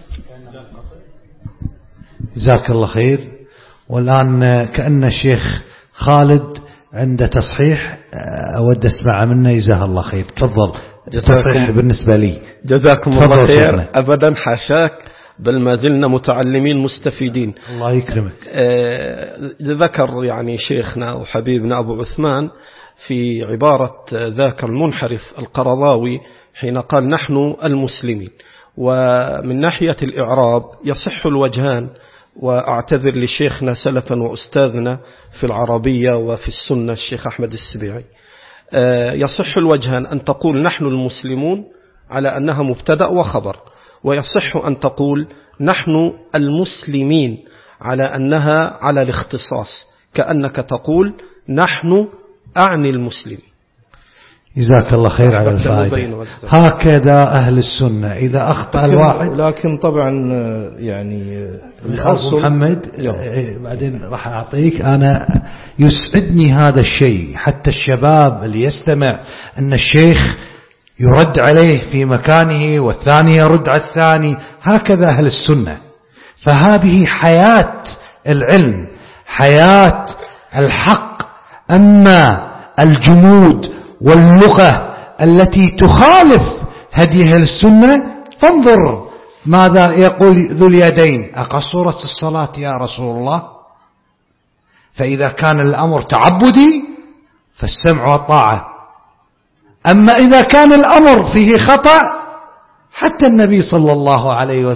جزاك الله خير. والآن كأن الشيخ خالد عنده تصحيح أود أسمع منه، جزاه الله خير. تفضل. تصحيح بالنسبة لي. جزاكم الله خير. أبدا حاشاك، بل ما زلنا متعلمين مستفيدين. الله يكرمك. ذكر يعني شيخنا وحبيبنا أبو عثمان في عبارة ذاك المنحرف القرضاوي حين قال نحن المسلمين، ومن ناحية الإعراب يصح الوجهان، وأعتذر لشيخنا سلفا وأستاذنا في العربية وفي السنة الشيخ أحمد السبيعي. يصح الوجهان أن تقول نحن المسلمون على أنها مبتدأ وخبر، ويصح أن تقول نحن المسلمين على أنها على الاختصاص، كأنك تقول نحن أعني المسلمين. جزاك الله خير على الفائدة. هكذا أهل السنة إذا أخطأ الواحد. لكن طبعا يعني الأصل محمد بعدين راح أعطيك. أنا يسعدني هذا الشيء، حتى الشباب اللي يستمع، أن الشيخ يرد عليه في مكانه والثاني يرد على الثاني. هكذا أهل السنة. فهذه حياة العلم، حياة الحق. أما الجمود واللغة التي تخالف هدي أهل السنة، فانظر ماذا يقول ذو اليدين: أقصرت الصلاة يا رسول الله؟ فإذا كان الأمر تعبدي فالسمع والطاعة. أما إذا كان الأمر فيه خطأ، حتى النبي صلى الله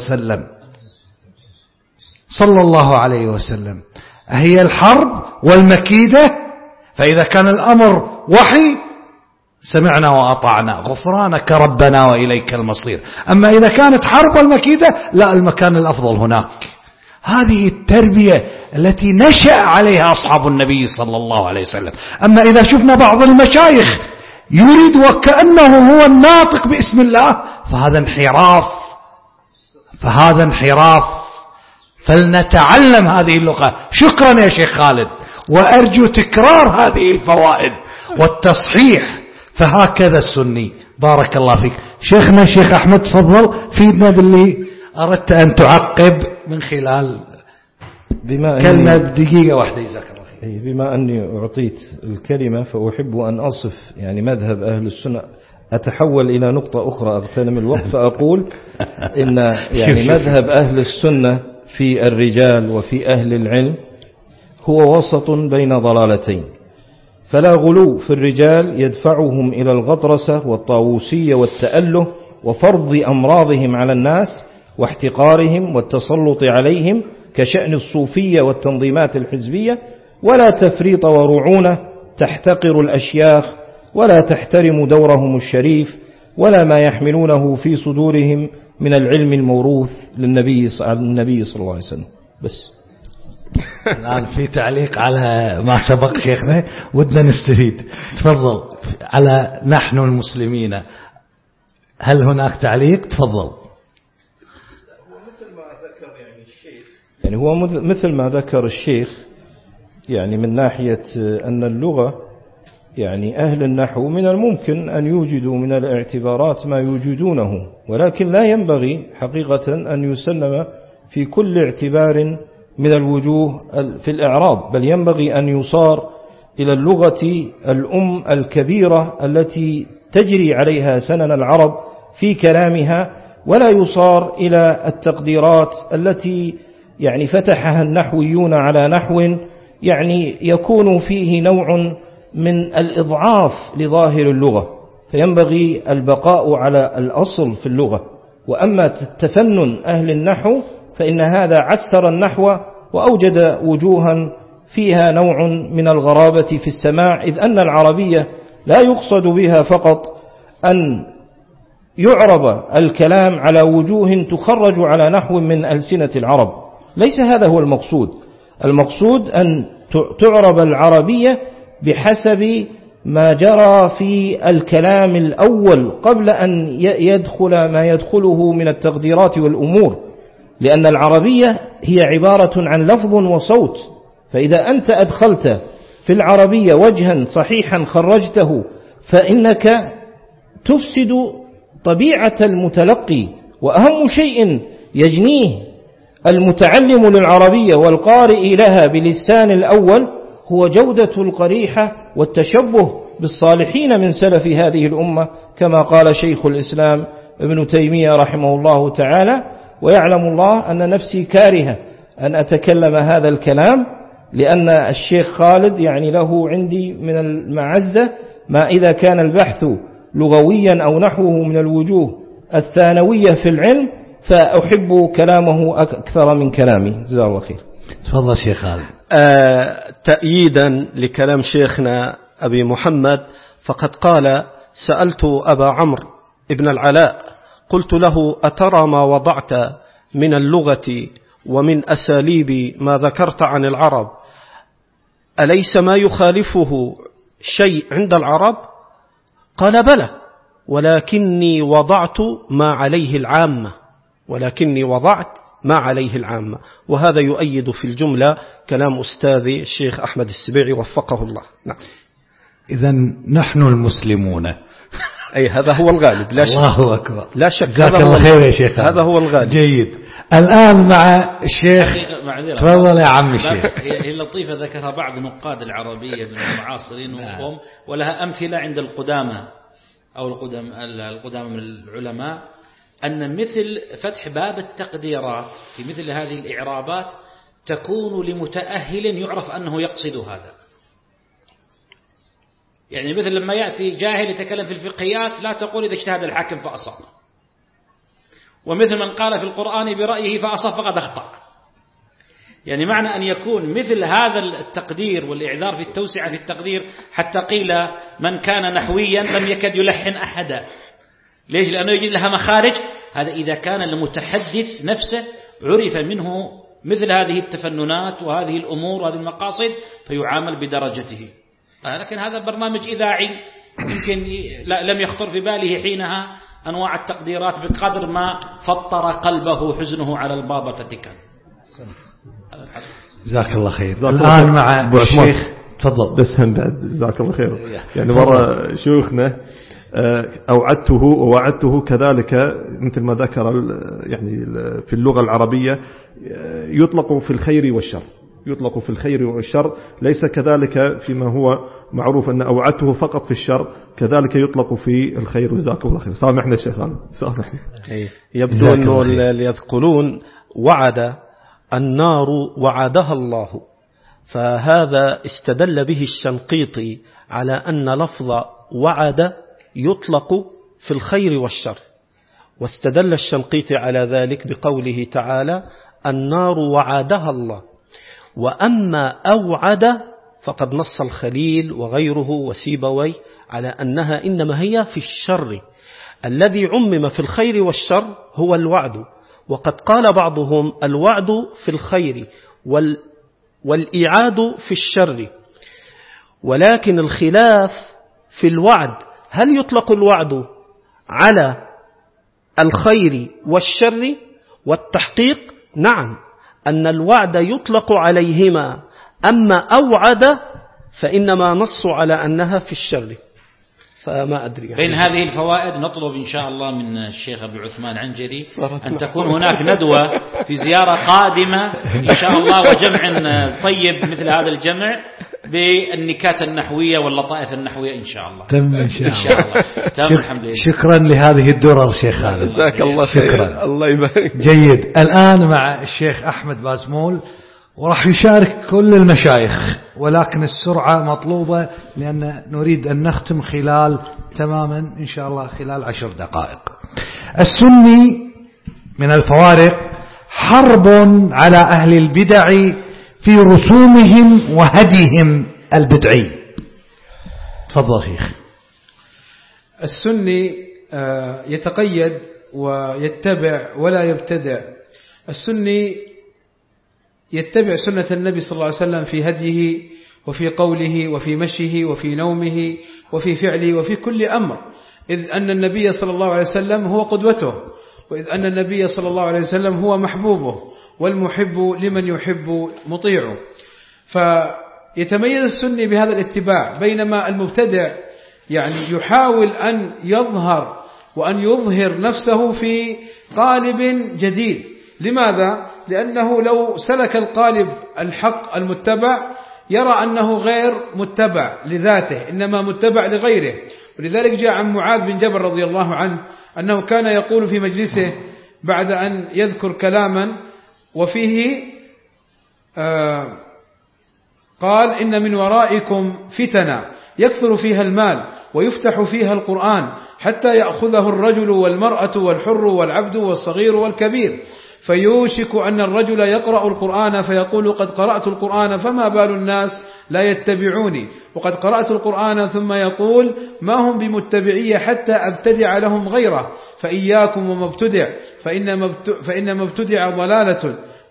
عليه وسلم هي الحرب والمكيدة، فإذا كان الأمر وحي سمعنا وأطعنا غفرانك ربنا وإليك المصير. أما إذا كانت حرب والمكيدة، لا، المكان الأفضل هناك. هذه التربية التي نشأ عليها أصحاب النبي صلى الله عليه وسلم. أما إذا شفنا بعض المشايخ يريد وكأنه هو الناطق باسم الله، فهذا انحراف. فلنتعلم هذه اللغة. شكرا يا شيخ خالد، وأرجو تكرار هذه الفوائد والتصحيح. فهكذا السني. بارك الله فيك. شيخنا الشيخ أحمد، تفضل فيدنا باللي أردت أن تعقب من خلال كلمة بدقيقة واحدة. جزاك الله خير. بما أني أعطيت الكلمة فأحب أن أصف يعني مذهب أهل السنة. أتحول إلى نقطة أخرى أغتنم الوقت فأقول إن يعني مذهب أهل السنة في الرجال وفي أهل العلم هو وسط بين ضلالتين، فلا غلو في الرجال يدفعهم إلى الغطرسة والطاووسية والتأله وفرض أمراضهم على الناس واحتقارهم والتسلط عليهم، كشأن الصوفية والتنظيمات الحزبية، ولا تفريط ورعونة تحتقر الأشياخ ولا تحترم دورهم الشريف ولا ما يحملونه في صدورهم من العلم الموروث للنبي صلى الله عليه وسلم. بس الآن في تعليق على ما سبق شيخنا، ودنا نستفيد. تفضل على نحن المسلمين، هل هناك تعليق؟ تفضل. يعني هو مثل ما ذكر الشيخ، يعني من ناحية أن اللغة يعني أهل النحو من الممكن أن يوجدوا من الاعتبارات ما يوجدونه، ولكن لا ينبغي حقيقة أن يسلم في كل اعتبار من الوجوه في الإعراب، بل ينبغي أن يصار إلى اللغة الأم الكبيرة التي تجري عليها سنن العرب في كلامها، ولا يصار إلى التقديرات التي يعني فتحها النحويون على نحو يعني يكون فيه نوع من الإضعاف لظاهر اللغة، فينبغي البقاء على الأصل في اللغة. وأما تفنن أهل النحو فإن هذا عسر النحو وأوجد وجوها فيها نوع من الغرابة في السماع، إذ أن العربية لا يقصد بها فقط أن يعرب الكلام على وجوه تخرج على نحو من ألسنة العرب، ليس هذا هو المقصود. المقصود أن تعرب العربية بحسب ما جرى في الكلام الأول قبل أن يدخل ما يدخله من التقديرات والأمور، لأن العربية هي عبارة عن لفظ وصوت، فإذا أنت أدخلت في العربية وجها صحيحا خرجته فإنك تفسد طبيعة المتلقي. وأهم شيء يجنيه المتعلم للعربية والقارئ لها بلسان الأول هو جودة القريحة والتشبه بالصالحين من سلف هذه الأمة، كما قال شيخ الإسلام ابن تيمية رحمه الله تعالى: ويعلم الله أن نفسي كارهة أن أتكلم هذا الكلام، لأن الشيخ خالد يعني له عندي من المعزة ما إذا كان البحث لغويا أو نحوه من الوجوه الثانوية في العلم، فأحب كلامه أكثر من كلامي. جزاه الله خير. تفضل شيخ خالد. تأييدا لكلام شيخنا أبي محمد، فقد قال: سألت أبا عمرو ابن العلاء قلت له: أترى ما وضعت من اللغة ومن أساليب ما ذكرت عن العرب أليس ما يخالفه شيء عند العرب؟ قال: بلى، ولكني وضعت ما عليه العامة. وهذا يؤيد في الجملة كلام أستاذي الشيخ أحمد السبيعي وفقه الله. نعم. إذن نحن المسلمون، أي هذا هو الغالب، لا شك. الله أكبر، لا شك. جزاك الله خير يا شيخ. هذا هو الغالب. جيد. الآن مع الشيخ. تفضل يا عم الشيخ. هي لطيفة ذكرها بعض نقاد العربية من المعاصرين وهم، ولها أمثلة عند القدامى أو القدامى من العلماء، أن مثل فتح باب التقديرات في مثل هذه الإعرابات تكون لمتأهل يعرف أنه يقصد هذا. يعني مثل لما يأتي جاهل يتكلم في الفقهيات لا تقول إذا اجتهد الحاكم فأصاب، ومثل من قال في القرآن برأيه فأصاب فقد أخطأ. يعني معنى أن يكون مثل هذا التقدير والإعذار في التوسعة في التقدير، حتى قيل من كان نحويا لم يكد يلحن أحدا. ليش؟ لأنه يجد لها مخارج. هذا إذا كان المتحدث نفسه عرف منه مثل هذه التفننات وهذه الأمور وهذه المقاصد فيعامل بدرجته. لكن هذا برنامج إذاعي يمكن لم يخطر في باله حينها أنواع التقديرات بقدر ما فطر قلبه حزنه على البابا الفاتيكان. جزاك الله خير. الآن مع الشيخ. تفضل. بس هم بعد جزاك الله خير. يعني مرة شيوخنا ووعدته كذلك مثل ما ذكر، يعني في اللغة العربية يطلق في الخير والشر، يطلق في الخير والشر، ليس كذلك فيما هو معروف أن أوعدته فقط في الشر، كذلك يطلق في الخير. جزاكم الله خير. سامحنا الشيخ، سامحنا. يبدو أنه اللي يذكرون وعد النار وعدها الله، فهذا استدل به الشنقيطي على أن لفظ وعد يطلق في الخير والشر، واستدل الشنقيطي على ذلك بقوله تعالى: النار وعدها الله. وأما أوعد فقد نص الخليل وغيره وسيبويه على أنها إنما هي في الشر، الذي عمم في الخير والشر هو الوعد. وقد قال بعضهم الوعد في الخير والإعاد في الشر، ولكن الخلاف في الوعد، هل يطلق الوعد على الخير والشر؟ والتحقيق نعم، أن الوعد يطلق عليهما، أما أوعد فإنما نص على أنها في الشر. فما أدري بين هذه الفوائد نطلب إن شاء الله من الشيخ أبو عثمان عنجري أن تكون هناك ندوة في زيارة قادمة إن شاء الله، وجمع طيب مثل هذا الجمع بالنكات النحوية واللطائف النحوية إن شاء الله. تم إن شاء الله. تم الحمد لله. شكرا لهذه الدرر شيخ خالد، جزاك الله شكرا. الله يبارك. جيد. الآن مع الشيخ أحمد بازمول، وراح يشارك كل المشايخ، ولكن السرعة مطلوبة لأن نريد أن نختم تماما إن شاء الله خلال 10 دقائق. السني من الفوارق حرب على أهل البدع في رسومهم وهديهم البدعي. تفضل شيخ. السني يتقيد ويتبع ولا يبتدع. السني يتبع سنة النبي صلى الله عليه وسلم في هديه وفي قوله وفي مشيه وفي نومه وفي فعله وفي كل أمر، إذ أن النبي صلى الله عليه وسلم هو قدوته، وإذ أن النبي صلى الله عليه وسلم هو محبوبه، والمحب لمن يحب مطيعه. فيتميز السني بهذا الاتباع، بينما المبتدع يعني يحاول أن يظهر وأن يظهر نفسه في قالب جديد. لماذا؟ لأنه لو سلك القالب الحق المتبع يرى أنه غير متبع لذاته، إنما متبع لغيره. ولذلك جاء عن معاذ بن جبل رضي الله عنه أنه كان يقول في مجلسه بعد أن يذكر كلاما وفيه قال: إن من ورائكم فتنة يكثر فيها المال ويفتح فيها القرآن حتى يأخذه الرجل والمرأة والحر والعبد والصغير والكبير، فيوشك أن الرجل يقرأ القرآن فيقول: قد قرأت القرآن فما بال الناس لا يتبعوني، وقد قرأت القرآن ثم يقول: ما هم بمتبعي حتى أبتدع لهم غيره، فإياكم ومبتدع فإن مبتدع ضلالة،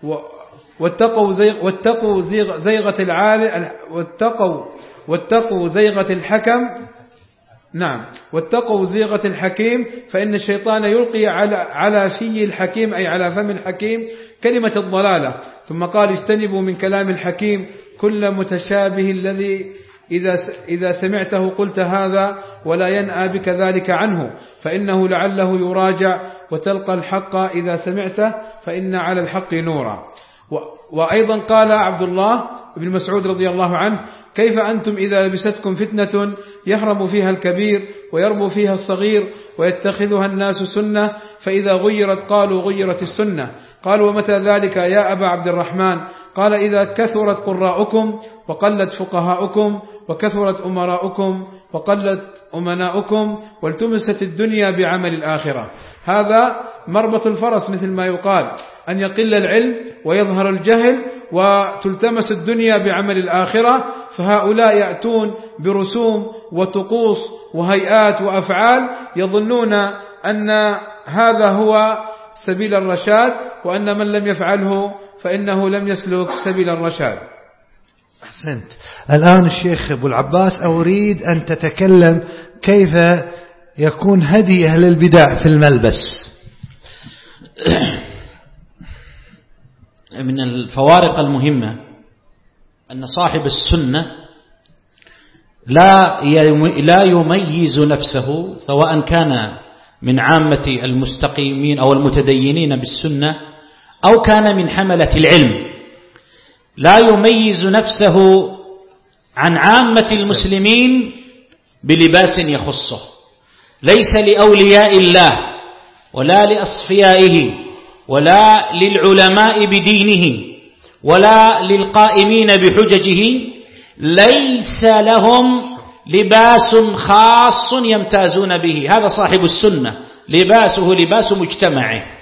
واتقوا زيغة الحكم. نعم، واتقوا زيغة الحكيم، فإن الشيطان يلقي على في الحكيم أي على فم الحكيم كلمة الضلالة. ثم قال: اجتنبوا من كلام الحكيم كل متشابه الذي إذا سمعته قلت هذا ولا ينأى بك ذلك عنه، فإنه لعله يراجع، وتلقى الحق إذا سمعته فإن على الحق نورا. وأيضا قال عبد الله بن مسعود رضي الله عنه: كيف أنتم إذا لبستكم فتنة يحرم فيها الكبير ويربو فيها الصغير ويتخذها الناس سنة، فإذا غيرت قالوا غيرت السنة. قالوا: ومتى ذلك يا أبا عبد الرحمن؟ قال: إذا كثرت قراءكم وقلت فقهاؤكم وكثرت أمراؤكم وقلت أمناؤكم والتمست الدنيا بعمل الآخرة. هذا مربط الفرس مثل ما يقال، أن يقل العلم ويظهر الجهل وتلتمس الدنيا بعمل الآخرة. فهؤلاء يأتون برسوم وطقوس وهيئات وأفعال يظنون أن هذا هو سبيل الرشاد، وأن من لم يفعله فإنه لم يسلك سبيل الرشاد. أحسنت. الآن الشيخ أبو العباس أريد أن تتكلم كيف يكون هدي أهل البدع في الملبس. من الفوارق المهمة أن صاحب السنة لا يميز نفسه، سواء كان من عامة المستقيمين أو المتدينين بالسنة أو كان من حملة العلم، لا يميز نفسه عن عامة المسلمين بلباس يخصه. ليس لأولياء الله ولا لأصفيائه ولا للعلماء بدينه ولا للقائمين بحججه ليس لهم لباس خاص يمتازون به. هذا صاحب السنة، لباسه لباس مجتمعه،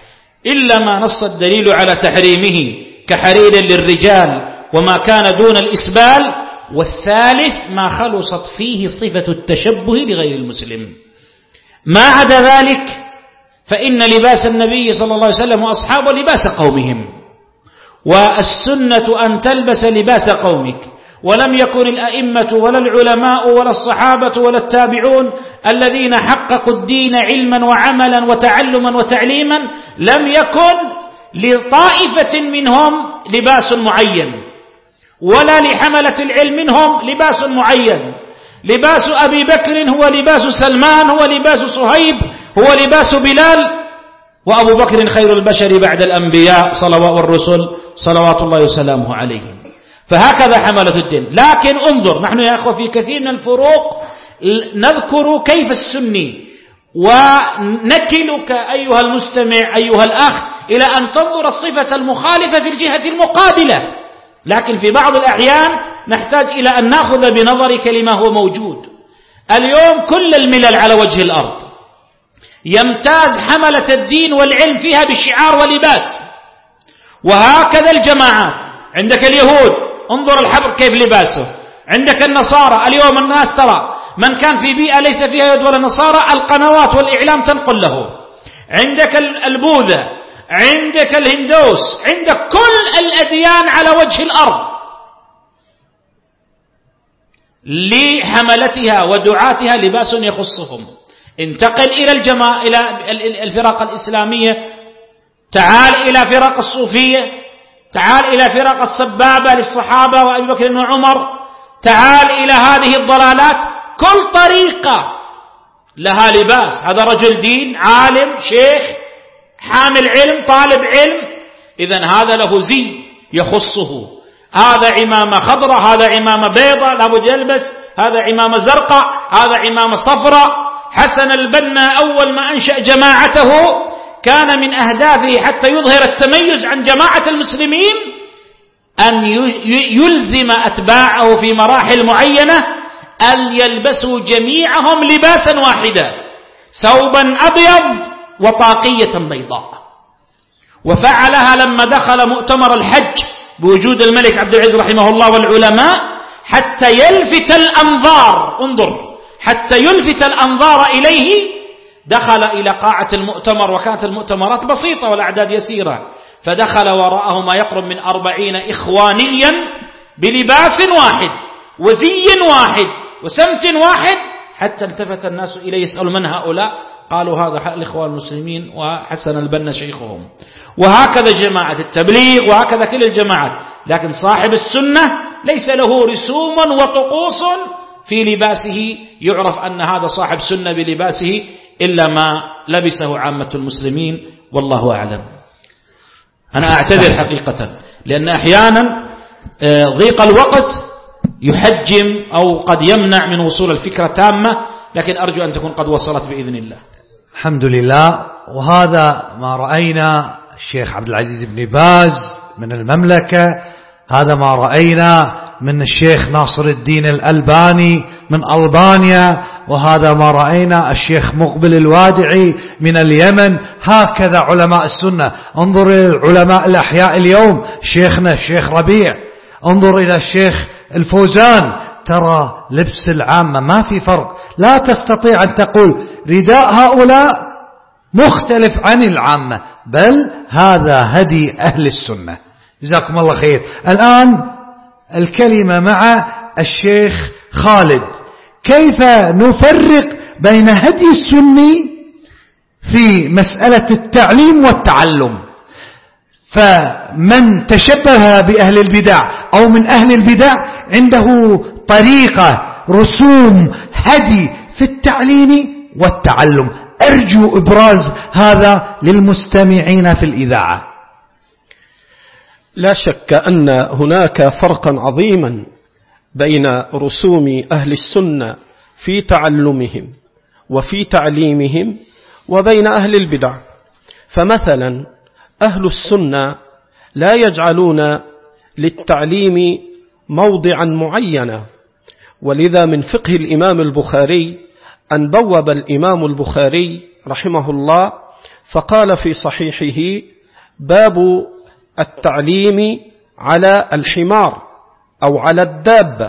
إلا ما نص الدليل على تحريمه كحرير للرجال وما كان دون الإسبال. والثالث ما خلصت فيه صفة التشبه لغير المسلم. ما عدا ذلك فإن لباس النبي صلى الله عليه وسلم وأصحابه لباس قومهم، والسنة أن تلبس لباس قومك. ولم يكن الأئمة ولا العلماء ولا الصحابة ولا التابعون الذين حققوا الدين علما وعملا وتعلما وتعليما لم يكن لطائفة منهم لباس معين، ولا لحملة العلم منهم لباس معين. لباس أبي بكر هو لباس سلمان، هو لباس صهيب، هو لباس بلال، وأبو بكر خير البشر بعد الأنبياء والرسل صلوات الله وسلامه عليهم. فهكذا حملة الدين. لكن انظر، نحن يا أخوة في كثير من الفروق نذكر كيف السني، ونكلك أيها المستمع أيها الأخ إلى أن تنظر الصفة المخالفة في الجهة المقابلة. لكن في بعض الأحيان نحتاج إلى أن نأخذ بنظرك لما هو موجود. اليوم كل الملل على وجه الأرض يمتاز حملة الدين والعلم فيها بالشعار ولباس، وهكذا الجماعات. عندك اليهود انظر الحبر كيف لباسه، عندك النصارى اليوم الناس ترى من كان في بيئة ليس فيها يهود ولا نصارى القنوات والإعلام تنقل له. عندك البوذا، عندك الهندوس، عندك كل الأديان على وجه الأرض لحملتها ودعاتها لباس يخصهم. انتقل إلى إلى الفرق الإسلامية، تعال إلى فرق الصوفية، تعال إلى فرق السبابة للصحابة وأبي بكر وعمر، تعال إلى هذه الضلالات. كل طريقة لها لباس. هذا رجل دين، عالم، شيخ، حامل علم، طالب علم، إذن هذا له زي يخصه. هذا عمامة خضراء، هذا عمامة بيضاء لابد يلبس، هذا عمامة زرقاء، هذا عمامة صفراء. حسن البنا أول ما أنشأ جماعته كان من أهدافه حتى يظهر التميز عن جماعة المسلمين أن يلزم أتباعه في مراحل معينة أن يلبسوا جميعهم لباسا واحدا، ثوبا أبيض وطاقية بيضاء. وفعلها لما دخل مؤتمر الحج بوجود الملك عبد العزيز رحمه الله والعلماء حتى يلفت الأنظار، انظر، حتى يلفت الأنظار إليه. دخل إلى قاعة المؤتمر، وكانت المؤتمرات بسيطة والأعداد يسيرة، فدخل وراءه ما يقرب من 40 إخوانيا بلباس واحد وزي واحد وسمت واحد، حتى التفت الناس إليه يسأل من هؤلاء، قالوا هذا الإخوان المسلمين وحسن البنا شيخهم. وهكذا جماعة التبليغ، وهكذا كل الجماعات. لكن صاحب السنة ليس له رسوم وطقوس في لباسه يعرف أن هذا صاحب سنة بلباسه إلا ما لبسه عامة المسلمين، والله أعلم. أنا أعتذر حقيقة لأن أحيانا ضيق الوقت يحجم أو قد يمنع من وصول الفكرة تامة، لكن أرجو أن تكون قد وصلت بإذن الله. الحمد لله. وهذا ما رأينا الشيخ عبد العزيز بن باز من المملكة، هذا ما رأينا من الشيخ ناصر الدين الألباني من ألبانيا، وهذا ما رأينا الشيخ مقبل الوادعي من اليمن. هكذا علماء السنة. انظر إلى العلماء الأحياء اليوم، شيخنا الشيخ ربيع، انظر إلى الشيخ الفوزان، ترى لبس العامة ما في فرق. لا تستطيع أن تقول رداء هؤلاء مختلف عن العامة، بل هذا هدي أهل السنة. جزاكم الله خير. الآن الكلمة مع الشيخ خالد. كيف نفرق بين هدي السني في مسألة التعليم والتعلم؟ فمن تشبه بأهل البدع أو من أهل البدع عنده طريقة، رسوم، هدي في التعليم والتعلم. أرجو إبراز هذا للمستمعين في الإذاعة. لا شك أن هناك فرقا عظيما بين رسوم أهل السنة في تعلمهم وفي تعليمهم وبين أهل البدع. فمثلا أهل السنة لا يجعلون للتعليم موضعا معينا، ولذا من فقه الإمام البخاري أن بوب الإمام البخاري رحمه الله فقال في صحيحه: باب التعليم على الحمار أو على الدابة.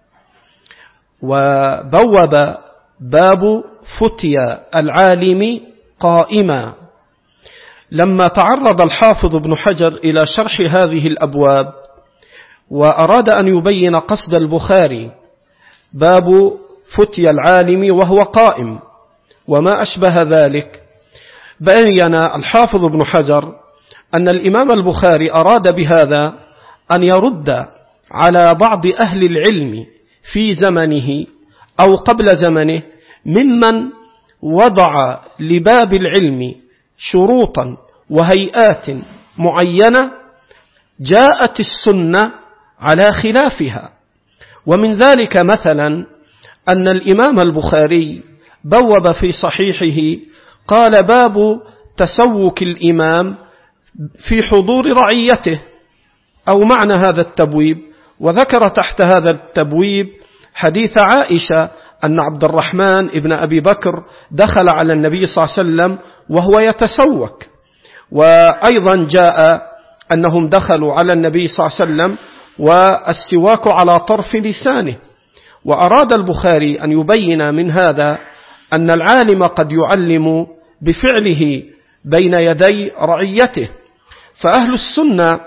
وبوب باب فتيا العالم قائما. لما تعرض الحافظ ابن حجر إلى شرح هذه الأبواب وأراد أن يبين قصد البخاري باب فتيا العالم وهو قائم وما أشبه ذلك، بين الحافظ ابن حجر أن الإمام البخاري أراد بهذا أن يرد على بعض أهل العلم في زمنه أو قبل زمنه ممن وضع لباب العلم شروطا وهيئات معينة جاءت السنة على خلافها. ومن ذلك مثلا أن الإمام البخاري بوب في صحيحه قال باب تسوك الإمام في حضور رعيته، أو معنى هذا التبويب، وذكر تحت هذا التبويب حديث عائشة أن عبد الرحمن ابن أبي بكر دخل على النبي صلى الله عليه وسلم وهو يتسوك، وأيضا جاء أنهم دخلوا على النبي صلى الله عليه وسلم والسواك على طرف لسانه. وأراد البخاري أن يبين من هذا أن العالم قد يعلم بفعله بين يدي رعيته. فأهل السنة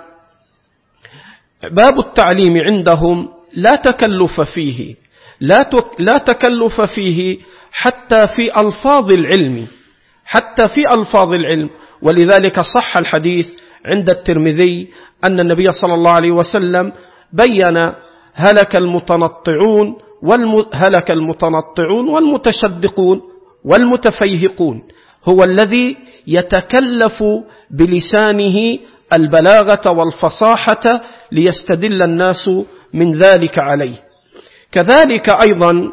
باب التعليم عندهم لا تكلف فيه، لا تكلف فيه حتى في ألفاظ العلم، ولذلك صح الحديث عند الترمذي أن النبي صلى الله عليه وسلم بين هلك المتنطعون والمتشدقون والمتفيهقون، هو الذي يتكلف بلسانه البلاغة والفصاحة ليستدل الناس من ذلك عليه. كذلك أيضا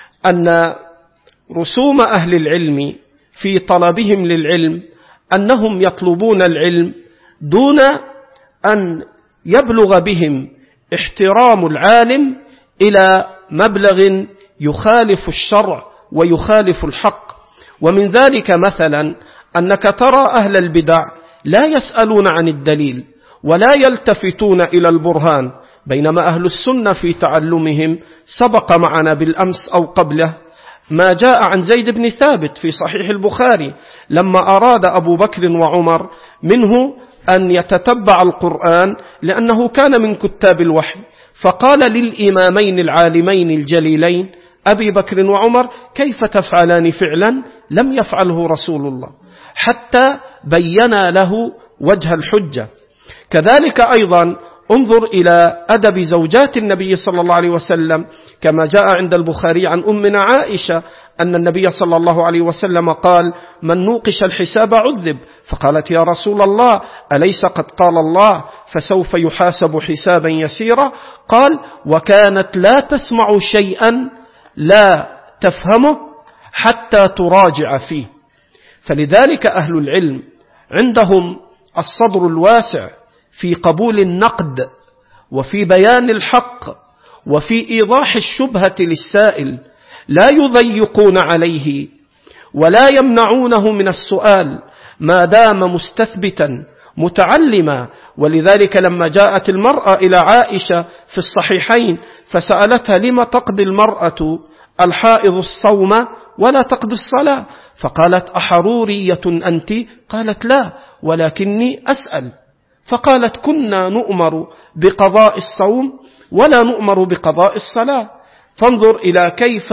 أن رسوم أهل العلم في طلبهم للعلم أنهم يطلبون العلم دون أن يبلغ بهم احترام العالم إلى مبلغ يخالف الشرع ويخالف الحق. ومن ذلك مثلا أنك ترى أهل البدع لا يسألون عن الدليل ولا يلتفتون إلى البرهان، بينما أهل السنة في تعلمهم سبق معنا بالأمس أو قبله ما جاء عن زيد بن ثابت في صحيح البخاري لما أراد أبو بكر وعمر منه أن يتتبع القرآن لأنه كان من كتاب الوحي، فقال للإمامين العالمين الجليلين أبي بكر وعمر كيف تفعلان فعلا لم يفعله رسول الله، حتى بين له وجه الحجة. كذلك أيضا انظر إلى أدب زوجات النبي صلى الله عليه وسلم، كما جاء عند البخاري عن أمنا عائشة أن النبي صلى الله عليه وسلم قال من نوقش الحساب عذب، فقالت يا رسول الله أليس قد قال الله فسوف يحاسب حسابا يسيرا؟ قال وكانت لا تسمع شيئا لا تفهمه حتى تراجع فيه. فلذلك أهل العلم عندهم الصدر الواسع في قبول النقد وفي بيان الحق وفي إيضاح الشبهة للسائل، لا يضيقون عليه ولا يمنعونه من السؤال ما دام مستثبتا متعلما. ولذلك لما جاءت المرأة إلى عائشة في الصحيحين فسألتها لما تقضي المرأة الحائض الصوم ولا تقضي الصلاة؟ فقالت أحرورية أنت؟ قالت لا ولكني أسأل. فقالت كنا نؤمر بقضاء الصوم ولا نؤمر بقضاء الصلاة. فانظر إلى كيف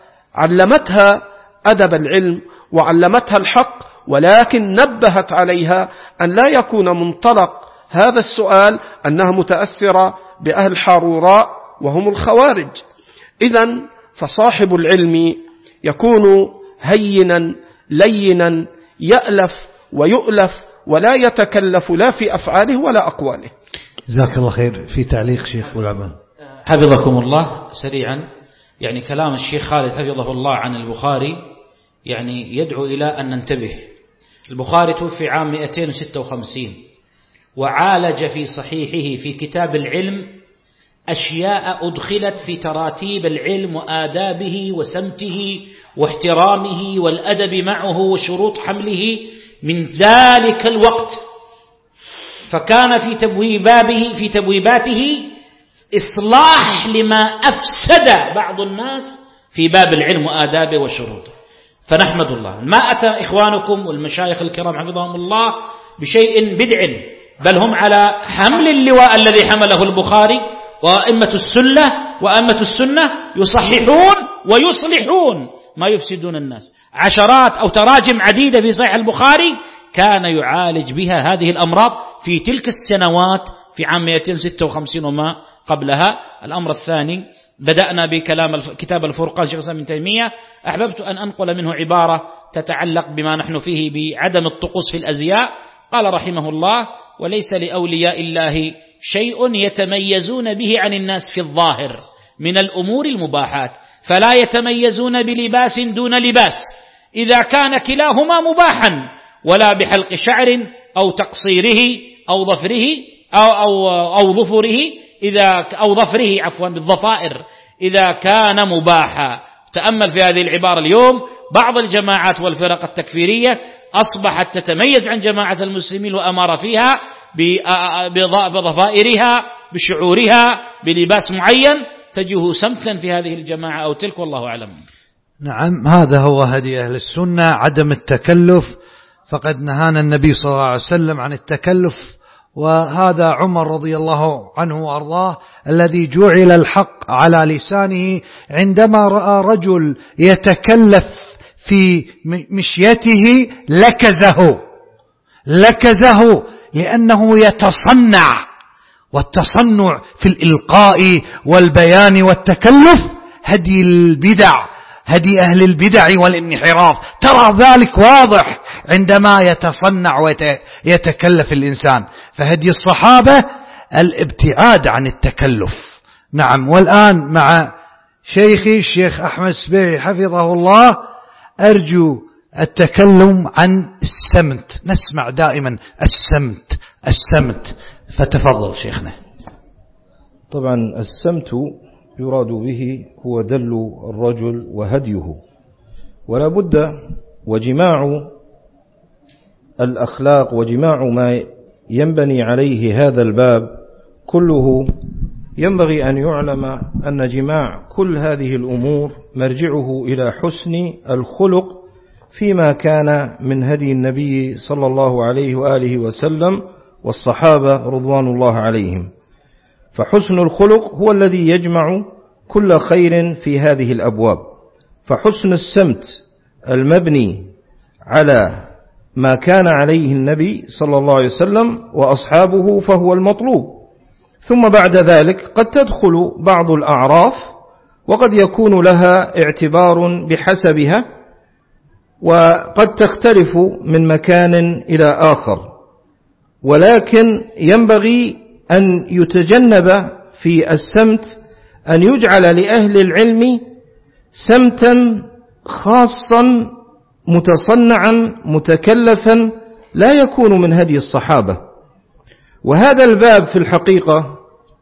علمتها أدب العلم وعلمتها الحق، ولكن نبهت عليها أن لا يكون منطلق هذا السؤال أنها متأثرة بأهل حاروراء وهم الخوارج. إذن فصاحب العلم يكون هينا لينا يألف ويؤلف ولا يتكلف لا في أفعاله ولا أقواله. جزاك الله خير. في تعليق شيخ والعبان حفظكم الله سريعا، يعني كلام الشيخ خالد حفظه الله عن البخاري يعني يدعو إلى أن ننتبه. البخاري توفي عام 256 وعالج في صحيحه في كتاب العلم أشياء أدخلت في تراتيب العلم وآدابه وسمته واحترامه والأدب معه وشروط حمله من ذلك الوقت، فكان في تبويباته إصلاح لما أفسد بعض الناس في باب العلم وآدابه وشروطه. فنحمد الله ما أتى إخوانكم والمشايخ الكرام حفظهم الله بشيء بدع، بل هم على حمل اللواء الذي حمله البخاري وأئمة السنة يصححون ويصلحون ما يفسدون الناس. عشرات أو تراجم عديدة في صحيح البخاري كان يعالج بها هذه الأمراض في تلك السنوات في عام 256 وما قبلها. الأمر الثاني، بدأنا بكلام كتاب الفرقان شيخ الإسلام ابن تيمية، أحببت أن أنقل منه عبارة تتعلق بما نحن فيه بعدم الطقوس في الأزياء. قال رحمه الله: وليس لأولياء الله شيء يتميزون به عن الناس في الظاهر من الأمور المباحات، فلا يتميزون بلباس دون لباس إذا كان كلاهما مباحا، ولا بحلق شعر أو تقصيره أو ظفره أو ظفره أو ظفره بالظفائر إذا كان مباحا. تأمل في هذه العبارة اليوم. بعض الجماعات والفرق التكفيرية أصبحت تتميز عن جماعة المسلمين وأمر فيها بظفائرها بشعورها بلباس معين، تجه سمتا في هذه الجماعة أو تلك، والله أعلم. نعم، هذا هو هدي أهل السنة، عدم التكلف. فقد نهانا النبي صلى الله عليه وسلم عن التكلف، وهذا عمر رضي الله عنه وأرضاه الذي جعل الحق على لسانه عندما رأى رجل يتكلف في مشيته لكزه لأنه يتصنع، والتصنع في الإلقاء والبيان والتكلف هدي البدع، هدي أهل البدع والانحراف. ترى ذلك واضح عندما يتصنع ويتكلف الإنسان. فهدي الصحابة الابتعاد عن التكلف. نعم. والآن مع شيخي الشيخ أحمد السبيعي حفظه الله أرجو التكلم عن السمت. نسمع دائما السمت، فتفضل شيخنا. طبعا السمت يراد به هو دل الرجل وهديه، ولا بد وجماع الأخلاق وجماع ما ينبني عليه هذا الباب كله ينبغي أن يعلم أن جماع كل هذه الأمور مرجعه إلى حسن الخلق فيما كان من هدي النبي صلى الله عليه وآله وسلم والصحابة رضوان الله عليهم. فحسن الخلق هو الذي يجمع كل خير في هذه الأبواب. فحسن السمت المبني على ما كان عليه النبي صلى الله عليه وسلم وأصحابه فهو المطلوب. ثم بعد ذلك قد تدخل بعض الأعراف وقد يكون لها اعتبار بحسبها، وقد تختلف من مكان إلى آخر، ولكن ينبغي أن يتجنب في السمت أن يجعل لأهل العلم سمتا خاصا متصنعا متكلفا لا يكون من هدي الصحابة. وهذا الباب في الحقيقة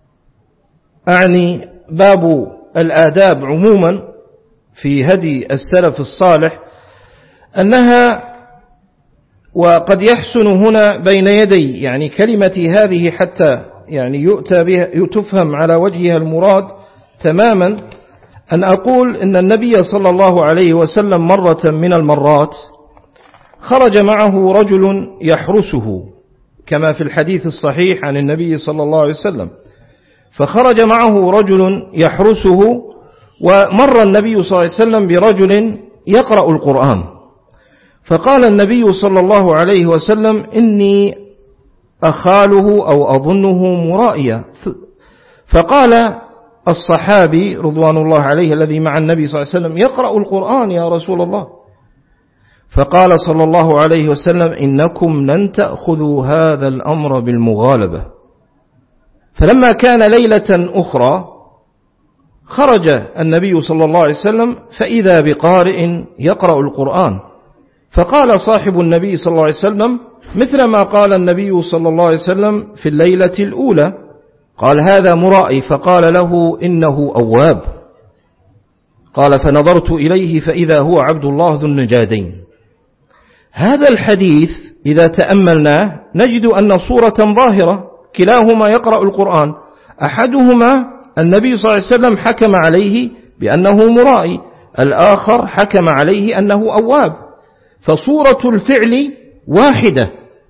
أعني باب الآداب عموما في هدي السلف الصالح، أنها وقد يحسن هنا بين يدي يعني كلمتي هذه حتى يعني يؤتى بها تفهم على وجهها المراد تماما، أن أقول إن النبي صلى الله عليه وسلم مرة من المرات خرج معه رجل يحرسه كما في الحديث الصحيح عن النبي صلى الله عليه وسلم، فخرج معه رجل يحرسه، ومر النبي صلى الله عليه وسلم برجل يقرأ القرآن، فقال النبي صلى الله عليه وسلم: إني أخاله أو أظنه مرائيا. فقال الصحابي رضوان الله عليه الذي مع النبي صلى الله عليه وسلم: يقرأ القرآن يا رسول الله. فقال صلى الله عليه وسلم: إنكم لن تأخذوا هذا الأمر بالمغالبة. فلما كان ليلة أخرى خرج النبي صلى الله عليه وسلم فإذا بقارئ يقرأ القرآن، فقال صاحب النبي صلى الله عليه وسلم مثل ما قال النبي صلى الله عليه وسلم في الليلة الأولى، قال: هذا مرائي. فقال له: إنه أواب. قال: فنظرت إليه فإذا هو عبد الله ذو النجادين. هذا الحديث إذا تأملناه نجد أن صورة ظاهرة، كلاهما يقرأ القرآن، أحدهما النبي صلى الله عليه وسلم حكم عليه بأنه مرائي، الآخر حكم عليه أنه أواب، فصورة الفعل واحدة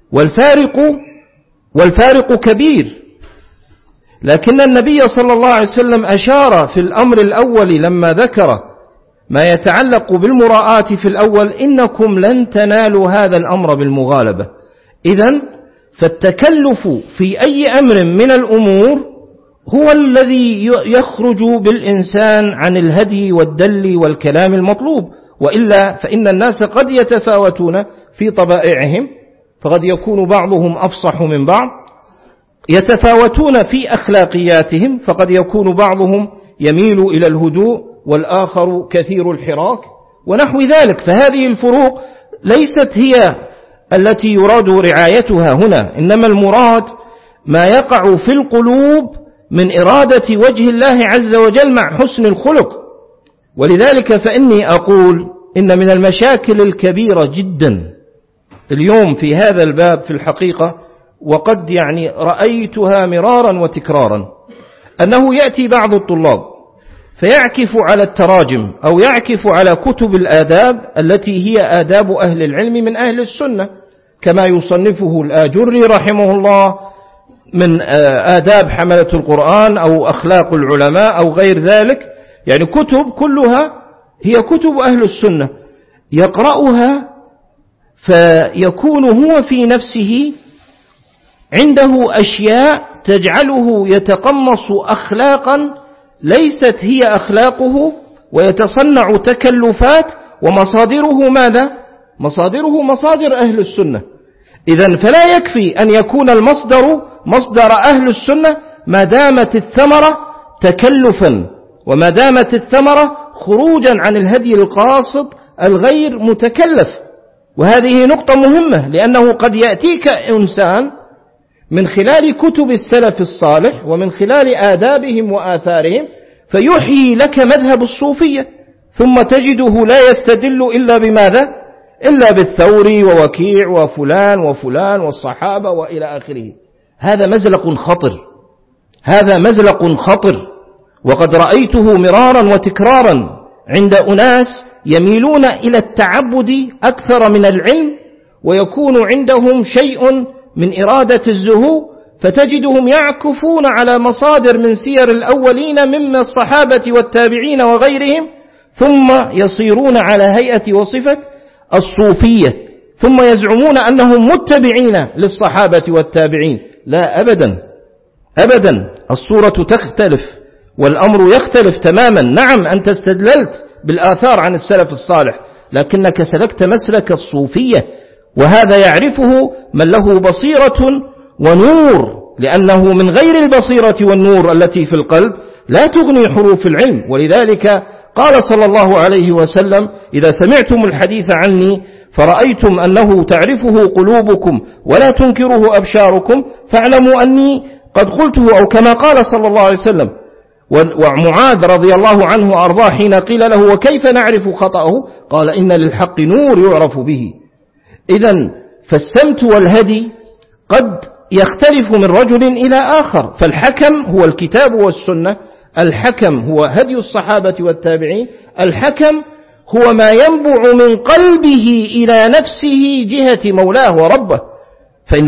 والفارق كبير. لكن النبي صلى الله عليه وسلم أشار في الأمر الأول لما ذكر ما يتعلق بالمراءات في الأول: إنكم لن تنالوا هذا الأمر بالمغالبة. إذن فالتكلف في أي أمر من الأمور هو الذي يخرج بالإنسان عن الهدي والدل والكلام المطلوب، وإلا فإن الناس قد يتفاوتون في طبائعهم، فقد يكون بعضهم أفصح من بعض، يتفاوتون في أخلاقياتهم، فقد يكون بعضهم يميل إلى الهدوء والآخر كثير الحراك ونحو ذلك. فهذه الفروق ليست هي التي يراد رعايتها هنا، إنما المراد ما يقع في القلوب من إرادة وجه الله عز وجل مع حسن الخلق. ولذلك فإني أقول إن من المشاكل الكبيرة جدا اليوم في هذا الباب في الحقيقة، وقد رأيتها مرارا وتكرارا، أنه يأتي بعض الطلاب فيعكف على التراجم أو يعكف على كتب الآداب التي هي آداب أهل العلم من أهل السنة، كما يصنفه الآجري رحمه الله من آداب حملة القرآن أو أخلاق العلماء أو غير ذلك، كتب كلها هي كتب أهل السنة، يقرأها فيكون هو في نفسه عنده أشياء تجعله يتقمص أخلاقا ليست هي أخلاقه، ويتصنع تكلفات، ومصادره ماذا؟ مصادره مصادر أهل السنة. إذن فلا يكفي أن يكون المصدر مصدر أهل السنة ما دامت الثمرة تكلفا، وما دامت الثمرة خروجا عن الهدي القاصد الغير متكلف. وهذه نقطة مهمة، لأنه قد يأتيك إنسان من خلال كتب السلف الصالح ومن خلال آدابهم وآثارهم فيحيي لك مذهب الصوفية، ثم تجده لا يستدل إلا بماذا؟ إلا بالثوري ووكيع وفلان وفلان والصحابة وإلى آخره. هذا مزلق خطر، وقد رأيته مرارا وتكرارا عند أناس يميلون إلى التعبد أكثر من العلم، ويكون عندهم شيء من إرادة الزهو، فتجدهم يعكفون على مصادر من سير الأولين مما الصحابة والتابعين وغيرهم، ثم يصيرون على هيئة وصفة الصوفية، ثم يزعمون أنهم متبعين للصحابة والتابعين. لا، أبدا، الصورة تختلف والأمر يختلف تماما. نعم، أنت استدللت بالآثار عن السلف الصالح، لكنك سلكت مسلك الصوفية، وهذا يعرفه من له بصيرة ونور، لأنه من غير البصيرة والنور التي في القلب لا تغني حروف العلم. ولذلك قال صلى الله عليه وسلم: إذا سمعتم الحديث عني فرأيتم أنه تعرفه قلوبكم ولا تنكره أبشاركم فاعلموا أني قد قلته، أو كما قال صلى الله عليه وسلم. ومعاذ رضي الله عنه وأرضاه حين قيل له: وكيف نعرف خطأه؟ قال: إن للحق نور يعرف به. إذن فالسمت والهدي قد يختلف من رجل إلى آخر، فالحكم هو الكتاب والسنة، الحكم هو هدي الصحابة والتابعين، الحكم هو ما ينبع من قلبه إلى نفسه جهة مولاه وربه. فإن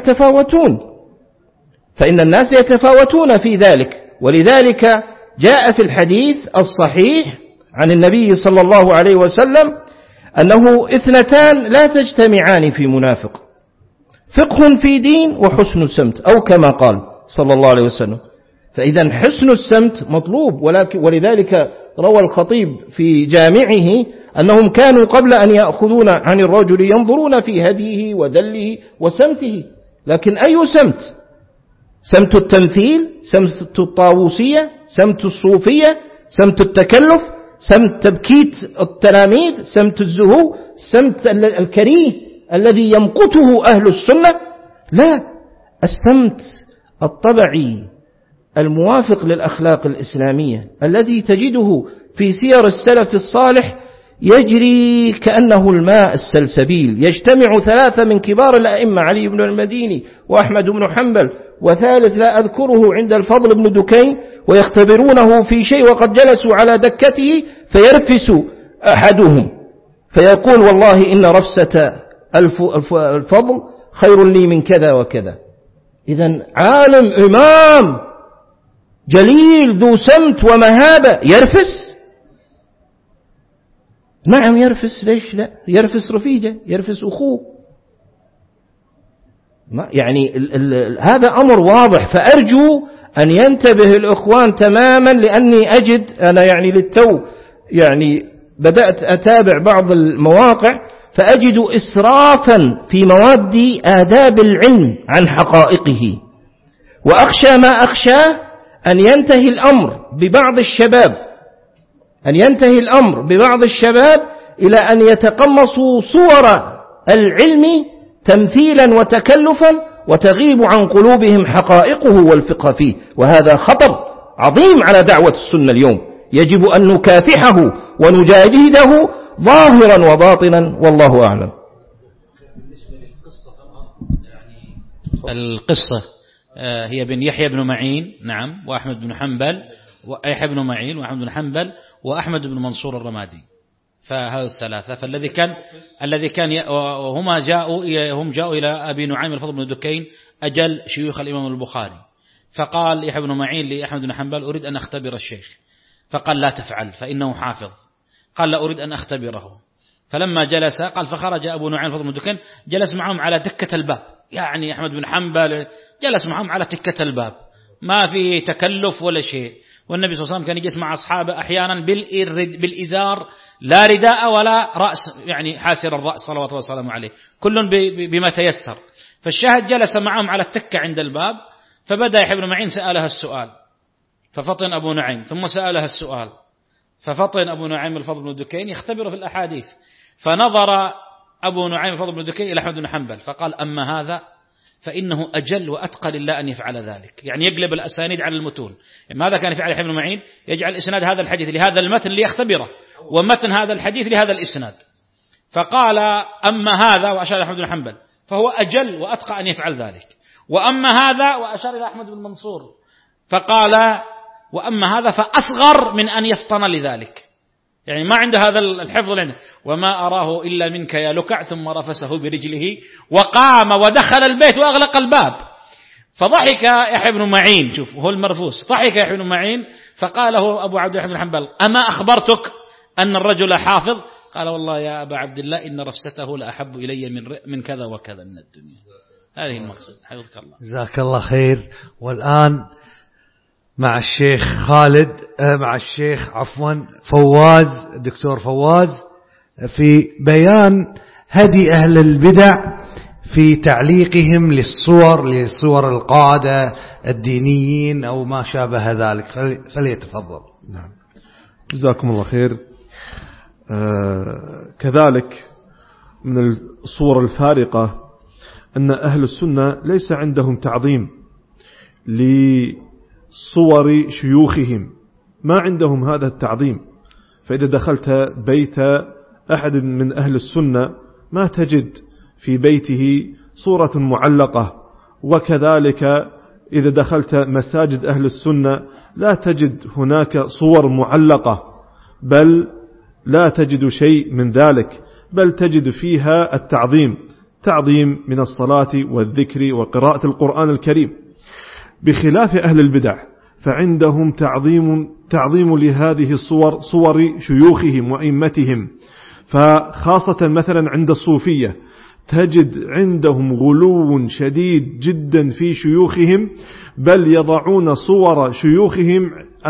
الناس يتفاوتون في ذلك. ولذلك جاء في الحديث الصحيح عن النبي صلى الله عليه وسلم أنه 2 لا تجتمعان في منافق: فقه في دين وحسن السمت، أو كما قال صلى الله عليه وسلم. فإذا حسن السمت مطلوب، ولذلك روى الخطيب في جامعه أنهم كانوا قبل أن يأخذون عن الرجل ينظرون في هديه ودله وسمته. لكن أي سمت؟ سمت التمثيل، سمت الطاووسية، سمت الصوفية، سمت التكلف، سمت تبكيت التلاميذ، سمت الزهو، سمت الكريه الذي يمقته أهل السنة. لا، السمت الطبعي الموافق للأخلاق الإسلامية الذي تجده في سير السلف الصالح يجري كأنه الماء السلسبيل. يجتمع ثلاثة من كبار الأئمة، علي بن المديني وأحمد بن حنبل وثالث لا أذكره عند الفضل بن دكين، ويختبرونه في شيء وقد جلسوا على دكته، فيرفس أحدهم فيقول والله إن رفسة الفضل خير لي من كذا وكذا. إذن عالم إمام جليل ذو سمت ومهابة يرفس؟ نعم يرفس، ليش لا؟ يرفس رفيجه، يرفس أخوه. يعني هذا أمر واضح. فأرجو أن ينتبه الإخوان تماما، لأني أجد أنا يعني للتو يعني بدأت أتابع بعض المواقع فأجد إسرافا في مواد آداب العلم عن حقائقه، وأخشى ما أخشاه أن ينتهي الأمر ببعض الشباب إلى أن يتقمصوا صور العلم تمثيلا وتكلفا، وتغيب عن قلوبهم حقائقه والفقه فيه، وهذا خطر عظيم على دعوة السنة اليوم. يجب أن نكافحه ونجاهده ظاهرا وباطنا، والله أعلم. القصة هي بن يحيى بن معين، نعم، وأحمد بن حنبل، ويحيى بن معين وأحمد بن حنبل وأحمد بن منصور الرمادي، فهذا الثلاثة. الذي كان وهم جاءوا إلى أبي نعيم الفضل بن دكين أجل شيوخ الإمام البخاري، فقال يحيى بن معين لأحمد بن حنبل أريد أن أختبر الشيخ، فقال لا تفعل فإنه حافظ. قال لا أريد أن أختبره. فلما جلس قال فخرج أبو نعيم الفضل بن دكين جلس معهم على دكة الباب، يعني أحمد بن حنبل جلس معهم على دكة الباب، ما في تكلف ولا شيء. والنبي صلى الله عليه وسلم كان يجلس مع أصحابه أحيانا بالإزار، لا رداء ولا رأس، يعني حاسر الرأس صلوات الله وسلامه عليه، كل بما تيسر. فالشاهد جلس معهم على التكة عند الباب، فبدأ يحيى بن معين سألها السؤال، ففطن أبو نعيم، ثم سألها السؤال، ففطن أبو نعيم الفضل بن دكين يختبر في الأحاديث. فنظر أبو نعيم الفضل بن دكين إلى أحمد بن حنبل فقال أما هذا فإنه أجل وأتقى لله أن يفعل ذلك، يعني يقلب الأسانيد على المتون. ماذا كان يفعل يحيى بن معين؟ يجعل إسناد هذا الحديث لهذا المتن ليختبره، ومتن هذا الحديث لهذا الإسناد. فقال أما هذا، وأشار إلى أحمد بن حنبل، فهو أجل وأتقى أن يفعل ذلك. وأما هذا، وأشار إلى أحمد بن منصور، فقال وأما هذا فأصغر من أن يفطن لذلك، يعني ما عنده هذا الحفظ عنده. وما أراه إلا منك يا لكع، ثم رفسه برجله وقام ودخل البيت وأغلق الباب. فضحك يحيى بن معين، شوف هو المرفوس، ضحك يحيى بن معين فقال له أبو عبد الله بن حنبل أما أخبرتك أن الرجل حافظ؟ قال والله يا أبا عبد الله إن رفسته لأحب إلي من كذا وكذا من الدنيا. هذه المقصد. حفظك الله. جزاك الله خير. والآن مع الشيخ خالد، مع الشيخ فواز، دكتور فواز، في بيان هدي أهل البدع في تعليقهم للصور القادة الدينيين أو ما شابه ذلك، فليتفضل. نعم. جزاكم الله خير. كذلك من الصور الفارقة أن أهل السنة ليس عندهم تعظيم لصور شيوخهم، ما عندهم هذا التعظيم. فإذا دخلت بيت أحد من أهل السنة ما تجد في بيته صورة معلقة، وكذلك إذا دخلت مساجد أهل السنة لا تجد هناك صور معلقة، بل لا تجد شيء من ذلك، بل تجد فيها تعظيم من الصلاة والذكر وقراءة القرآن الكريم. بخلاف أهل البدع فعندهم تعظيم لهذه الصور، صور شيوخهم وأئمتهم. فخاصة مثلا عند الصوفية تجد عندهم غلو شديد جدا في شيوخهم، بل يضعون صور شيوخهم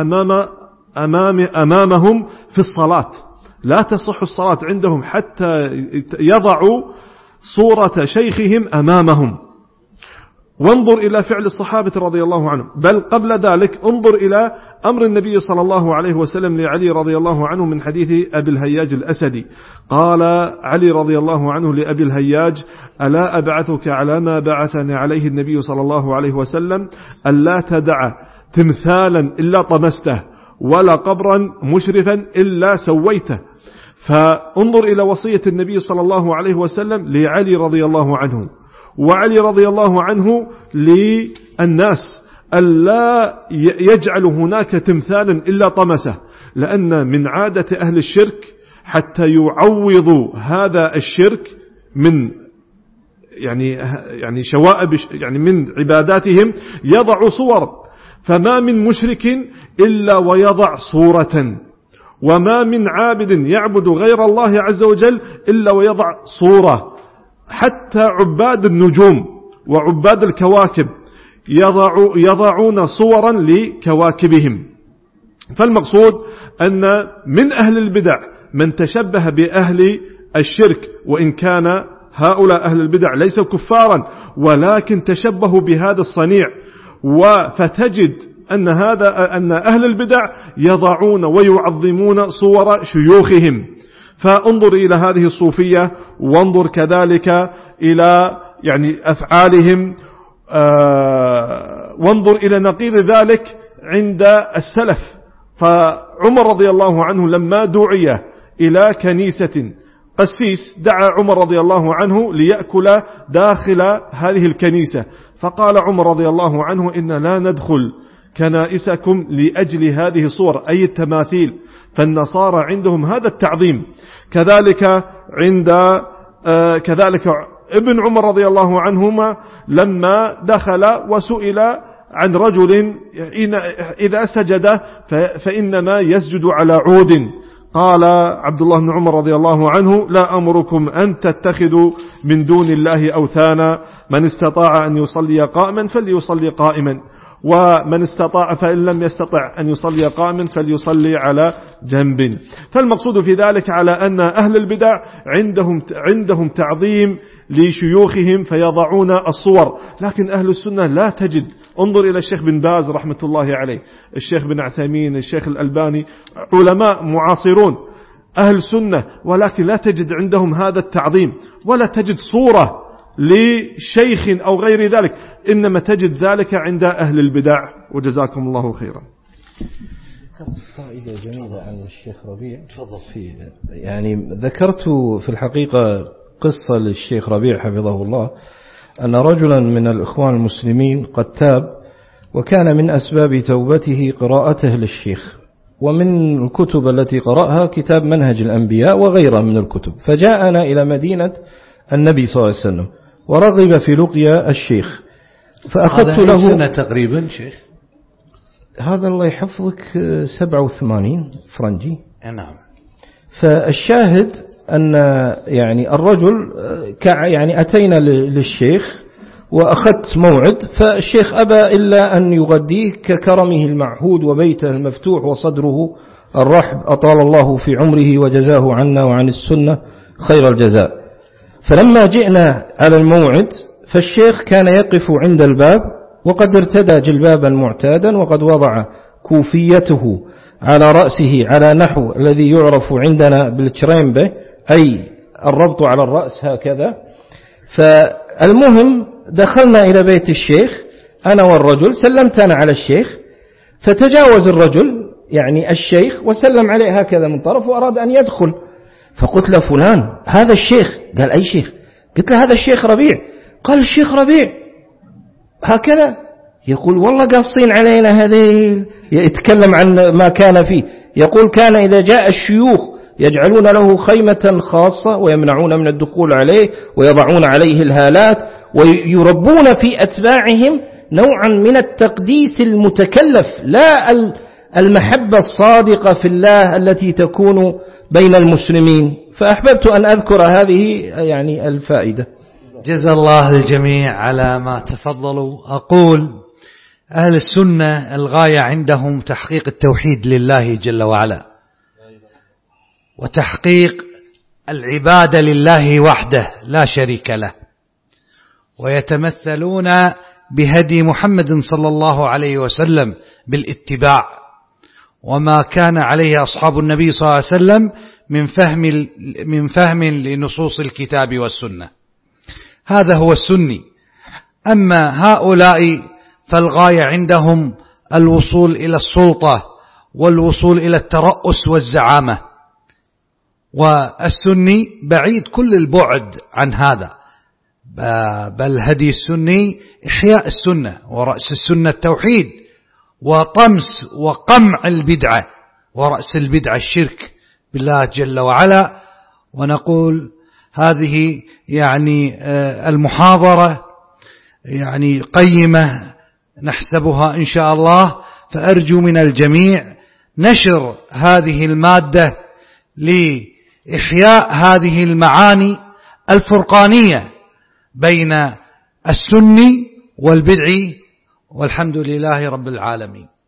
أمامهم في الصلاة، لا تصح الصلاة عندهم حتى يضعوا صورة شيخهم أمامهم. وانظر إلى فعل الصحابة رضي الله عنهم، بل قبل ذلك انظر إلى أمر النبي صلى الله عليه وسلم لعلي رضي الله عنه من حديث أبي الهياج الأسدي. قال علي رضي الله عنه لأبي الهياج: ألا أبعثك على ما بعثني عليه النبي صلى الله عليه وسلم، ألا تدع تمثالا إلا طمسته، ولا قبرا مشرفا إلا سويته. فانظر إلى وصية النبي صلى الله عليه وسلم لعلي رضي الله عنه، وعلي رضي الله عنه للناس ألا يجعل هناك تمثالا إلا طمسه، لأن من عادة أهل الشرك حتى يعوضوا هذا الشرك من يعني شوائب يعني من عباداتهم يضع صور، فما من مشرك إلا ويضع صورة، وما من عابد يعبد غير الله عز وجل إلا ويضع صورة. حتى عباد النجوم وعباد الكواكب يضعون صورا لكواكبهم. فالمقصود أن من أهل البدع من تشبه بأهل الشرك، وإن كان هؤلاء أهل البدع ليسوا كفارا ولكن تشبهوا بهذا الصنيع، فتجد أن أهل البدع يضعون ويعظمون صور شيوخهم. فانظر إلى هذه الصوفية، وانظر كذلك إلى يعني أفعالهم، وانظر إلى نقيض ذلك عند السلف. فعمر رضي الله عنه لما دعي إلى كنيسة، قسيس دعا عمر رضي الله عنه ليأكل داخل هذه الكنيسة، فقال عمر رضي الله عنه: إن لا ندخل كنائسكم لأجل هذه الصور، أي التماثيل، فالنصارى عندهم هذا التعظيم. كذلك ابن عمر رضي الله عنهما لما دخل وسئل عن رجل إذا سجد فإنما يسجد على عود، قال عبد الله بن عمر رضي الله عنه: لا أمركم أن تتخذوا من دون الله أوثانا، من استطاع أن يصلي قائما فليصلي قائما، ومن استطاع فإن لم يستطع أن يصلي قائما فليصلي على جنب. فالمقصود في ذلك على أن أهل البدع عندهم تعظيم لشيوخهم فيضعون الصور، لكن أهل السنة لا تجد. انظر إلى الشيخ بن باز رحمة الله عليه، الشيخ بن عثيمين، الشيخ الألباني، علماء معاصرون أهل السنة، ولكن لا تجد عندهم هذا التعظيم، ولا تجد صورة لشيخ أو غير ذلك، إنما تجد ذلك عند أهل البدع. وجزاكم الله خيرا. فائدة جميلة عن الشيخ ربيع. يعني ذكرت في الحقيقة قصة للشيخ ربيع حفظه الله، أن رجلا من الإخوان المسلمين قد تاب، وكان من أسباب توبته قراءته للشيخ، ومن الكتب التي قرأها كتاب منهج الأنبياء وغيرها من الكتب. فجاءنا إلى مدينة النبي صلى الله عليه وسلم ورغب في لقيا الشيخ، فأخذت له سنة تقريبا شيخ، هذا الله يحفظك 87 فرنجي. نعم. فالشاهد أن يعني الرجل يعني أتينا للشيخ وأخذت موعد، فالشيخ أبى إلا أن يغديه ككرمه المعهود وبيته المفتوح وصدره الرحب، أطال الله في عمره وجزاه عنا وعن السنة خير الجزاء. فلما جئنا على الموعد فالشيخ كان يقف عند الباب وقد ارتدى جلبابا معتادا، وقد وضع كوفيته على رأسه على نحو الذي يعرف عندنا بالتريمبة، أي الربط على الرأس هكذا. فالمهم دخلنا إلى بيت الشيخ أنا والرجل، سلمت أنا على الشيخ، فتجاوز الرجل يعني الشيخ وسلم عليه هكذا من طرف وأراد أن يدخل، فقلت له: فلان هذا الشيخ. قال: أي شيخ؟ قلت له: هذا الشيخ ربيع. قال: الشيخ ربيع هكذا يقول: والله قاصين علينا. هذه يتكلم عن ما كان فيه، يقول: كان إذا جاء الشيوخ يجعلون له خيمة خاصة ويمنعون من الدخول عليه ويضعون عليه الهالات، ويربون في أتباعهم نوعا من التقديس المتكلف، لا المحبة الصادقة في الله التي تكون بين المسلمين. فأحببت أن أذكر هذه يعني الفائدة. جزا الله الجميع على ما تفضلوا. أقول أهل السنة الغاية عندهم تحقيق التوحيد لله جل وعلا، وتحقيق العبادة لله وحده لا شريك له، ويتمثلون بهدي محمد صلى الله عليه وسلم بالاتباع، وما كان عليه أصحاب النبي صلى الله عليه وسلم من فهم لنصوص الكتاب والسنة. هذا هو السني. أما هؤلاء فالغاية عندهم الوصول إلى السلطة والوصول إلى الترأس والزعامة، والسني بعيد كل البعد عن هذا، بل هدي السني إحياء السنة، ورأس السنة التوحيد، وطمس وقمع البدعة، ورأس البدعة الشرك بالله جل وعلا. ونقول هذه يعني المحاضرة يعني قيمة نحسبها إن شاء الله، فأرجو من الجميع نشر هذه المادة لإحياء هذه المعاني الفرقانية بين السني والبدعي، والحمد لله رب العالمين.